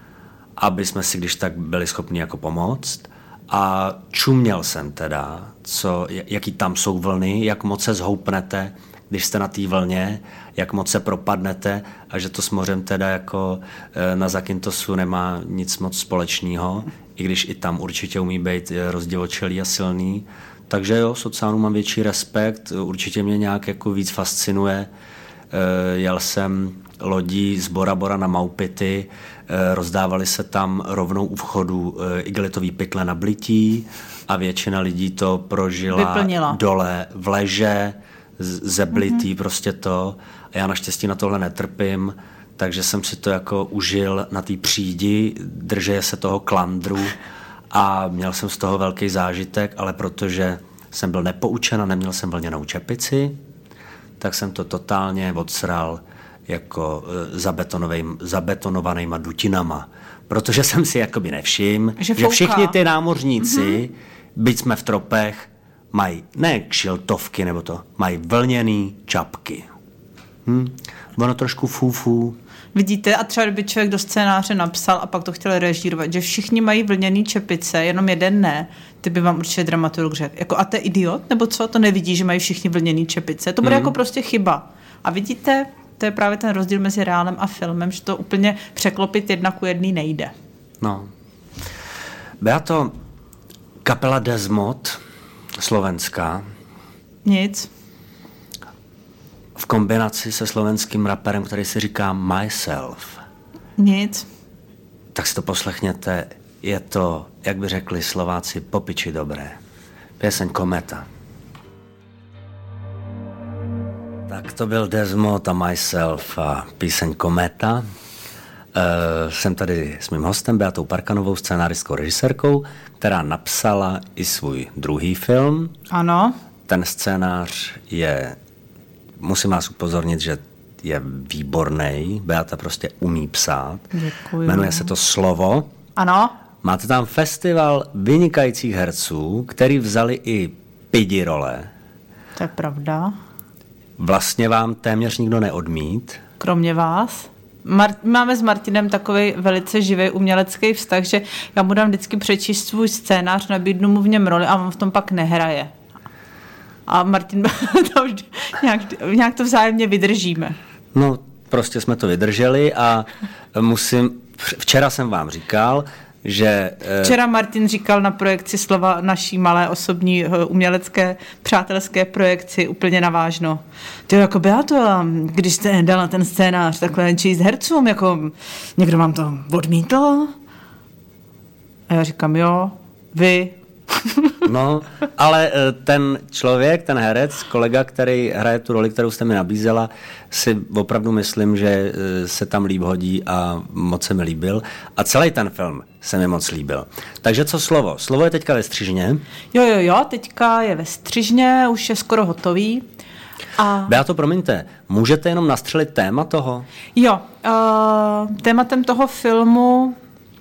aby jsme si když tak byli schopni jako pomoct. A čuměl jsem teda, co, jaký tam jsou vlny, jak moc se zhoupnete, když jste na té vlně, jak moc se propadnete a že to s mořem teda jako na Zakyntosu nemá nic moc společného, i když i tam určitě umí být rozdivočelý a silný. Takže jo, z oceánu mám větší respekt, určitě mě nějak jako víc fascinuje. Jel jsem lodí z Bora Bora na Maupity, rozdávali se tam rovnou u vchodu igelitový pytle na blití a většina lidí to prožila Vyplnila. Dole v leže, zeblitý, mm-hmm. prostě to. A já naštěstí na tohle netrpím, takže jsem si to jako užil na té přídi, držeje se toho klandru a měl jsem z toho velký zážitek, ale protože jsem byl nepoučen a neměl jsem vlněnou čepici, tak jsem to totálně odsral jako zabetonovanýma dutinama. Protože jsem si jakoby nevšiml, že, že všichni ty námořníci, mm-hmm. byť jsme v tropech, mají ne kšiltovky, nebo to, mají vlněný čapky. Hm? Ono trošku fufu. Vidíte, a třeba kdyby člověk do scénáře napsal a pak to chtěl režírovat, že všichni mají vlněný čepice, jenom jeden ne, ty by vám určitě dramaturg řekl. Jako, a to je idiot, nebo co? To nevidí, že mají všichni vlněný čepice. To bude mm. jako prostě chyba. A vidíte, to je právě ten rozdíl mezi reálem a filmem, že to úplně překlopit jedna ku jedný nejde. No. Beato, kapela Desmod, slovenská. Nic. V kombinaci se slovenským raperem, který si říká Myself. Nic. Tak si to poslechněte. Je to, jak by řekli Slováci, popiči dobré. Pěseň Kometa. Tak to byl Desmod a Myself a píseň Kometa. Uh, jsem tady s mým hostem Beatou Parkanovou, scénáristkou, režisérkou, která napsala i svůj druhý film. Ano. Ten scénář je, musím vás upozornit, že je výborný. Beata prostě umí psát. Děkuju. Jmenuje se to Slovo. Ano. Máte tam festival vynikajících herců, který vzali i pidi role. To je pravda. Vlastně vám téměř nikdo neodmít. Kromě vás. Mar- máme s Martinem takový velice živý umělecký vztah, že já mu dám vždycky přečíst svůj scénář, nabídnu mu v něm roli a on v tom pak nehraje. A Martin to vždy, nějak, nějak to vzájemně vydržíme. No, prostě jsme to vydrželi a musím, včera jsem vám říkal, že... Včera Martin říkal na projekci Slova naší malé osobní umělecké přátelské projekci úplně navážno. Ty jako Beato, když jste dala ten scénář takhle číst hercům, jako někdo vám to odmítl? A já říkám, jo, vy. No, ale ten člověk, ten herec, kolega, který hraje tu roli, kterou jste mi nabízela, si opravdu myslím, že se tam líp hodí a moc se mi líbil. A celý ten film se mi moc líbil. Takže co Slovo? Slovo je teďka ve střižně. Jo, jo, jo, teďka je ve střižně, už je skoro hotový. A... Beato, promiňte, můžete jenom nastřelit téma toho? Jo, uh, tématem toho filmu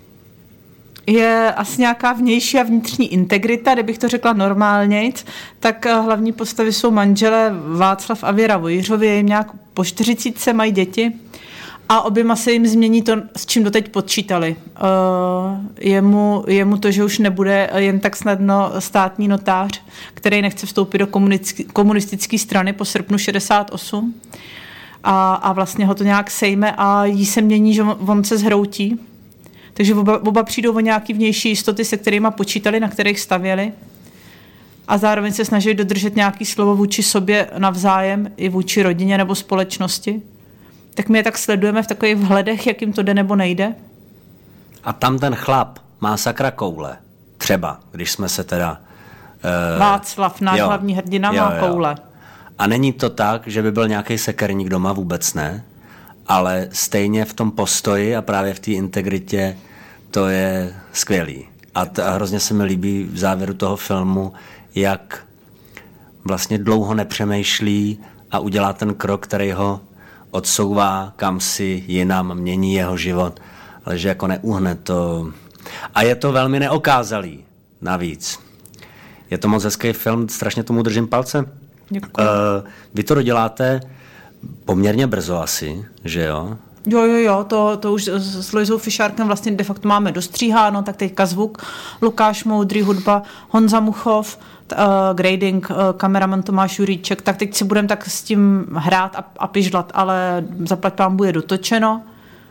je asi nějaká vnější a vnitřní integrita, kdybych to řekla normálnějc, tak hlavní postavy jsou manželé Václav a Věra Vojřovi, jim nějak po čtyřicítce mají děti A oběma se jim změní to, s čím doteď počítali. Uh, je, mu, je mu to, že už nebude jen tak snadno státní notář, který nechce vstoupit do komunistické strany po srpnu šedesát osm. A, a vlastně ho to nějak sejme a jí se mění, že on, on se zhroutí. Takže oba, oba přijdou o nějaký vnější jistoty, se kterými počítali, na kterých stavěli. A zároveň se snaží dodržet nějaké slovo vůči sobě navzájem i vůči rodině nebo společnosti. Tak my je tak sledujeme v takových vhledech, jak jim to jde nebo nejde. A tam ten chlap má sakra koule. Třeba, když jsme se teda... Uh, Václav, náš jo, hlavní hrdina, jo, má jo. koule. A není to tak, že by byl nějaký sekerník doma, vůbec ne, ale stejně v tom postoji a právě v té integritě to je skvělý. A, t- a hrozně se mi líbí v závěru toho filmu, jak vlastně dlouho nepřemýšlí a udělá ten krok, který ho odsouvá kam si jinam, mění jeho život, ale že jako neuhne to. A je to velmi neokázalý navíc. Je to moc hezký film, strašně tomu držím palce. Děkuji. Uh, vy to doděláte poměrně brzo asi, že jo? Jo, jo, jo, to, to už s Lojzou Fišárkem vlastně de facto máme dostříháno, tak teďka zvuk, Lukáš Moudrý, hudba, Honza Muchov, uh, grading, uh, kameraman Tomáš Juríček, tak teď si budeme tak s tím hrát a, a pižlat, ale zaplať pán bude dotočeno.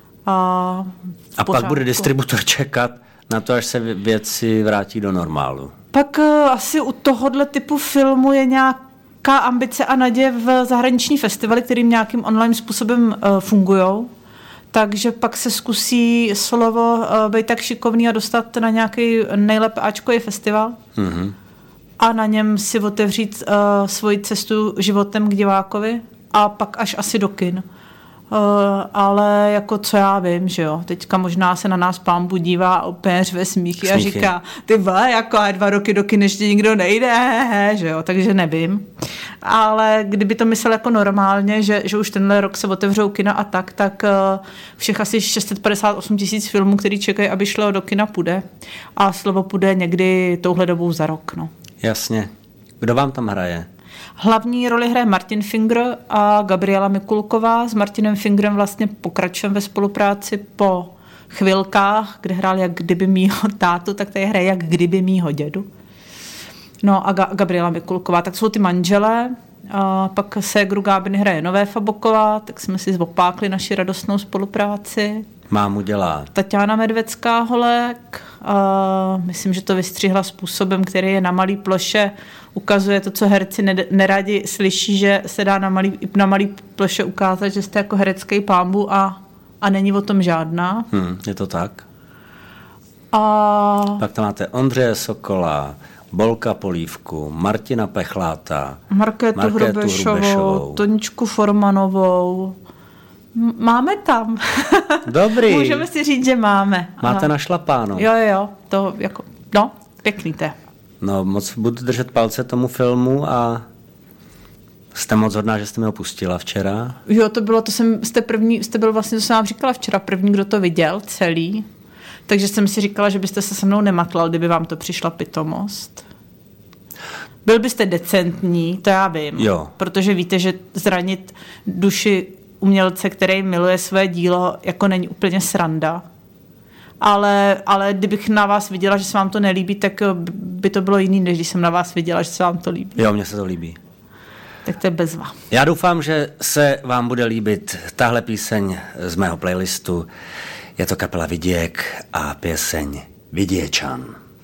A, a pak bude distributor čekat na to, až se věci vrátí do normálu. Pak uh, asi u tohohle typu filmu je nějaká ambice a naděje v zahraniční festivaly, kterým nějakým online způsobem uh, fungujou. Takže pak se zkusí slovo uh, být tak šikovný a dostat na nějaký nejlépe áčkový festival mm-hmm. a na něm si otevřít uh, svoji cestu životem k divákovi a pak až asi do kin. Uh, ale jako co já vím, že jo, teďka možná se na nás pánbu dívá a úplně řve smíchy, smíchy a říká, ty vole, jako dva roky do kin ještě nikdo nejde, he, že jo, takže nevím. Ale kdyby to myslel jako normálně, že, že už tenhle rok se otevřou kina a tak, tak uh, všech asi šest set padesát osm tisíc filmů, který čekají, aby šlo do kina, půjde. A slovo půjde někdy touhle dobou za rok, no. Jasně. Kdo vám tam hraje? Hlavní roli hraje Martin Finger a Gabriela Mikulková. S Martinem Fingerem vlastně pokračujeme ve spolupráci po chvilkách, kde hrál jak kdyby mýho tátu, tak tady hraje jak kdyby mýho dědu. No a Ga- Gabriela Mikulková, tak jsou ty manželé. A pak ségru Gábiny hraje Nové Faboková, tak jsme si zvopákli naši radostnou spolupráci. Mámu dělá Tatiana Medvecká Holek. A myslím, že to vystřihla způsobem, který je na malý ploše. Ukazuje to, co herci neradi slyší, že se dá na malý, na malý ploše ukázat, že jste jako herecký pánbu a, a není o tom žádná. Hmm, je to tak. A... Pak tam máte Ondřeje Sokola, Bolka Polívku, Martina Pechláta, Markétu, Markétu Hrubešovou, Hrubešovou, Toničku Formanovou. M- máme tam. Dobrý. Můžeme si říct, že máme. Máte našlapáno. Jo, jo, to jako, no, pěkný to. No, moc budu držet palce tomu filmu a jste moc hodná, že jste mi ho pustila včera. Jo, to bylo, to jsem, jste první, jste byl vlastně, to jsem vám říkala včera, první, kdo to viděl celý. Takže jsem si říkala, že byste se se mnou nematlal, kdyby vám to přišla pitomost. Byl byste decentní, to já vím. Jo. Protože víte, že zranit duši umělce, který miluje své dílo, jako není úplně sranda. Ale, ale kdybych na vás viděla, že se vám to nelíbí, tak by to bylo jiný, než když jsem na vás viděla, že se vám to líbí. Jo, mně se to líbí. Tak to je bezva. Já doufám, že se vám bude líbit tahle píseň z mého playlistu. Je to kapela Viděk a pěseň Viděčan.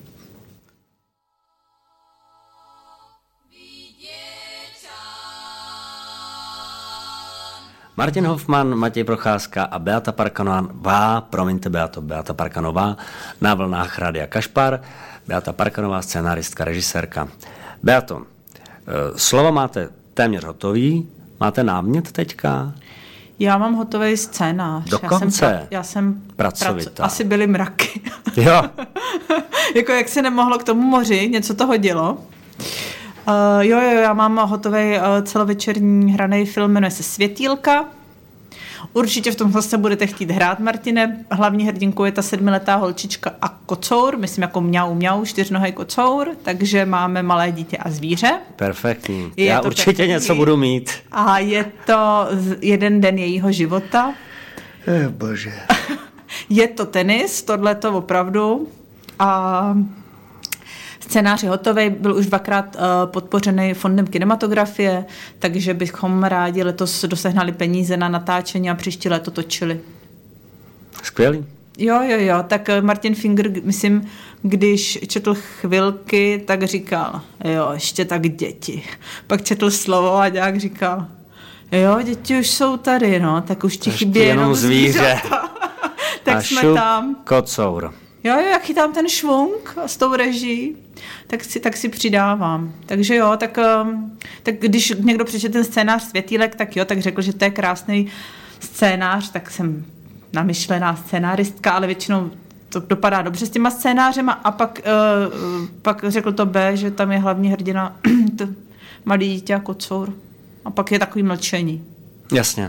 Martin Hofman, Matěj Procházka a Beata Parkanová, promiňte Beato, Beata Parkanová na vlnách Rádia Kašpar. Beata Parkanová, scénáristka, režisérka. Beato, slovo máte téměř hotový, máte námět teďka? Já mám hotový scénář. Dokonce. Já jsem, já jsem pracovitá. Praco, asi byly mraky. Jo. Jako jak se nemohlo k tomu moři, něco to hodilo. Uh, jo, jo, já mám hotový uh, celovečerní hraný film, jmenuje se Světýlka. Určitě v tomhle se budete chtít hrát, Martine. Hlavní hrdinkou je ta sedmiletá holčička a kocour, myslím jako mňau, mňau, čtyřnohý kocour, takže máme malé dítě a zvíře. Perfektní. Je já určitě pěkný. Něco budu mít. A je to jeden den jejího života. Eh, bože. Je to tenis, tohle to opravdu. A scénář je hotový, byl už dvakrát uh, podpořený fondem kinematografie, takže bychom rádi letos dosehnali peníze na natáčení a příští léto točili. Skvělý. Jo, jo, jo, tak Martin Finger, myslím, když četl chvilky, tak říkal, jo, ještě tak děti. Pak četl slovo a nějak říkal, jo, děti už jsou tady, no, tak už ti chybí jenom zvíře. Tak a jsme šup, tam. kocour. Jo, jo, jak chytám ten švunk s tou reží, tak si, tak si přidávám. Takže jo, tak, tak když někdo přečte ten scénář Světýlek, tak jo, tak řekl, že to je krásný scénář, tak jsem namyšlená scénáristka, ale většinou to dopadá dobře s těma scénářema a pak, uh, pak řekl to B, že tam je hlavní hrdina to malý dítě a kocour. A pak je takový mlčení. Jasně.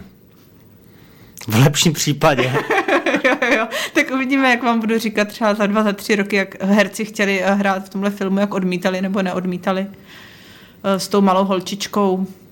V lepším případě. jo, jo. Tak uvidíme, jak vám budu říkat třeba za dva, za tři roky, jak herci chtěli hrát v tomhle filmu, jak odmítali nebo neodmítali uh, s tou malou holčičkou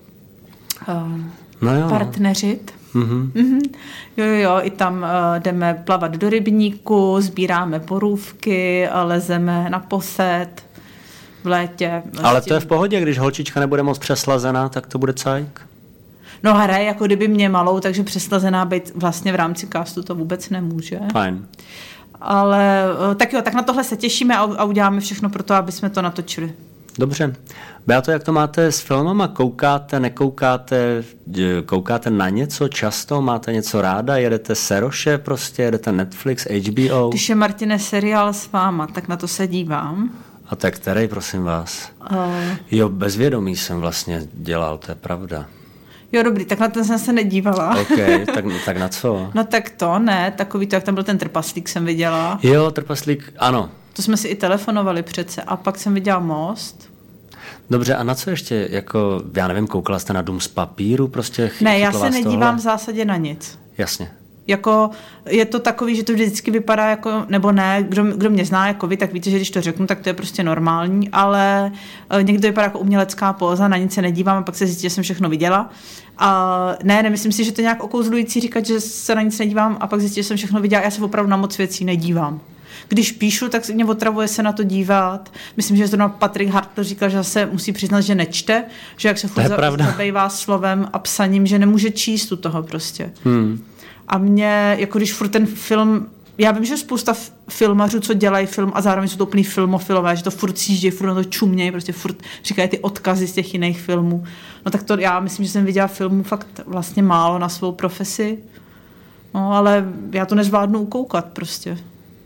uh, no jo. partneřit. Mm-hmm. Mm-hmm. Jo, jo, jo, i tam uh, jdeme plavat do rybníku, sbíráme borůvky, lezeme na posed v létě. Ale to je v pohodě, když holčička nebude moc přeslazená, tak to bude cajk. No hraje jako kdyby mě malou, takže přeslazená být vlastně v rámci castu to vůbec nemůže. Fajn. Ale uh, tak jo, tak na tohle se těšíme a, a uděláme všechno pro to, aby jsme to natočili. Dobře. Beato, jak to máte s filmama? Koukáte, nekoukáte, koukáte na něco často? Máte něco ráda? Jedete Seroše prostě? Jedete Netflix, H B O? Když je, Martine, seriál s váma, tak na to se dívám. A tak který, prosím vás? Uh, jo, bezvědomí jsem vlastně dělal, to je pravda. Jo, dobrý, tak na ten jsem se nedívala. OK, tak, tak na co? No tak to ne, takový to, jak tam byl ten trpaslík, jsem viděla. Jo, trpaslík, ano. To jsme si i telefonovali přece. A pak jsem viděla Most. Dobře, a na co ještě, jako, já nevím, koukala jste na Dům z papíru? Prostě chy, ne, já se nedívám tohle? v zásadě na nic. Jasně. Jako, je to takový, že to vždycky vypadá jako, nebo ne, kdo, kdo mě zná jako vy, tak víte, že když to řeknu, tak to je prostě normální, ale někdo vypadá jako umělecká póza, na nic se nedívám a pak se zjistí, že jsem všechno viděla. A ne, nemyslím si, že to je nějak okouzlující říkat, že se na nic nedívám a pak zjistí, že jsem všechno viděla. Já se opravdu na moc věcí nedívám. Když píšu, tak mě otravuje se na to dívat. Myslím, že zrovna Patrik Hartl říkal, že se musí přiznat, že nečte, že jak se furt zabývá slovem a psaním, že nemůže číst u toho prostě. Hmm. A mě, jako když furt ten film, já vím, že spousta filmařů, co dělají film a zároveň jsou to úplný filmofilové, že to furt cíždějí, furt na to čumějí, prostě furt říkají ty odkazy z těch jiných filmů. No tak to já myslím, že jsem viděla filmů fakt vlastně málo na svou profesi, no ale já to nezvládnu ukoukat prostě.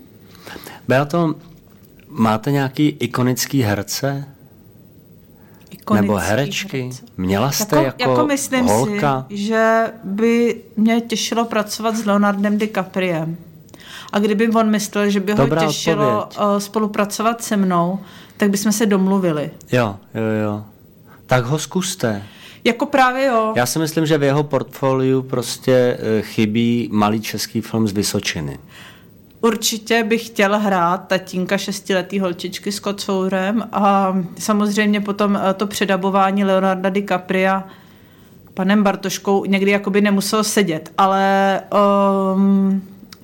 Beato, máte nějaký ikonický herce? Ikonický nebo herečky? Herce. Měla jste jako, jako, jako myslím holka? Si, že by mě těšilo pracovat s Leonardem DiCapriem. A kdyby on myslel, že by Dobrá ho těšilo odpověď. Spolupracovat se mnou, tak bychom se domluvili. Jo, jo, jo. Tak ho zkuste. Jako právě jo. Já si myslím, že v jeho portfoliu prostě chybí malý český film z Vysočiny. Určitě bych chtěla hrát tatínka šestiletý holčičky s kocourem a samozřejmě potom to předabování Leonarda DiCapria panem Bartoškou někdy jakoby nemuselo sedět, ale um,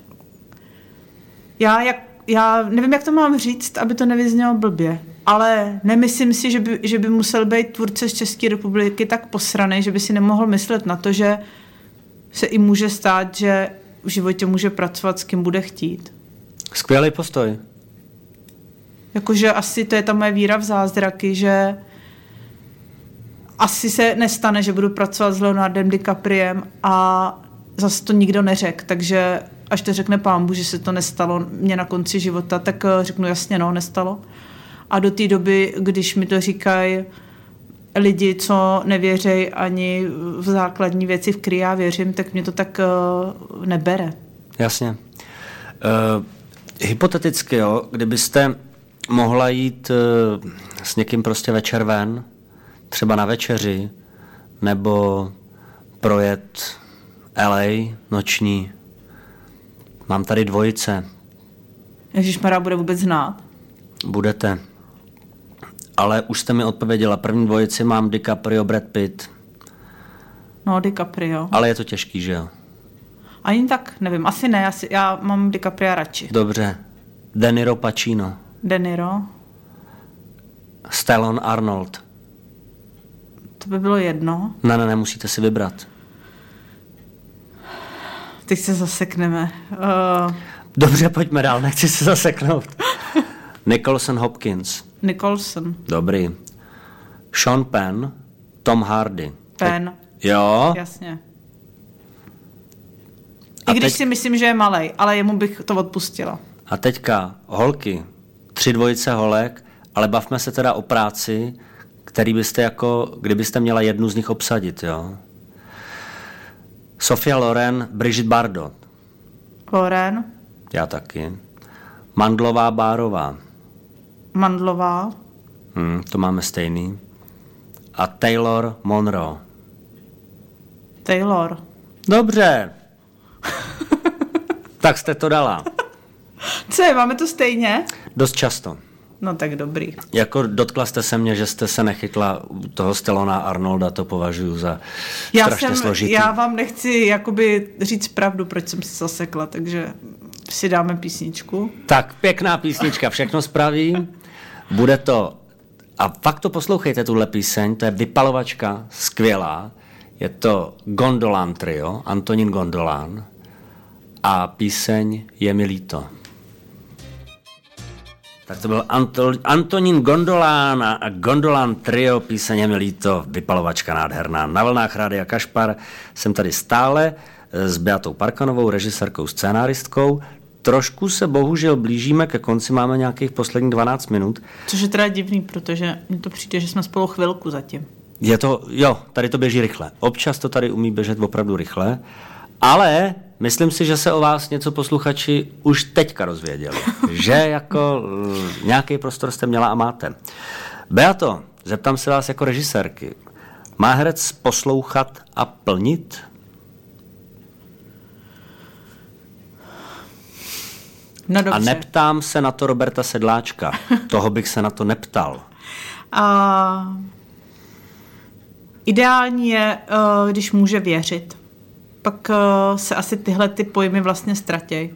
já, jak, já nevím, jak to mám říct, aby to nevyznělo blbě, ale nemyslím si, že by, že by musel být tvůrce z České republiky tak posranej, že by si nemohl myslet na to, že se i může stát, že v životě může pracovat s kým bude chtít. Skvělý postoj. Jakože asi to je ta moje víra v zázraky, že asi se nestane, že budu pracovat s Leonardem DiCapriem a zase to nikdo neřekl, takže až to řekne Pán Bůh, že se to nestalo mě na konci života, tak řeknu jasně, no, nestalo. A do té doby, když mi to říkají lidi, co nevěří ani v základní věci, v které já věřím, tak mě to tak uh, nebere. Jasně. Uh, hypoteticky, jo, kdybyste mohla jít uh, s někým prostě večer ven, třeba na večeři, nebo projet L A noční. Mám tady dvojice. Ježišmarja, bude vůbec znát? Budete. Ale už jste mi odpověděla. První dvojici mám DiCaprio, Brad Pitt. No, DiCaprio. Ale je to těžký, že jo? Ani tak, nevím, asi ne, asi, já mám DiCapria radši. Dobře. De Niro, Pacino. De Niro. Stallone, Arnold. To by bylo jedno. Ne, ne, ne, musíte si vybrat. Teď se zasekneme. Uh... Dobře, pojďme dál, nechci se zaseknout. Nicholson, Hopkins. Nicholson. Dobrý. Sean Penn, Tom Hardy. Penn. Jo. Jasně. A I když teď... si myslím, že je malej, ale jemu bych to odpustila. A teďka holky, tři dvojice holek, ale bavme se teda o práci, který byste jako, kdybyste měla jednu z nich obsadit, jo. Sophia Loren, Brigitte Bardot. Loren. Já taky. Mandlová, Bárová. Mandlová. Hm, to máme stejný. A Taylor, Monroe. Taylor. Dobře. Tak jste to dala. Co je, máme to stejně? Dost často. No tak dobrý. Jako dotkla jste se mě, že jste se nechytla u toho Stallona Arnolda, to považuji za já strašně jsem, složitý. Já vám nechci jakoby říct pravdu, proč jsem se zasekla, takže si dáme písničku. Tak, pěkná písnička, všechno spraví. Bude to, a fakt to poslouchejte, tuhle píseň, to je vypalovačka, skvělá. Je to Gondolán trio, Antonín Gondolán. A píseň Je mi líto. Tak to byl Anto- Antonín Gondolán a Gondolán trio, píseň Je mi líto, vypalovačka nádherná. Na vlnách Rádia Kašpar jsem tady stále s Beatou Parkanovou, režisérkou, scénáristkou. Trošku se bohužel blížíme ke konci, máme nějakých posledních dvanáct minut. Což je teda divný, protože mně to přijde, že jsme spolu chvilku zatím. Je to, jo, tady to běží rychle. Občas to tady umí běžet opravdu rychle, ale myslím si, že se o vás něco posluchači už teďka rozvěděli. Že jako uh, nějaký prostor jste měla a máte. Beato, zeptám se vás jako režisérky. Má herec poslouchat a plnit? No dobře. A neptám se na to Roberta Sedláčka. Toho bych se na to neptal. A... Ideální je, když může věřit. Pak se asi tyhle ty pojmy vlastně ztratějí.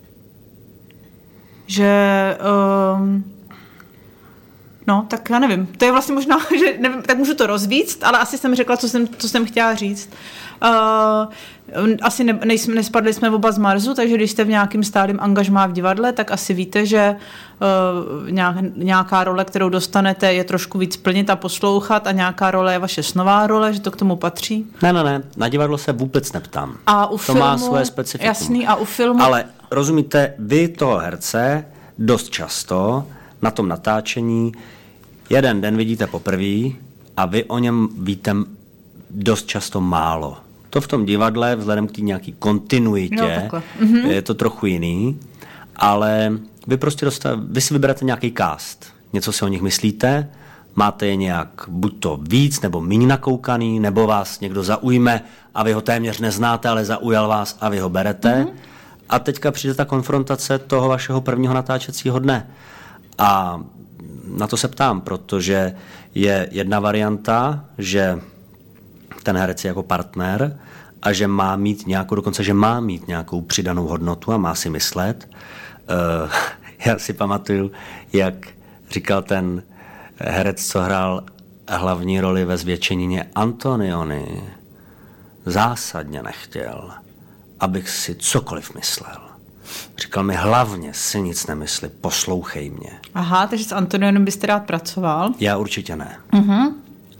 Že... Um, no, tak já nevím. To je vlastně možná, že nevím, tak můžu to rozvíct, ale asi jsem řekla, co jsem, co jsem chtěla říct. Uh, asi ne, nejsme, nespadli jsme oba z Marsu, takže když jste v nějakým stálým angažmá v divadle, tak asi víte, že uh, nějak, nějaká role, kterou dostanete, je trošku víc plnit a poslouchat a nějaká role je vaše snová role, že to k tomu patří. Ne, ne, ne, na divadlo se vůbec neptám. A u to filmu, má svoje specifikum. Jasný, a u filmu... Ale rozumíte, vy toho herce dost často na tom natáčení jeden den vidíte poprvé a vy o něm víte dost často málo. To v tom divadle, vzhledem k té nějaký kontinuitě, no, je to trochu jiný, ale vy prostě dostav, vy si vyberete nějaký cast. Něco si o nich myslíte, máte je nějak buď to víc nebo míň nakoukaný, nebo vás někdo zaujme a vy ho téměř neznáte, ale zaujal vás a vy ho berete. Mm-hmm. A teďka přijde ta konfrontace toho vašeho prvního natáčecího dne. A na to se ptám, protože je jedna varianta, že ten herec je jako partner a že má mít nějakou, dokonce, že má mít nějakou přidanou hodnotu a má si myslet. Uh, já si pamatuju, jak říkal ten herec, co hrál hlavní roli ve Zvětšenině, Antonioni, zásadně nechtěl, abych si cokoliv myslel. Říkal mi, hlavně si nic nemysli, poslouchej mě. Aha, takže s Antonionem byste rád pracoval? Já určitě ne. Uh-huh.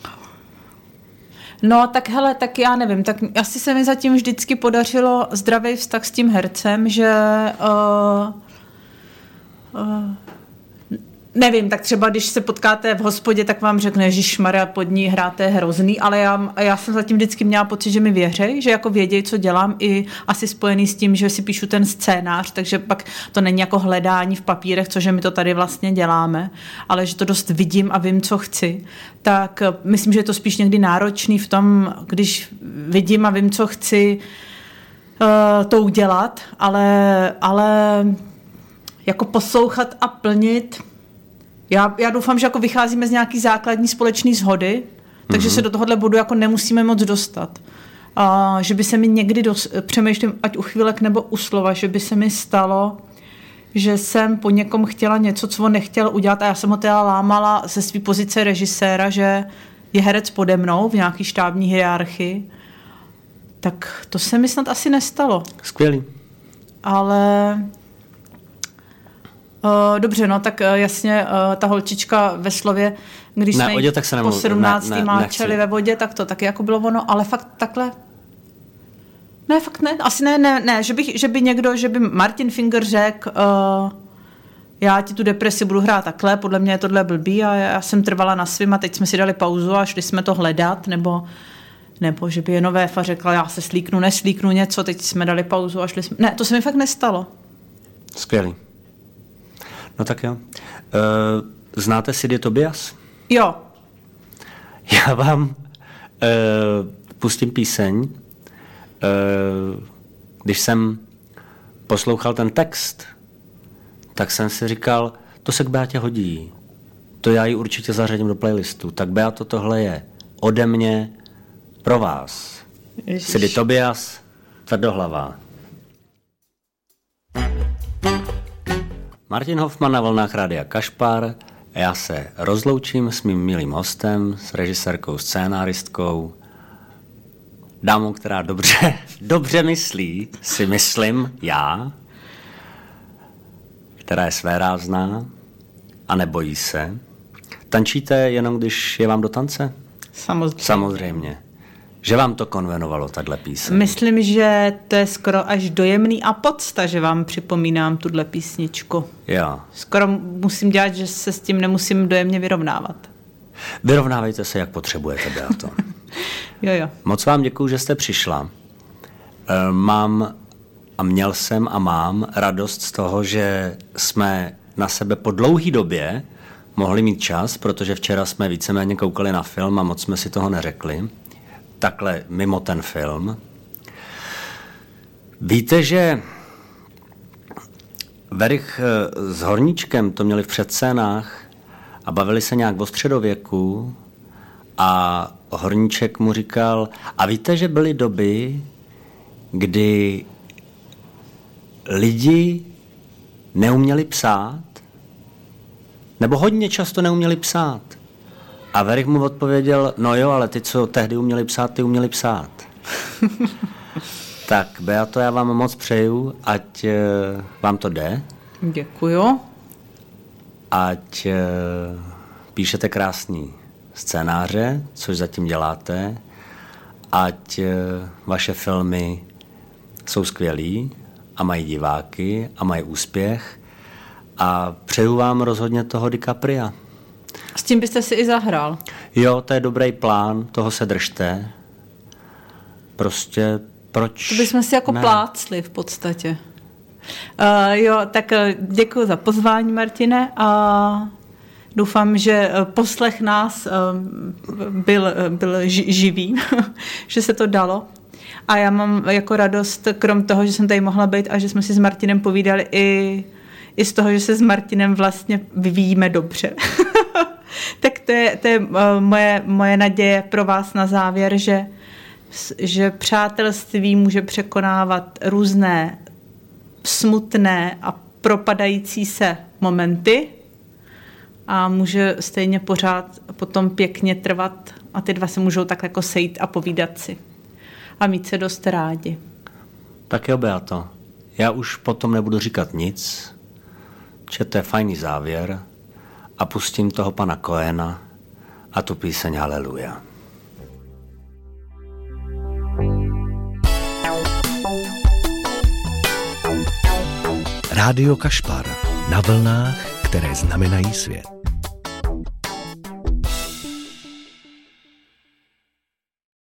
No, tak hele, tak já nevím, tak asi se mi zatím vždycky podařilo zdravý vztah s tím hercem, že uh, uh, nevím, tak třeba když se potkáte v hospodě, tak vám řekne, ježišmarja, pod ní hráte hrozný, ale já, já jsem zatím vždycky měla pocit, že mi věří, že jako vědějí, co dělám, i asi spojený s tím, že si píšu ten scénář, takže pak to není jako hledání v papírech, což my to tady vlastně děláme, ale že to dost vidím a vím, co chci, tak myslím, že je to spíš někdy náročný v tom, když vidím a vím, co chci uh, to udělat, ale, ale jako poslouchat a plnit. Já, já doufám, že jako vycházíme z nějaký základní společné shody, takže mm-hmm. se do tohohle bodu jako nemusíme moc dostat. a že by se mi někdy, dos, přemýšlím, ať u chvílek nebo u slova, že by se mi stalo, že jsem po někom chtěla něco, co on nechtěl udělat a já jsem ho teda lámala ze své pozice režiséra, že je herec pode mnou v nějaký štábní hierarchii. Tak to se mi snad asi nestalo. Skvělý. Ale uh, dobře, no tak uh, jasně uh, ta holčička ve slově, když ne, jsme vodě, tak se po sedmnáctý ne, ne, máčeli ve vodě, tak to taky jako bylo ono, ale fakt takhle ne, fakt ne, asi ne, ne, ne, že, bych, že by někdo, že by Martin Finger řekl uh, já ti tu depresi budu hrát takhle, podle mě je tohle blbý a já jsem trvala na svým a teď jsme si dali pauzu a šli jsme to hledat, nebo nebo že by je Novéfa řekla, já se slíknu, neslíknu něco, teď jsme dali pauzu a šli jsme... Ne, to se mi fakt nestalo. Skvělý. No tak jo. Uh, znáte Sidy Tobias? Jo. Já vám uh, pustím píseň. Uh, když jsem poslouchal ten text, tak jsem si říkal, to se k Beatě hodí. To já ji určitě zařadím do playlistu. Tak Beato, tohle je ode mě pro vás. Sidy Tobias, Tvrdohlavá. Martin Hoffman na vlnách Rádia Kašpar. Já se rozloučím s mým milým hostem, s režisérkou, scénáristkou, dámou, která dobře, dobře myslí, si myslím já, která je svérázná a nebojí se. Tančíte jenom, když je vám do tance? Samozřejmě. Samozřejmě. Že vám to konvenovalo, tahle píseň? Myslím, že to je skoro až dojemný a podsta, že vám připomínám tuhle písničku. Jo. Skoro musím dělat, že se s tím nemusím dojemně vyrovnávat. Vyrovnávejte se, jak potřebujete, Beato. Jo, jo. Moc vám děkuju, že jste přišla. E, mám a měl jsem a mám radost z toho, že jsme na sebe po dlouhý době mohli mít čas, protože včera jsme víceméně koukali na film a moc jsme si toho neřekli. Takhle mimo ten film. Víte, že Werich s Horníčkem to měli v předscénách a bavili se nějak o středověku a Horníček mu říkal, a víte, že byly doby, kdy lidi neuměli psát, nebo hodně často neuměli psát. A Werich mu odpověděl, no jo, ale ty, co tehdy uměli psát, ty uměli psát. Tak, Beato, já vám moc přeju, ať e, vám to jde. Děkuju. Ať e, píšete krásný scénáře, což zatím děláte. Ať e, vaše filmy jsou skvělý a mají diváky a mají úspěch. A přeju vám rozhodně toho DiCapria. S tím byste si i zahrál. Jo, to je dobrý plán, toho se držte. Prostě proč? To bychom si jako ne. plácli v podstatě. Uh, jo, tak děkuji za pozvání, Martine, a doufám, že poslech nás uh, byl, byl živý, že se to dalo. A já mám jako radost, krom toho, že jsem tady mohla být a že jsme si s Martinem povídali i, i z toho, že se s Martinem vlastně vyvíjíme dobře. Tak to je, to je uh, moje, moje naděje pro vás na závěr, že, že přátelství může překonávat různé smutné a propadající se momenty a může stejně pořád potom pěkně trvat a ty dva se můžou tak jako sejít a povídat si a mít se dost rádi. Tak jo, Beato. Já už potom nebudu říkat nic, že to je fajný závěr a pustím toho pana Cohena a tu píseň Haleluja. Rádio Kašpar. Na vlnách, které znamenají svět.